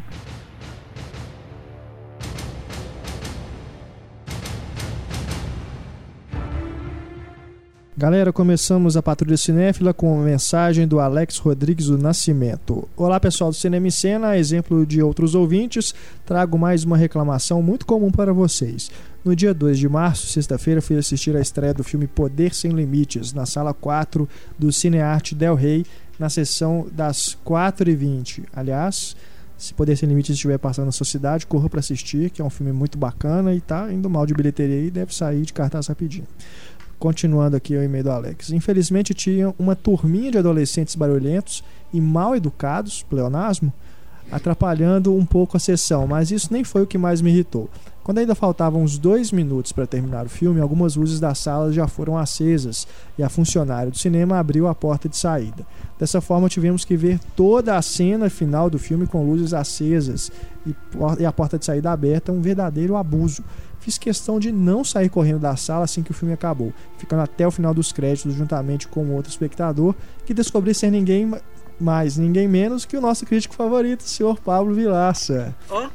Galera, começamos a Patrulha Cinéfila com uma mensagem do Alex Rodrigues do Nascimento. Olá, pessoal do Cinema em Cena, a exemplo de outros ouvintes, trago mais uma reclamação muito comum para vocês. No dia 2 de março, sexta-feira, fui assistir a estreia do filme Poder Sem Limites, na sala 4 do Cinearte Del Rey, na sessão das 4h20. Aliás, se Poder Sem Limites estiver passando na sua cidade, corra para assistir, que é um filme muito bacana e tá indo mal de bilheteria e deve sair de cartaz rapidinho. Continuando aqui o e-mail do Alex. Infelizmente tinha uma turminha de adolescentes barulhentos e mal educados, pleonasmo, atrapalhando um pouco a sessão, mas isso nem foi o que mais me irritou. Quando ainda faltavam uns 2 minutos para terminar o filme, algumas luzes da sala já foram acesas e a funcionária do cinema abriu a porta de saída. Dessa forma tivemos que ver toda a cena final do filme com luzes acesas e a porta de saída aberta, um verdadeiro abuso. Fiz questão de não sair correndo da sala assim que o filme acabou, ficando até o final dos créditos juntamente com outro espectador que descobri ser ninguém menos que o nosso crítico favorito, o senhor Pablo Vilaça.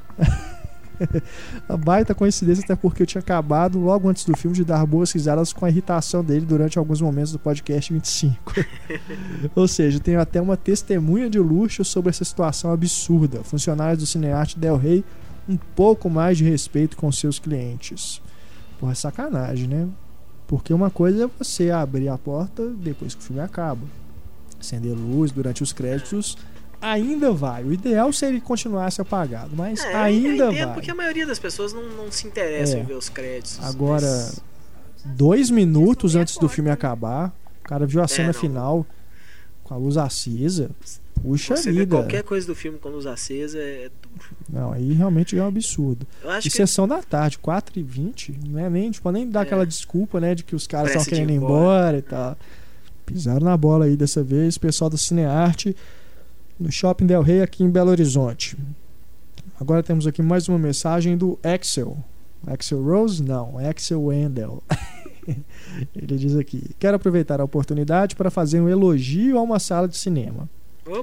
A baita coincidência, até porque eu tinha acabado logo antes do filme de dar boas risadas com a irritação dele durante alguns momentos do podcast 25. Ou seja, tenho até uma testemunha de luxo sobre essa situação absurda. Funcionários do Cinearte Del Rey, um pouco mais de respeito com seus clientes. Porra, é sacanagem, né? Porque uma coisa é você abrir a porta depois que o filme acaba, acender luz durante os créditos, ainda vai. O ideal seria que continuasse apagado, mas ainda vai. Porque a maioria das pessoas não se interessa em ver os créditos. Agora, 2 minutos antes do filme acabar, o cara viu a cena final com a luz acesa. Puxa você vida. Vê qualquer coisa do filme com luz acesa é duro. Não, aí realmente é um absurdo. E sessão da tarde, 4h20, não é nem dar aquela desculpa, né, de que os caras estão querendo ir embora e tal. Pisaram na bola aí dessa vez, pessoal do Cinearte, no Shopping Del Rey aqui em Belo Horizonte. Agora temos aqui mais uma mensagem do Axel. Axel Rose? Não, Axel Wendell. Ele diz aqui: quero aproveitar a oportunidade para fazer um elogio a uma sala de cinema. Oba!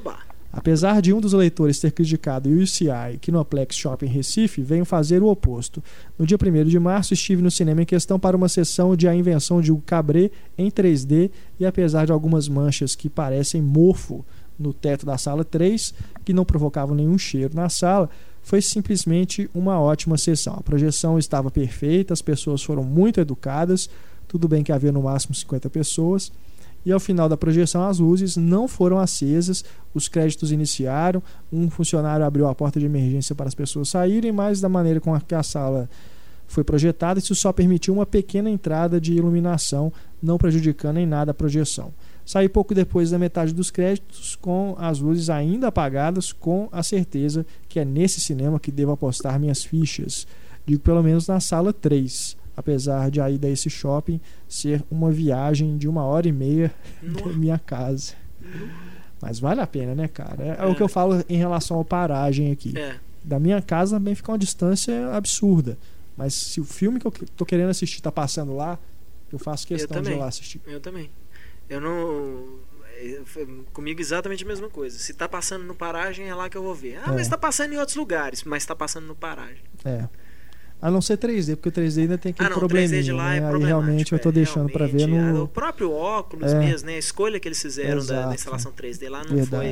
Apesar de um dos leitores ter criticado o UCI Kinoplex Shopping Recife, veio fazer o oposto. No dia 1º de março, estive no cinema em questão para uma sessão de A Invenção de Hugo Cabret em 3D e apesar de algumas manchas que parecem mofo no teto da sala 3, que não provocavam nenhum cheiro na sala, foi simplesmente uma ótima sessão. A projeção estava perfeita, as pessoas foram muito educadas, tudo bem que havia no máximo 50 pessoas, e ao final da projeção as luzes não foram acesas, os créditos iniciaram, um funcionário abriu a porta de emergência para as pessoas saírem, mas da maneira com que a sala foi projetada, isso só permitiu uma pequena entrada de iluminação, não prejudicando em nada a projeção. Saí pouco depois da metade dos créditos, com as luzes ainda apagadas, com a certeza que é nesse cinema que devo apostar minhas fichas. Digo pelo menos na sala 3, apesar de a ida a esse shopping ser uma viagem de 1h30 da minha casa. Mas vale a pena, né, cara? É o que eu falo em relação à paragem aqui. Da minha casa também fica uma distância absurda. Mas se o filme que eu tô querendo assistir tá passando lá, eu faço questão de ir lá assistir. Eu também. Eu não... Comigo exatamente a mesma coisa. Se tá passando no Paragem, é lá que eu vou ver. Mas tá passando em outros lugares, mas tá passando no Paragem. A não ser 3D, porque o 3D ainda tem aquele probleminha. 3D de lá né? é Aí realmente eu tô deixando pra ver no... O próprio óculos mesmo, né? A escolha que eles fizeram da instalação 3D lá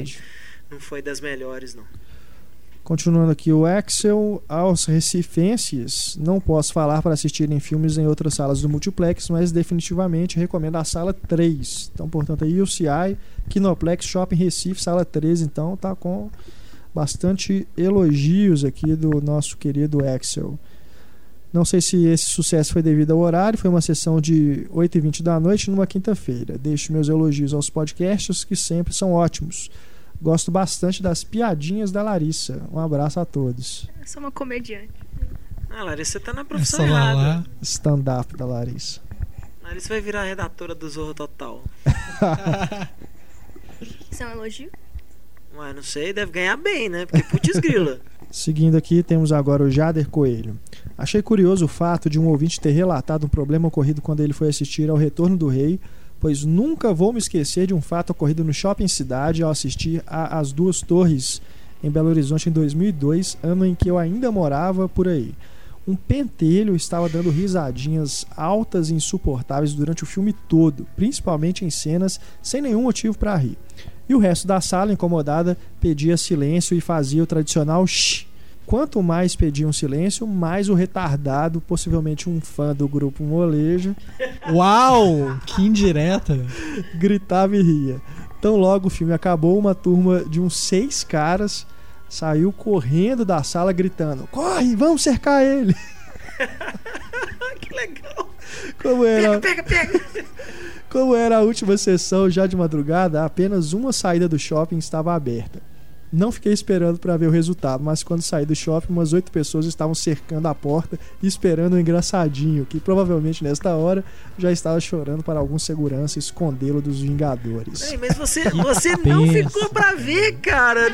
não foi das melhores, não. Continuando aqui o Axel, aos recifenses, não posso falar para assistirem filmes em outras salas do multiplex, mas definitivamente recomendo a sala 3. Então, portanto, aí UCI, Kinoplex, Shopping Recife, sala 3, então tá com bastante elogios aqui do nosso querido Axel. Não sei se esse sucesso foi devido ao horário, foi uma sessão de 8h20 da noite numa quinta-feira. Deixo meus elogios aos podcasts, que sempre são ótimos. Gosto bastante das piadinhas da Larissa. Um abraço a todos. Eu sou uma comediante. Larissa, você tá na profissão errada. Stand-up da Larissa. Larissa vai virar a redatora do Zorro Total. Isso é um elogio? Não sei, deve ganhar bem, né? Porque putz grila. Seguindo aqui, temos agora o Jader Coelho. Achei curioso o fato de um ouvinte ter relatado um problema ocorrido quando ele foi assistir ao Retorno do Rei, pois nunca vou me esquecer de um fato ocorrido no Shopping Cidade ao assistir a As Duas Torres em Belo Horizonte em 2002, ano em que eu ainda morava por aí. Um pentelho estava dando risadinhas altas e insuportáveis durante o filme todo, principalmente em cenas sem nenhum motivo para rir. E o resto da sala, incomodada, pedia silêncio e fazia o tradicional shh. Quanto mais pediam silêncio, mais o retardado, possivelmente um fã do grupo Molejo, uau, que indireta, gritava e ria. Tão logo o filme acabou, uma turma de uns 6 caras saiu correndo da sala gritando: corre, vamos cercar ele. Que legal. Pega. Como era a última sessão já de madrugada, apenas uma saída do shopping estava aberta. Não fiquei esperando para ver o resultado, mas quando saí do shopping, umas 8 pessoas estavam cercando a porta e esperando o engraçadinho, que provavelmente nesta hora já estava chorando para algum segurança escondê-lo dos Vingadores. Mas você não ficou para ver, cara.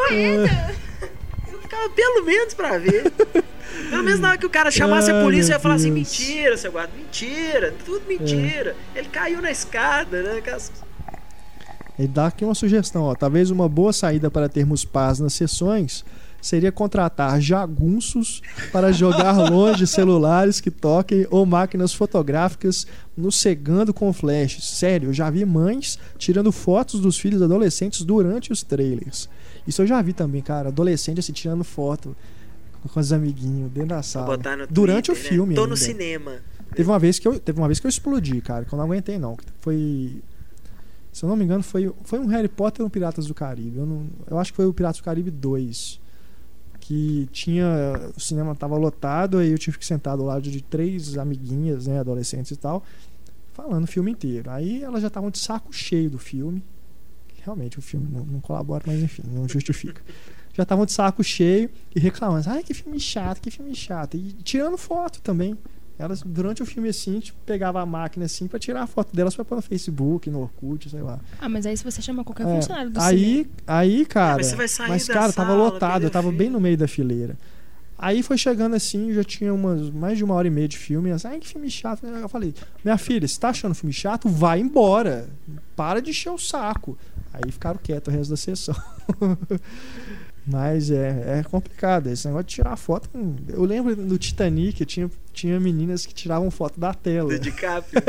Eu ficava pelo menos para ver. Pelo menos na hora que o cara chamasse a polícia, eu ia falar assim: mentira, seu guarda, mentira, tudo mentira. Ele caiu na escada, né? Ele dá aqui uma sugestão, ó. Talvez uma boa saída para termos paz nas sessões seria contratar jagunços para jogar longe celulares que toquem ou máquinas fotográficas nos cegando com flashes. Sério, eu já vi mães tirando fotos dos filhos adolescentes durante os trailers. Isso eu já vi também, cara. Adolescente assim, tirando foto com os amiguinhos dentro da sala. Durante o filme. Tô no cinema. Teve uma vez que eu explodi, cara, que eu não aguentei, não. Foi... Se eu não me engano, foi um Harry Potter ou um Piratas do Caribe. Eu acho que foi o Piratas do Caribe 2. Que tinha... O cinema tava lotado, aí eu tive que sentar do lado de 3 amiguinhas, né, adolescentes e tal, falando o filme inteiro. Aí elas já estavam de saco cheio do filme. Realmente o filme não colabora, mas enfim, não justifica. Já estavam de saco cheio e reclamando: ai, que filme chato. E tirando foto também. Elas, durante o filme, assim, tipo, pegava a máquina, assim, pra tirar a foto delas pra pôr no Facebook, no Orkut, sei lá. Mas aí se você chama qualquer funcionário do cinema... Aí, cara... Mas você vai sair da cara, sala, tava lotado, eu tava bem no meio da fileira. Aí foi chegando assim, já tinha mais de 1h30 de filme. Ai, que filme chato. Eu falei: minha filha, se tá achando filme chato, vai embora. Para de encher o saco. Aí ficaram quietos o resto da sessão. Mas é complicado esse negócio de tirar foto. Eu lembro no Titanic, tinha meninas que tiravam foto da tela. Do DiCaprio.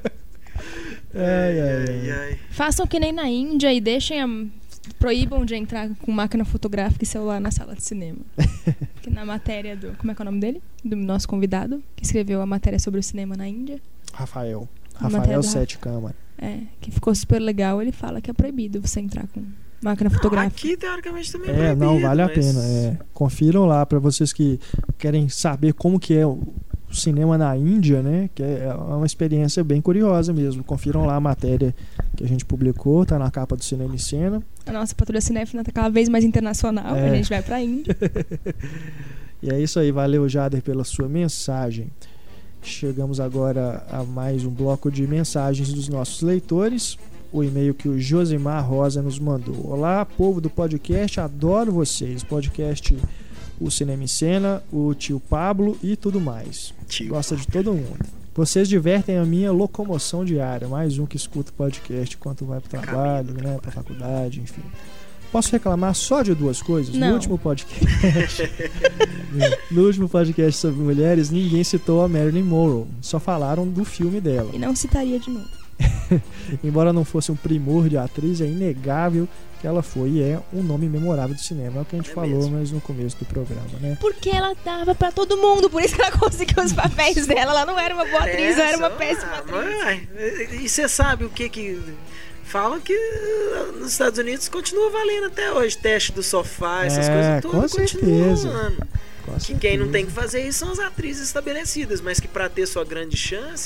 Ai. Façam que nem na Índia e proíbam de entrar com máquina fotográfica e celular na sala de cinema. Que na matéria como é que é o nome dele? Do nosso convidado, que escreveu a matéria sobre o cinema na Índia. Rafael Sete Câmara. Que ficou super legal. Ele fala que é proibido você entrar com máquina fotográfica. Aqui, teoricamente, também é proibido. Não, vale a pena. Confiram lá, para vocês que querem saber como que é o cinema na Índia, né? Que é uma experiência bem curiosa mesmo. Confiram lá a matéria que a gente publicou, tá na capa do Cinema em Cena. A nossa patrulha cinéfila tá cada vez mais internacional, a gente vai pra Índia. E é isso aí, valeu, Jader, pela sua mensagem. Chegamos agora a mais um bloco de mensagens dos nossos leitores. O e-mail que o Josimar Rosa nos mandou. Olá, povo do podcast, adoro vocês. Podcast O Cinema em Cena, o tio Pablo e tudo mais. Gosta de todo mundo. Vocês divertem a minha locomoção diária. Mais um que escuta o podcast enquanto vai pro trabalho, né, pra faculdade, enfim. Posso reclamar só de duas coisas? Não. No último podcast sobre mulheres, ninguém citou a Marilyn Monroe. Só falaram do filme dela. E não citaria de novo. Embora não fosse um primor de atriz, é inegável que ela foi e é um nome memorável do cinema. É o que a gente falou mesmo. Mas no começo do programa, né? Porque ela dava pra todo mundo, por isso que ela conseguiu os papéis dela. Ela não era uma boa atriz, ela era uma péssima atriz. E você sabe o que falam que nos Estados Unidos continua valendo até hoje. Teste do sofá, essas coisas todas continuam rolando. Que quem não tem que fazer isso são as atrizes estabelecidas, mas que pra ter sua grande chance...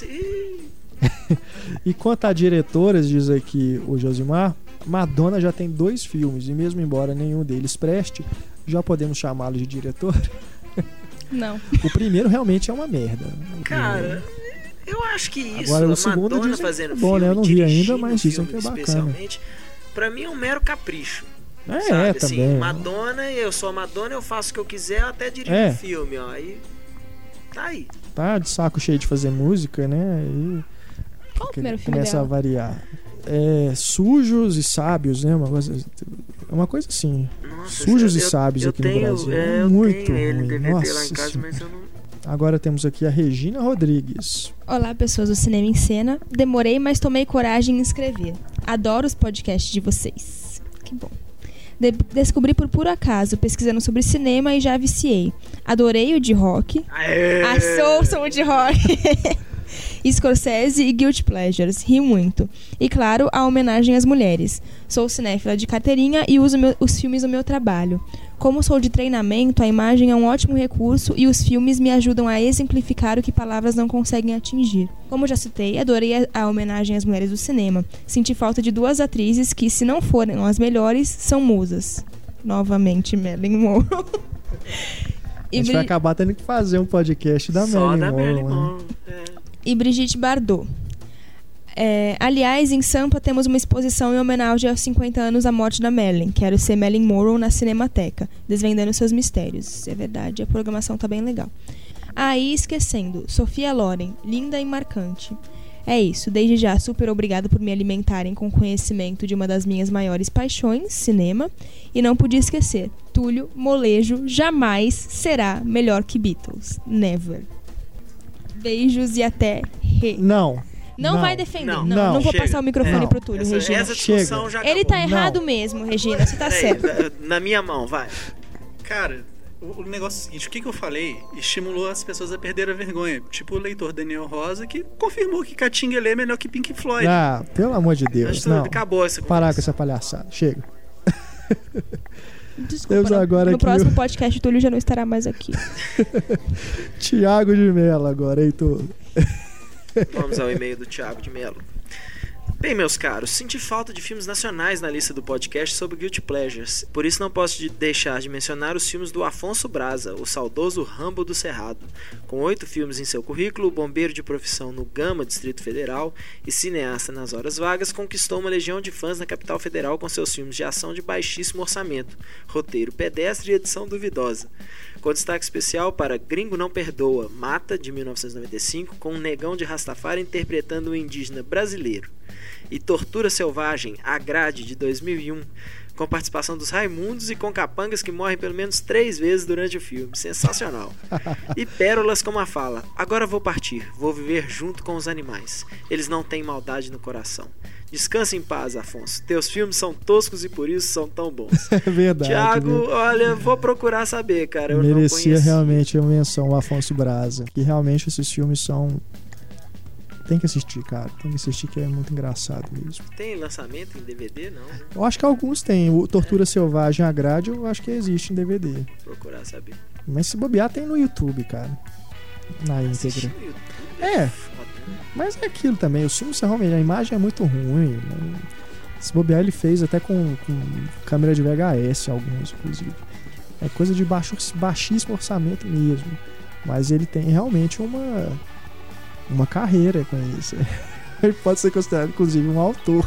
E quanto a diretoras, diz aqui o Josimar, Madonna já tem 2 filmes e mesmo embora nenhum deles preste, já podemos chamá-lo de diretor? Não. O primeiro realmente é uma merda. Cara, eu acho que isso, agora, o a segundo Madonna fazendo bom, filme, né? Eu não vi ainda, mas dizem que é bacana. Especialmente, pra mim é um mero capricho. Sabe? Assim, também. Madonna, eu sou a Madonna, eu faço o que eu quiser, eu até dirijo um filme, ó. Aí tá aí. Tá de saco cheio de fazer música, né? E qual o primeiro filme começa dela? A variar. Sujos e Sábios, né? Uma coisa assim. Nossa, Sujos e Sábios aqui no Brasil. Muito ruim. Ele DVD Nossa lá em casa, mas eu não... Agora temos aqui a Regina Rodrigues. Olá, pessoas do Cinema em Cena. Demorei, mas tomei coragem em escrever. Adoro os podcasts de vocês. Que bom. Descobri por puro acaso, pesquisando sobre cinema e já viciei. Adorei o de rock. Ouçam o de rock. Scorsese e Guilty Pleasures. Ri muito. E claro, a homenagem às mulheres. Sou cinéfila de carteirinha e uso os filmes no meu trabalho. Como sou de treinamento, a imagem é um ótimo recurso e os filmes me ajudam a exemplificar o que palavras não conseguem atingir. Como já citei, adorei a homenagem às mulheres do cinema. Senti falta de 2 atrizes que, se não forem as melhores, são musas. Novamente, Marilyn Monroe. A gente vai acabar tendo que fazer um podcast da Marilyn Monroe. E Brigitte Bardot. Aliás, em Sampa temos uma exposição em homenagem aos 50 anos da morte da Marilyn. Quero ser Marilyn Monroe na Cinemateca, desvendando seus mistérios. Isso é verdade, a programação tá bem legal. Aí, esquecendo, Sophia Loren, linda e marcante. É isso, desde já, super obrigado por me alimentarem com conhecimento de uma das minhas maiores paixões, cinema. E não podia esquecer, Túlio Molejo jamais será melhor que Beatles. Never. Beijos e até Não vai defender. Não vou passar o microfone pro Túlio, Regina. Essa discussão já acabou. Ele tá errado mesmo, Regina. Você tá certo. Na minha mão, vai. Cara, o negócio é o seguinte, o que eu falei estimulou as pessoas a perder a vergonha. Tipo o leitor Daniel Rosa, que confirmou que Catinguelê é melhor que Pink Floyd. Ah, pelo amor de Deus. Não. Acabou essa conversa. Parar com essa palhaçada. Chega. Desculpa, agora no próximo podcast o Túlio já não estará mais aqui. Tiago de Mello agora, Heitor. Vamos ao e-mail do Thiago de Mello. Bem, meus caros, senti falta de filmes nacionais na lista do podcast sobre Guilty Pleasures. Por isso não posso deixar de mencionar os filmes do Afonso Braza, o saudoso Rambo do Cerrado. Com 8 filmes em seu currículo, bombeiro de profissão no Gama, Distrito Federal, e cineasta nas horas vagas, conquistou uma legião de fãs na capital federal com seus filmes de ação de baixíssimo orçamento, roteiro pedestre e edição duvidosa. Com destaque especial para Gringo Não Perdoa, Mata, de 1995, com um negão de Rastafari interpretando um indígena brasileiro. E Tortura Selvagem, A Grade, de 2001, com participação dos Raimundos e com capangas que morrem pelo menos 3 vezes durante o filme. Sensacional. E pérolas como a fala: agora vou partir, vou viver junto com os animais. Eles não têm maldade no coração. Descansa em paz, Afonso. Teus filmes são toscos e por isso são tão bons. É verdade. Thiago, olha, vou procurar saber, cara. Eu merecia não realmente a menção, o Afonso Braza. Que realmente esses filmes são... Tem que assistir, cara. Tem que assistir, que é muito engraçado mesmo. Tem lançamento em DVD, não? Eu acho que alguns tem. O Tortura Selvagem, a grade, eu acho que existe em DVD. Vou procurar saber. Mas se bobear, tem no YouTube, cara. Na íntegra. É. Mas é aquilo também. Os filmes realmente, a imagem é muito ruim. Né? Se bobear, ele fez até com câmera de VHS, alguns, inclusive. É coisa de baixíssimo orçamento mesmo. Mas ele tem realmente uma carreira com isso. Ele pode ser considerado, inclusive, um autor.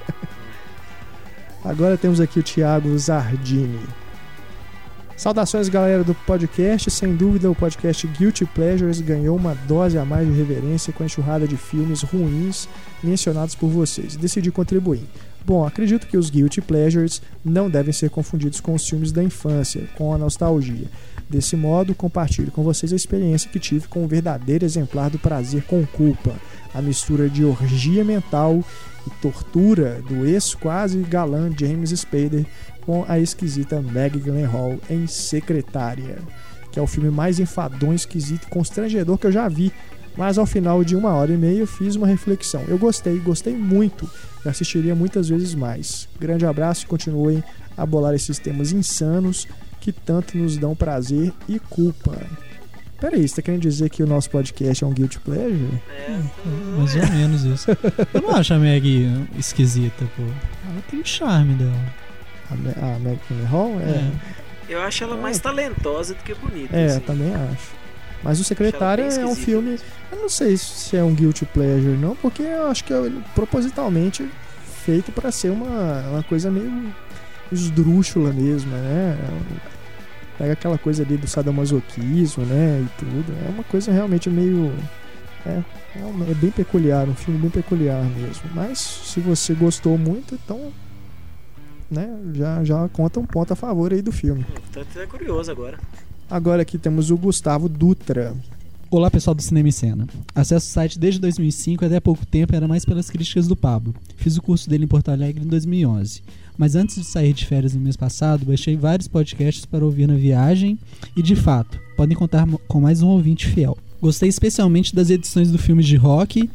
Agora temos aqui o Thiago Zardini. Saudações, galera do podcast. Sem dúvida, o podcast Guilty Pleasures ganhou uma dose a mais de reverência com a enxurrada de filmes ruins mencionados por vocês. Decidi contribuir. Bom, acredito que os Guilty Pleasures não devem ser confundidos com os filmes da infância, com a nostalgia. Desse modo, compartilho com vocês a experiência que tive com um verdadeiro exemplar do prazer com culpa. A mistura de orgia mental e tortura do ex-quase galã James Spader com a esquisita Maggie Gyllenhaal em Secretária, que é o filme mais enfadonho, esquisito e constrangedor que eu já vi. Mas ao final de 1h30 eu fiz uma reflexão. Eu gostei muito e assistiria muitas vezes mais. Grande abraço e continuem a bolar esses temas insanos que tanto nos dão prazer e culpa. Peraí, você tá querendo dizer que o nosso podcast é um guilty pleasure? Mais ou menos isso. Eu não acho a Maggie esquisita, pô. Ela tem um charme dela. A Maggie Gyllenhaal? Eu acho ela mais talentosa do que bonita. Assim. Também acho. Mas o Secretário é um filme... Eu não sei se é um guilty pleasure, não, porque eu acho que é propositalmente feito pra ser uma coisa meio esdrúxula mesmo, né? Pega aquela coisa ali do sadomasoquismo, né? E tudo. É uma coisa realmente meio... É bem peculiar, um filme bem peculiar mesmo. Mas se você gostou muito, então... Né, já conta um ponto a favor aí do filme. Tô até curioso agora. Agora aqui temos o Gustavo Dutra. Olá, pessoal do Cinema em Cena. Acesso o site desde 2005 e até há pouco tempo era mais pelas críticas do Pablo. Fiz o curso dele em Porto Alegre em 2011. Mas antes de sair de férias no mês passado, baixei vários podcasts para ouvir na viagem e, de fato, podem contar com mais um ouvinte fiel. Gostei especialmente das edições do filme de rock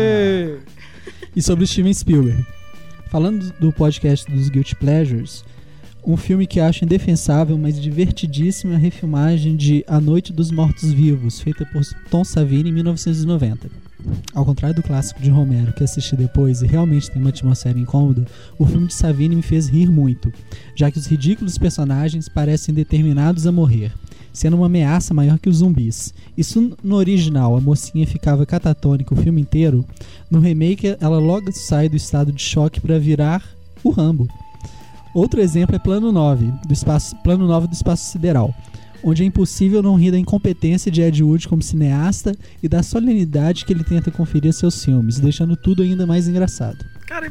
e sobre Steven Spielberg. Falando do podcast dos Guilty Pleasures, um filme que acho indefensável, mas divertidíssimo, é a refilmagem de A Noite dos Mortos-Vivos, feita por Tom Savini em 1990. Ao contrário do clássico de Romero, que assisti depois e realmente tem uma atmosfera incômoda, o filme de Savini me fez rir muito, já que os ridículos personagens parecem determinados a morrer, sendo uma ameaça maior que os zumbis. Isso no original, a mocinha ficava catatônica o filme inteiro. No remake, ela logo sai do estado de choque para virar o Rambo. Outro exemplo é Plano 9 do Espaço Sideral, onde é impossível não rir da incompetência de Ed Wood como cineasta e da solenidade que ele tenta conferir a seus filmes, deixando tudo ainda mais engraçado. Cara,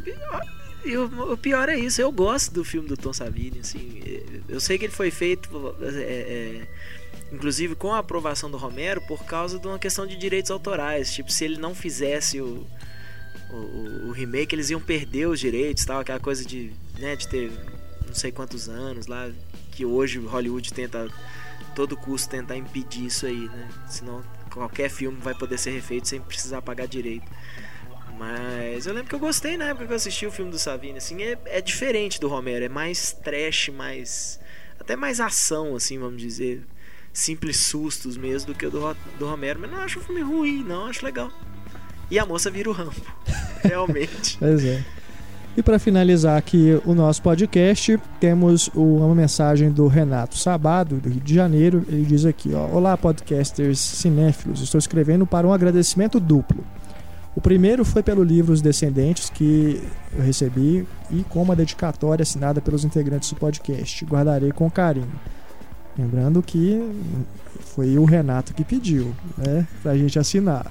o pior é isso. Eu gosto do filme do Tom Savini, assim. Eu sei que ele foi feito inclusive com a aprovação do Romero por causa de uma questão de direitos autorais. Tipo, se ele não fizesse o remake, eles iam perder os direitos, tal, aquela coisa de ter não sei quantos anos lá, que hoje Hollywood tenta todo custo tentar impedir isso aí, né? Senão qualquer filme vai poder ser refeito sem precisar pagar direito. Mas eu lembro que eu gostei na época que eu assisti o filme do Savini, assim, é diferente do Romero, é mais trash, até mais ação, assim, vamos dizer, simples sustos mesmo do que o do Romero, mas não acho o filme ruim, não, acho legal. E a moça vira o Rambo, realmente. Pois é. E para finalizar aqui o nosso podcast, temos uma mensagem do Renato Sabado, do Rio de Janeiro. Ele diz aqui, ó: olá, podcasters cinéfilos, estou escrevendo para um agradecimento duplo. O primeiro foi pelo livro Os Descendentes, que eu recebi, e com uma dedicatória assinada pelos integrantes do podcast. Guardarei com carinho. Lembrando que foi o Renato que pediu, né, pra gente assinar.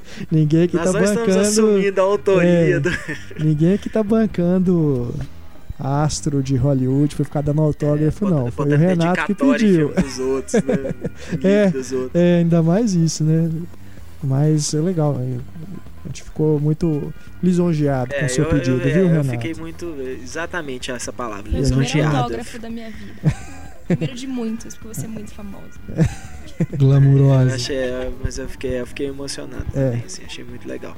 Ninguém aqui Nós tá bancando. Estamos assumindo a autoria Ninguém aqui tá bancando astro de Hollywood pra ficar dando autógrafo, não. Foi o Renato que pediu. Dos outros, né? Dos outros. Ainda mais isso, né? Mas é legal. A gente ficou muito lisonjeado com o seu pedido, viu, Renato? Eu fiquei muito... Exatamente essa palavra, foi lisonjeado. Foi o primeiro autógrafo da minha vida. Primeiro de muitos, porque você é muito famosa. Glamurosa. Mas eu fiquei emocionado também, assim, achei muito legal.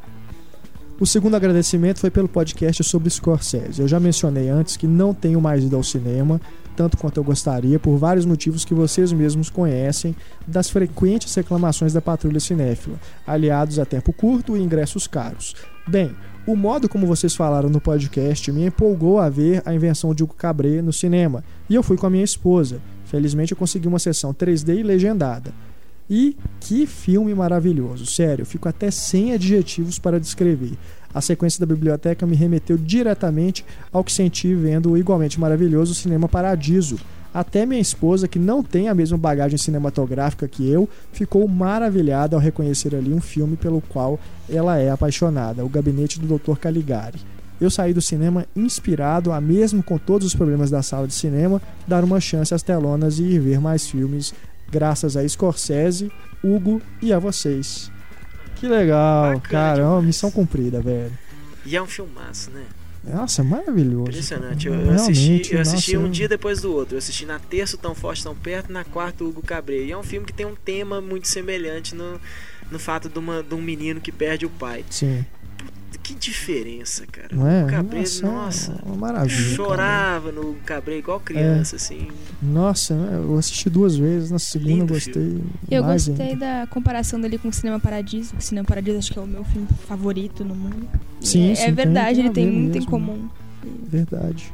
O segundo agradecimento foi pelo podcast sobre Scorsese. Eu já mencionei antes que não tenho mais ido ao cinema, tanto quanto eu gostaria, por vários motivos que vocês mesmos conhecem, das frequentes reclamações da patrulha cinéfila, aliados a tempo curto e ingressos caros. Bem, o modo como vocês falaram no podcast me empolgou a ver a invenção de Hugo Cabret no cinema, e eu fui com a minha esposa. Felizmente eu consegui uma sessão 3D e legendada. E que filme maravilhoso, sério, eu fico até sem adjetivos para descrever. A sequência da biblioteca me remeteu diretamente ao que senti vendo o igualmente maravilhoso Cinema Paradiso. Até minha esposa, que não tem a mesma bagagem cinematográfica que eu, ficou maravilhada ao reconhecer ali um filme pelo qual ela é apaixonada, O Gabinete do Dr. Caligari. Eu saí do cinema inspirado a, mesmo com todos os problemas da sala de cinema, dar uma chance às telonas e ir ver mais filmes, graças a Scorsese, Hugo e a vocês. Que legal, bacana, cara, é uma missão cumprida, velho. E é um filmaço, né? Nossa, maravilhoso. Impressionante. Eu assisti um dia depois do outro. Eu assisti na terça, Tão Forte, Tão Perto, na quarta, Hugo Cabret. E é um filme que tem um tema muito semelhante no fato de um menino que perde o pai. Sim. Que diferença, cara. Não é? O Cabret, nossa, uma maravilha. Chorava no Cabret igual criança, assim. Nossa, eu assisti 2 vezes, na segunda eu gostei. Eu gostei da comparação dele com o Cinema Paradiso. O Cinema Paradiso acho que é o meu filme favorito no mundo. Sim, é verdade, ele tem muito em comum. Verdade.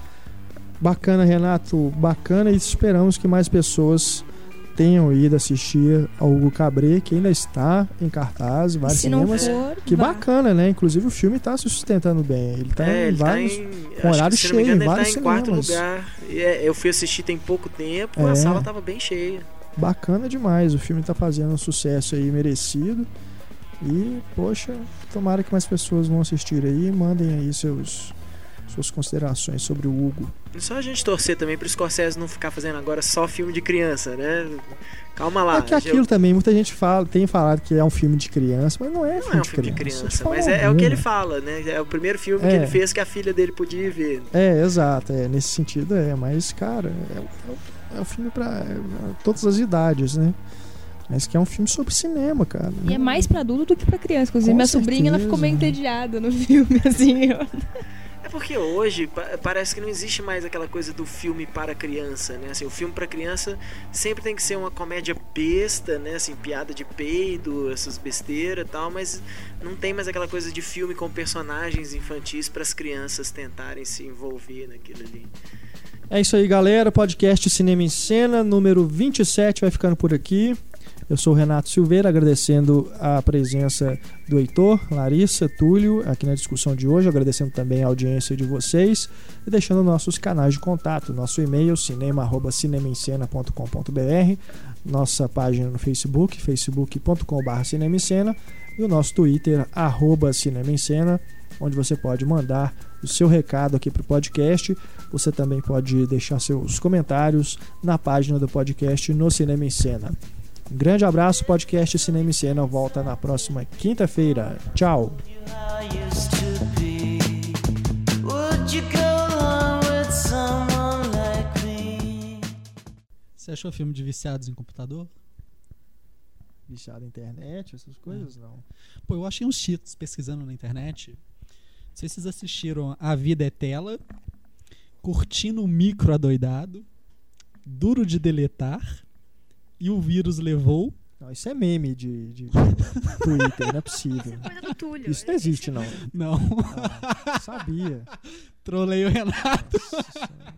Bacana, Renato, bacana, e esperamos que mais pessoas tenham ido assistir ao Hugo Cabret, que ainda está em cartaz, vários cinemas. Que bacana, né? Inclusive o filme está se sustentando bem. Ele está em vários horários cheios, em vários cinemas. Ele está em 4º lugar. Eu fui assistir tem pouco tempo, a sala estava bem cheia. Bacana demais. O filme está fazendo um sucesso aí merecido. E, poxa, tomara que mais pessoas vão assistir aí e mandem aí suas considerações sobre o Hugo. Só a gente torcer também pro Scorsese não ficar fazendo agora só filme de criança, né? Calma lá. É que aquilo também, muita gente tem falado que é um filme de criança, mas não é filme de criança. Mas é o que ele fala, né? É o primeiro filme que ele fez que a filha dele podia ver. Exato. Nesse sentido mas, cara, é um filme pra todas as idades, né? Mas que é um filme sobre cinema, cara. E é mais pra adulto do que pra criança. Inclusive, minha sobrinha, ela ficou meio entediada no filme, assim. É porque hoje parece que não existe mais aquela coisa do filme para criança, né? Assim, o filme para criança sempre tem que ser uma comédia besta, né? Assim, piada de peido, essas besteiras e tal, mas não tem mais aquela coisa de filme com personagens infantis para as crianças tentarem se envolver naquilo ali. É isso aí, galera. Podcast Cinema em Cena, número 27, vai ficando por aqui. Eu sou o Renato Silveira, agradecendo a presença do Heitor, Larissa, Túlio, aqui na discussão de hoje, agradecendo também a audiência de vocês e deixando nossos canais de contato, nosso e-mail cinema@cinemaencena.com.br, nossa página no Facebook, facebook.com/cinemaencena, e o nosso Twitter, @cinemaencena, onde você pode mandar o seu recado aqui para o podcast. Você também pode deixar seus comentários na página do podcast no Cinema em Cena. Um grande abraço, podcast Cinema em Cena volta na próxima quinta-feira. Tchau! Você achou filme de viciados em computador? Viciado em internet, essas coisas? Não. Pô, eu achei uns títulos pesquisando na internet. Não sei se vocês assistiram A Vida é Tela, Curtindo o Micro Adoidado, Duro de Deletar e O Vírus Levou. Não, isso é meme de Twitter, não é possível. Isso não existe, não. Não. Sabia. Trolei o Renato. Nossa,